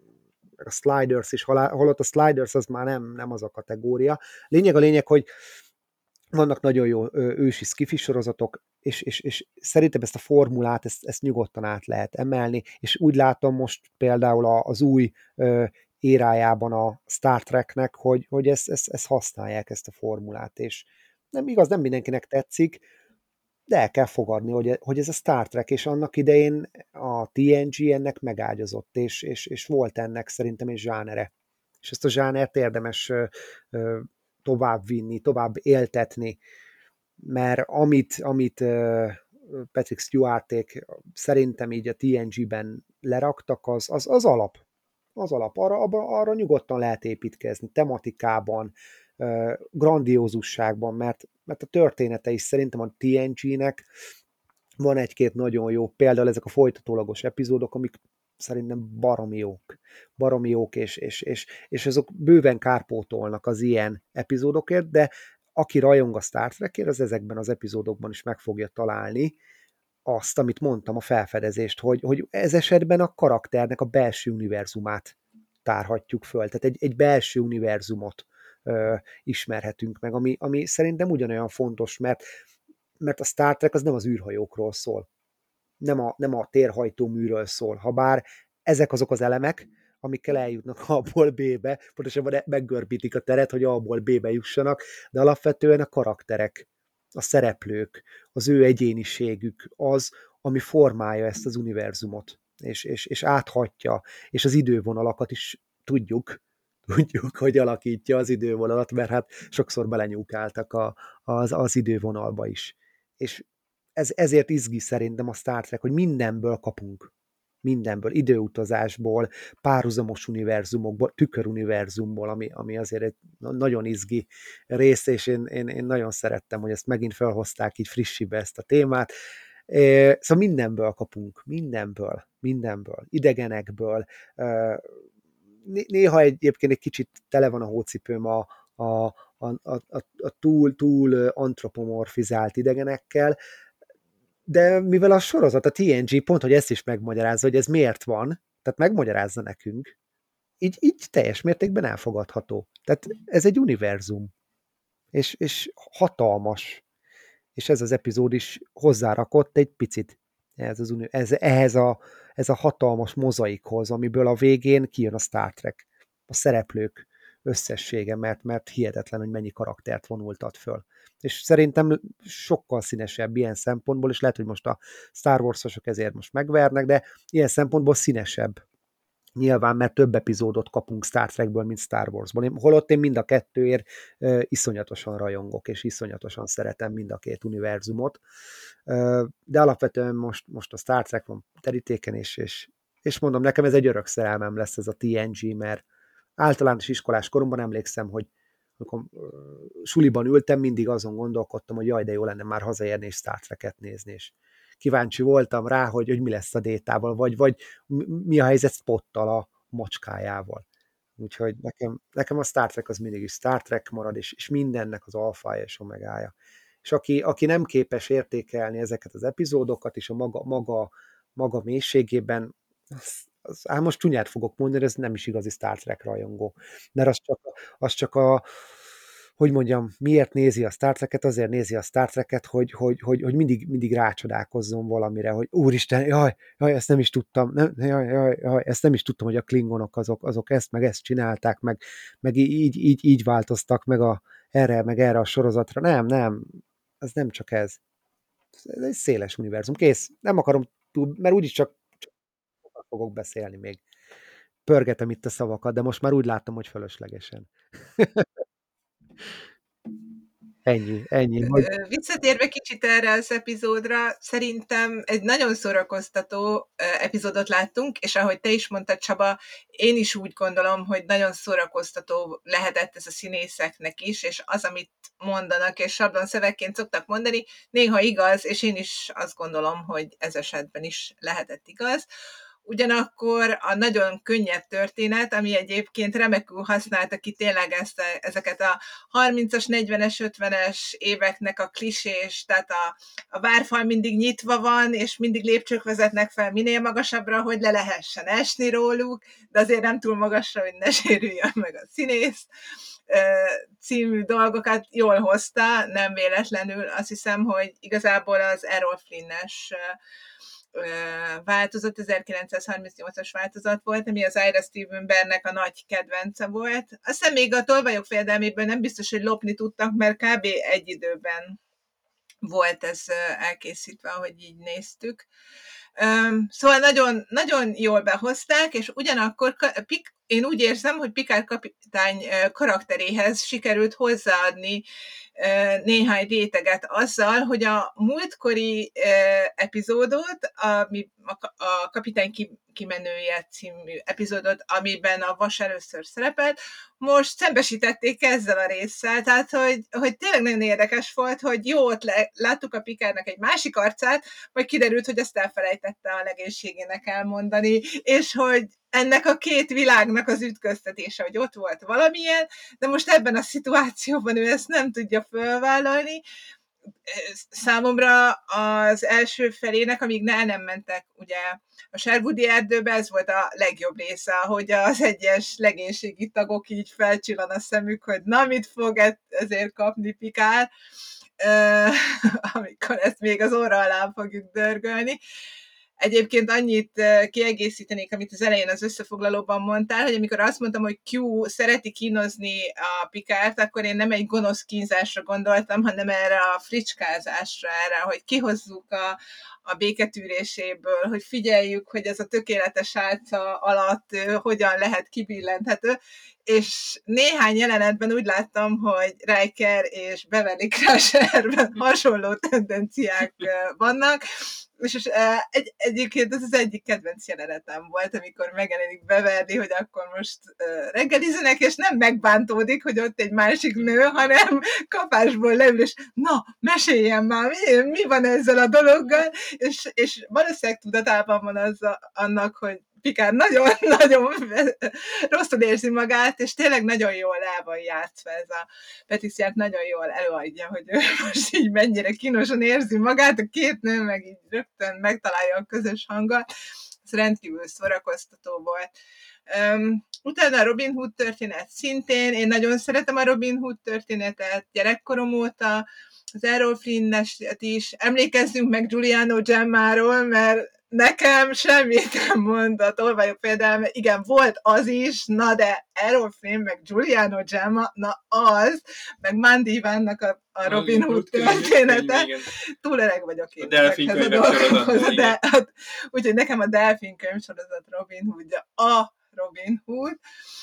a Sliders is, holott a Sliders az már nem az a kategória. A lényeg, hogy vannak nagyon jó ősi sci-fi sorozatok, és szerintem ezt a formulát, ezt nyugodtan át lehet emelni, és úgy látom most például az új érájában a Star Treknek, hogy ezt használják, ezt a formulát, és nem igaz, nem mindenkinek tetszik, de el kell fogadni, hogy ez a Star Trek, és annak idején a TNG ennek megágyazott, és volt ennek szerintem egy zsánere. És ezt a zsánert érdemes tovább vinni, tovább éltetni, mert amit Patrick Stewarték szerintem így a TNG-ben leraktak, az alap. Az alap. Arra nyugodtan lehet építkezni, tematikában, grandiózusságban, mert a története is szerintem a TNG-nek van egy-két nagyon jó, például ezek a folytatólagos epizódok, amik szerintem baromi jók, és azok bőven kárpótolnak az ilyen epizódokért, de aki rajong a Star Trekért, az ezekben az epizódokban is meg fogja találni azt, amit mondtam, a felfedezést, hogy ez esetben a karakternek a belső univerzumát tárhatjuk föl, tehát egy belső univerzumot ismerhetünk meg, ami szerintem ugyanolyan fontos, mert a Star Trek az nem az űrhajókról szól, nem a térhajtóműről szól, habár ezek azok az elemek, amikkel eljutnak A-ból B-be, pontosabban meggörbítik a teret, hogy A-ból B-be jussanak, de alapvetően a karakterek, a szereplők, az ő egyéniségük az, ami formálja ezt az univerzumot, és áthatja, és az idővonalakat is tudjuk, hogy alakítja az idővonalat, mert hát sokszor belenyúkáltak az idővonalba is. És ezért izgi szerintem a Star Trek, hogy mindenből kapunk. Mindenből, időutazásból, párhuzamos univerzumokból, tüköruniverzumból, ami azért egy nagyon izgi rész, és én nagyon szerettem, hogy ezt megint felhozták így frissibe ezt a témát. Szóval mindenből kapunk, mindenből, idegenekből. Néha egyébként egy kicsit tele van a hócipőm a túl antropomorfizált idegenekkel, de mivel a sorozat, a TNG pont, hogy ezt is megmagyarázza, hogy ez miért van, tehát megmagyarázza nekünk, így teljes mértékben elfogadható. Tehát ez egy univerzum, és hatalmas. És ez az epizód is hozzárakott egy picit ehhez a hatalmas mozaikhoz, amiből a végén kijön a Star Trek. A szereplők összessége, mert hihetetlen, hogy mennyi karaktert vonultat föl. És szerintem sokkal színesebb ilyen szempontból, és lehet, hogy most a Star Wars-osok ezért most megvernek, de ilyen szempontból színesebb. Nyilván, mert több epizódot kapunk Star Trekből, mint Star Warsból. Holott én mind a kettőért iszonyatosan rajongok, és iszonyatosan szeretem mind a két univerzumot. De alapvetően most a Star Trek van terítéken, és mondom, nekem ez egy örök szerelmem lesz ez a TNG, mert általános iskolás koromban emlékszem, hogy amikor suliban ültem, mindig azon gondolkodtam, hogy jaj, de jó lenne már hazaérni és Star Trek-et nézni, és kíváncsi voltam rá, hogy mi lesz a Détával, vagy mi a helyzet Spottal, a macskájával. Úgyhogy nekem a Star Trek az mindig is Star Trek marad, és mindennek az alfája és omegája. És aki nem képes értékelni ezeket az epizódokat, és a maga mélységében, most csúnyát fogok mondani, ez nem is igazi Star Trek rajongó. Mert az csak hogy mondjam, miért nézi a Star Trek-et? Azért nézi a Star Trek-et, hogy mindig rácsodálkozzon valamire, hogy úristen, jaj, ezt nem is tudtam, ezt nem is tudtam, hogy a klingonok azok ezt meg ezt csinálták, meg így változtak meg erre a sorozatra. Nem, ez nem csak ez. Ez egy széles univerzum. Kész. Nem akarom túl, mert úgyis csak fogok beszélni még. Pörgetem itt a szavakat, de most már úgy látom, hogy fölöslegesen. Ennyi. Visszatérve kicsit erre az epizódra, szerintem egy nagyon szórakoztató epizódot láttunk, és ahogy te is mondtad, Csaba, én is úgy gondolom, hogy nagyon szórakoztató lehetett ez a színészeknek is, és az, amit mondanak, és sablon szövegként szoktak mondani, néha igaz, és én is azt gondolom, hogy ez esetben is lehetett igaz. Ugyanakkor a nagyon könnyed történet, ami egyébként remekül használta ki tényleg ezeket a 30-as, 40-es, 50-es éveknek a klisés, tehát a várfal mindig nyitva van, és mindig lépcsők vezetnek fel minél magasabbra, hogy le lehessen esni róluk, de azért nem túl magasra, hogy ne sérüljön meg a színész című dolgokat jól hozta, nem véletlenül. Azt hiszem, hogy igazából az Errol Flynn-es változat, 1938-as változat volt, ami az Ira Steven Behrnek a nagy kedvence volt. Aztán még a Tolvajok fejedelméből nem biztos, hogy lopni tudtak, mert kb. Egy időben volt ez elkészítve, ahogy így néztük. Szóval nagyon, nagyon jól behozták, és ugyanakkor én úgy érzem, hogy Picard kapitány karakteréhez sikerült hozzáadni néhány réteget azzal, hogy a múltkori epizódot, a Kapitány kimenője című epizódot, amiben a Vas először szerepelt, most szembesítették ezzel a résszel, tehát hogy tényleg nagyon érdekes volt, hogy jó, ott láttuk a Picardnak egy másik arcát, majd kiderült, hogy ezt elfelejtette a legénységének elmondani, és hogy ennek a két világnak az ütköztetése, hogy ott volt valamilyen, de most ebben a szituációban ő ezt nem tudja fölvállalni. Számomra az első felének, amíg nem mentek ugye a Sherwoodi erdőbe, ez volt a legjobb része, hogy az egyes legénységi tagok így felcsillan a szemük, hogy na, mit fog ezért kapni Picard, amikor ezt még az orra alá fogjuk dörgölni. Egyébként annyit kiegészítenék, amit az elején az összefoglalóban mondtál, hogy amikor azt mondtam, hogy Q szereti kínozni a Picardt, akkor én nem egy gonosz kínzásra gondoltam, hanem erre a fricskázásra, erre, hogy kihozzuk a béketűréséből, hogy figyeljük, hogy ez a tökéletes álca alatt hogyan lehet kibillenthető, és néhány jelenetben úgy láttam, hogy Riker és Beverly Crusherben hasonló tendenciák vannak, és egyébként ez az egyik kedvenc jelenetem volt, amikor megjelenik Beverly, hogy akkor most reggelizenek, és nem megbántódik, hogy ott egy másik nő, hanem kapásból leül, és na, meséljen már, mi van ezzel a dologgal, és valószínűleg tudatában van annak, hogy Picard nagyon-nagyon rosszul érzi magát, és tényleg nagyon jól el van játszva ez a Patricia nagyon jól előadja, hogy ő most így mennyire kínosan érzi magát, a két nő meg így rögtön megtalálja a közös hangot. Ez rendkívül szórakoztató volt. Utána a Robin Hood történet szintén, én nagyon szeretem a Robin Hood történetet gyerekkorom óta, az Errol Flynn-et is, emlékezzünk meg Giuliano Gemmáról, mert nekem semmit nem mond a tolvajok például, mert igen, volt az is, na de Errol Flynn, meg Giuliano Gemma, na az, meg Mandy Ivánnak a Robin Hood története. Túl öreg vagyok én ezekhez a dolgokhoz. Úgyhogy nekem a Delfin könyvsorozat Robin Hoodja a Robin Hood,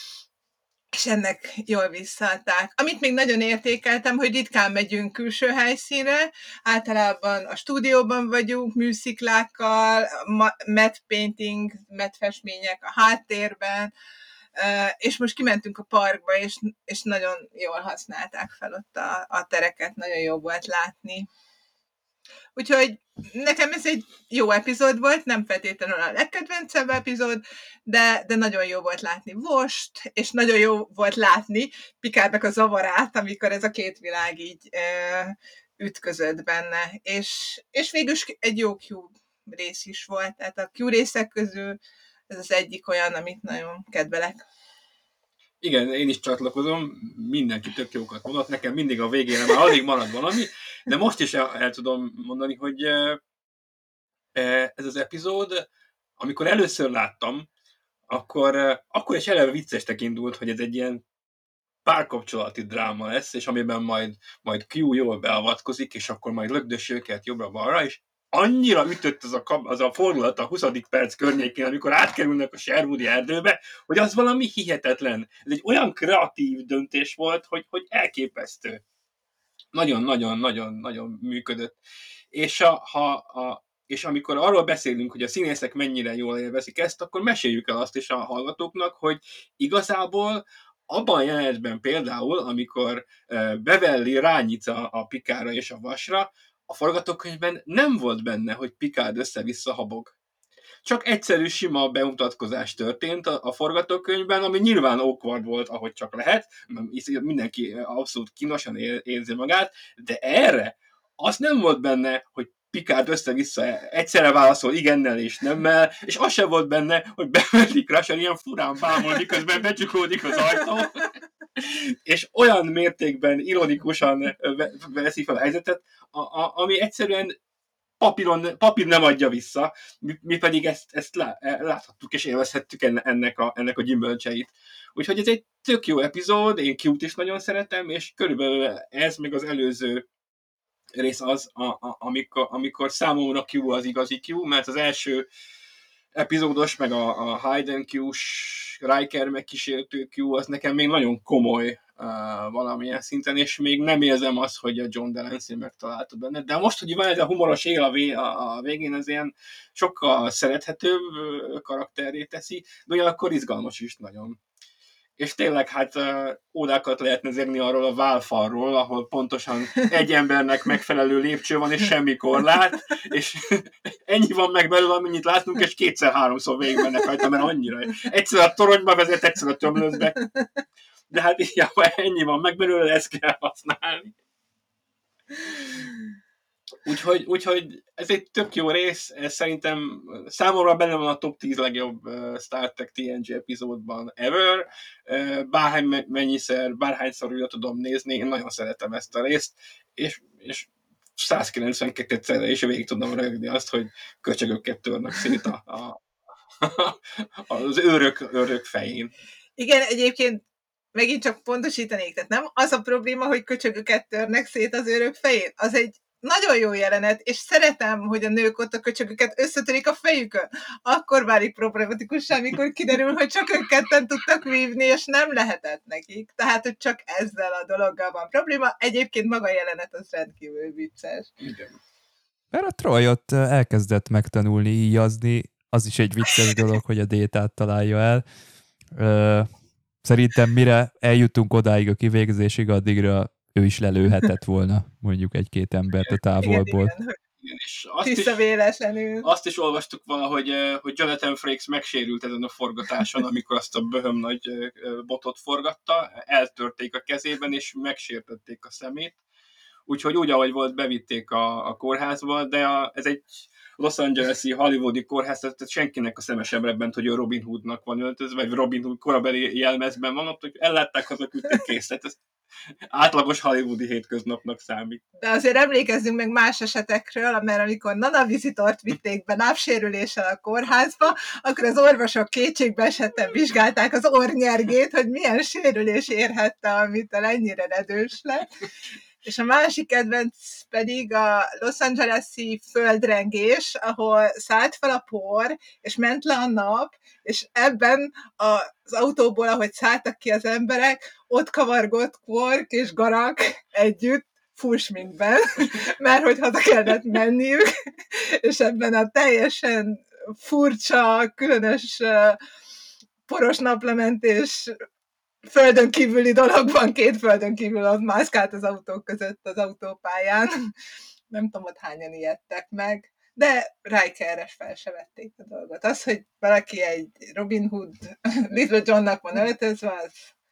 és ennek jól visszaadták. Amit még nagyon értékeltem, hogy ritkán megyünk külső helyszínre, általában a stúdióban vagyunk, műsziklákkal, matte painting, matte festmények a háttérben, és most kimentünk a parkba, és nagyon jól használták fel ott a tereket, nagyon jó volt látni. Úgyhogy nekem ez egy jó epizód volt, nem feltétlenül a legkedvencebb epizód, de nagyon jó volt látni Vost, és nagyon jó volt látni Picardnak a zavarát, amikor ez a két világ így ütközött benne. És végül egy jó Q rész is volt, tehát a Q részek közül ez az egyik olyan, amit nagyon kedvelek. Igen, én is csatlakozom, mindenki tök jókat mondott, nekem mindig a végére már alig marad valami, de most is el tudom mondani, hogy ez az epizód, amikor először láttam, akkor is eleve viccesnek indult, hogy ez egy ilyen párkapcsolati dráma lesz, és amiben majd Q jól beavatkozik, és akkor majd lögdös őket jobbra-balra, és annyira ütött az a fordulat a 20. perc környékén, amikor átkerülnek a Sherwoodi erdőbe, hogy az valami hihetetlen. Ez egy olyan kreatív döntés volt, hogy elképesztő. Nagyon-nagyon-nagyon működött. És amikor arról beszélünk, hogy a színészek mennyire jól élvezik ezt, akkor meséljük el azt is a hallgatóknak, hogy igazából abban a jelenetben például, amikor Beverly rányít a Picardra és a Vasra, a forgatókönyvben nem volt benne, hogy Picard össze-vissza habog. Csak egyszerű, sima bemutatkozás történt a forgatókönyvben, ami nyilván awkward volt, ahogy csak lehet, mindenki abszolút kínosan érzi magát, de erre az nem volt benne, hogy Picard össze-vissza egyszerre válaszol igennel és nemmel, és az sem volt benne, hogy Beverly Crusher ilyen furán bámul, miközben becsukódik az ajtó, és olyan mértékben ironikusan veszi fel a helyzetet, ami egyszerűen papír nem adja vissza, mi pedig ezt láthattuk és élvezhettük ennek a gyümölcseit. Úgyhogy ez egy tök jó epizód, én Q-t is nagyon szeretem, és körülbelül ez meg az előző rész az, amikor számomra Q az igazi Q, mert az első epizódos, meg a Hayden Q-s Riker megkísértő Q, az nekem még nagyon komoly valamilyen szinten, és még nem érzem azt, hogy a John Delancey megtalálta benne. De most, hogy van ez a humoros él a végén, az ilyen sokkal szerethetőbb karakterré teszi, de ugyanakkor izgalmas is nagyon. És tényleg hát ódákat lehetne zérni arról a válfalról, ahol pontosan egy embernek megfelelő lépcső van, és semmi korlát, és ennyi van meg belőle, amennyit látunk, és 2-3-szor végigmennek rajta, mert annyira. Egyszer a toronyba vezet, egyszer a tömlőzbe. De hát igen, ennyi van meg belőle, ezt kell használni. Úgyhogy ez egy tök jó rész, ez szerintem számomra benne van a top 10 legjobb Star Trek TNG epizódban ever. Bárhányszor újra tudom nézni, én nagyon szeretem ezt a részt, és 192-szerre és végig tudnom rögni azt, hogy köcsögöket törnek szét az őrök fején. Igen, egyébként megint csak pontosítanék, tehát nem az a probléma, hogy köcsögöket törnek szét az őrök fején, az egy nagyon jó jelenet, és szeretem, hogy a nők ott a köcsögöket összetörik a fejükön. Akkor válik problematikussá, amikor kiderül, hogy csak ők ketten tudtak vívni, és nem lehetett nekik. Tehát, hogy csak ezzel a dologgal van probléma. Egyébként maga a jelenet az rendkívül vicces. Igen. Mert a Troy ott elkezdett megtanulni íjazni, az is egy vicces dolog, hogy a Détát találja el. Szerintem mire eljutunk odáig a kivégzésig, addigra ő is lelőhetett volna mondjuk egy-két embert a távolból. Igen, és azt is olvastuk valahogy, hogy Jonathan Frakes megsérült ezen a forgatáson, amikor azt a böhöm nagy botot forgatta, eltörték a kezében, és megsértették a szemét. Úgyhogy úgy, ahogy volt, bevitték a kórházba, de ez egy Los Angeles-i hollywoodi kórház, tehát senkinek a szeme sem rebbent, hogy ő Robin Hoodnak van öltözve, vagy Robin Hood korabeli jelmezben van, ott, hogy ellátták, hazaküldték, kész. Tehát ez átlagos hollywoodi hétköznapnak számít. De azért emlékezzünk meg más esetekről, mert amikor Nana Visitort vitték be lábsérüléssel a kórházba, akkor az orvosok kétségbe esetten vizsgálták az orrnyergét, hogy milyen sérülés érhette, amitől ennyire redős lett. És a másik kedvenc pedig a Los Angeles-i földrengés, ahol szállt fel a por, és ment le a nap, és ebben az autóból, ahogy szálltak ki az emberek, ott kavargott Quark és Garak együtt, full sminkben, mert hogy haza kellett menniük, és ebben a teljesen furcsa, különös poros naplementés földön kívüli dologban, két földön kívül ott mászkált az autók között az autópályán. Nem tudom, ott hányan ijedtek meg, de Rikerre fel se vették a dolgot. Az, hogy valaki egy Robin Hood Little Johnnak van öltözve, az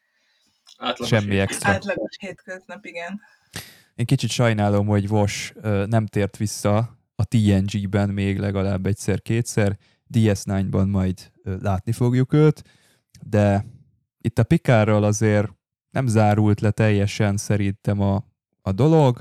semmi extra. Átlagos hétköznap, igen. Én kicsit sajnálom, hogy Vosh nem tért vissza a TNG-ben még legalább egyszer-kétszer. DS9-ban majd látni fogjuk őt, de itt a Picardral azért nem zárult le teljesen szerintem a dolog,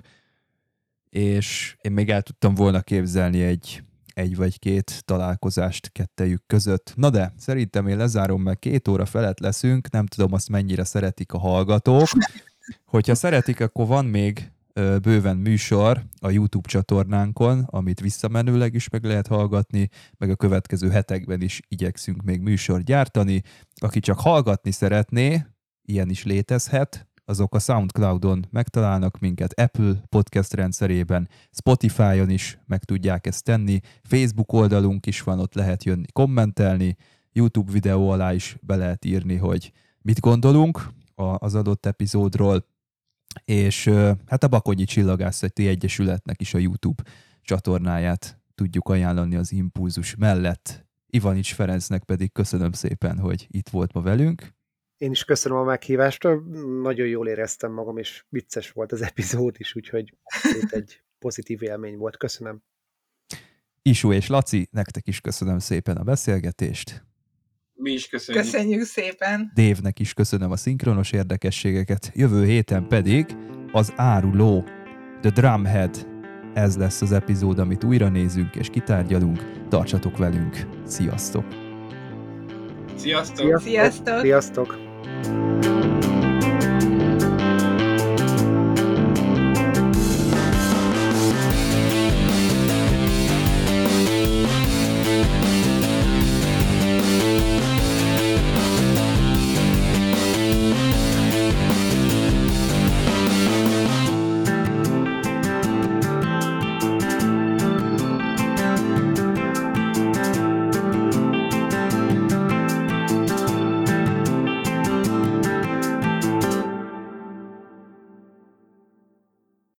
és én még el tudtam volna képzelni egy vagy két találkozást kettejük között. Na de, szerintem én lezárom, mert 2 óra felett leszünk, nem tudom azt mennyire szeretik a hallgatók. Hogyha szeretik, akkor van még bőven műsor a YouTube csatornánkon, amit visszamenőleg is meg lehet hallgatni, meg a következő hetekben is igyekszünk még műsort gyártani. Aki csak hallgatni szeretné, ilyen is létezhet, azok a SoundCloudon megtalálnak minket, Apple podcast rendszerében, Spotify-on is meg tudják ezt tenni, Facebook oldalunk is van, ott lehet jönni kommentelni, YouTube videó alá is be lehet írni, hogy mit gondolunk az adott epizódról, és hát a Bakonyi Csillagászati Egyesületnek is a YouTube csatornáját tudjuk ajánlani az Impulzus mellett. Ivanics Ferencnek pedig köszönöm szépen, hogy itt volt ma velünk. Én is köszönöm a meghívást, nagyon jól éreztem magam, és vicces volt az epizód is, úgyhogy itt egy pozitív élmény volt. Köszönöm. Isú és Laci, nektek is köszönöm szépen a beszélgetést. Mi is köszönjük. Köszönjük szépen. Dave-nek is köszönöm a szinkronos érdekességeket. Jövő héten pedig az áruló, The Drumhead. Ez lesz az epizód, amit újra nézünk és kitárgyalunk. Tartsatok velünk. Sziasztok! Sziasztok! Sziasztok! Sziasztok!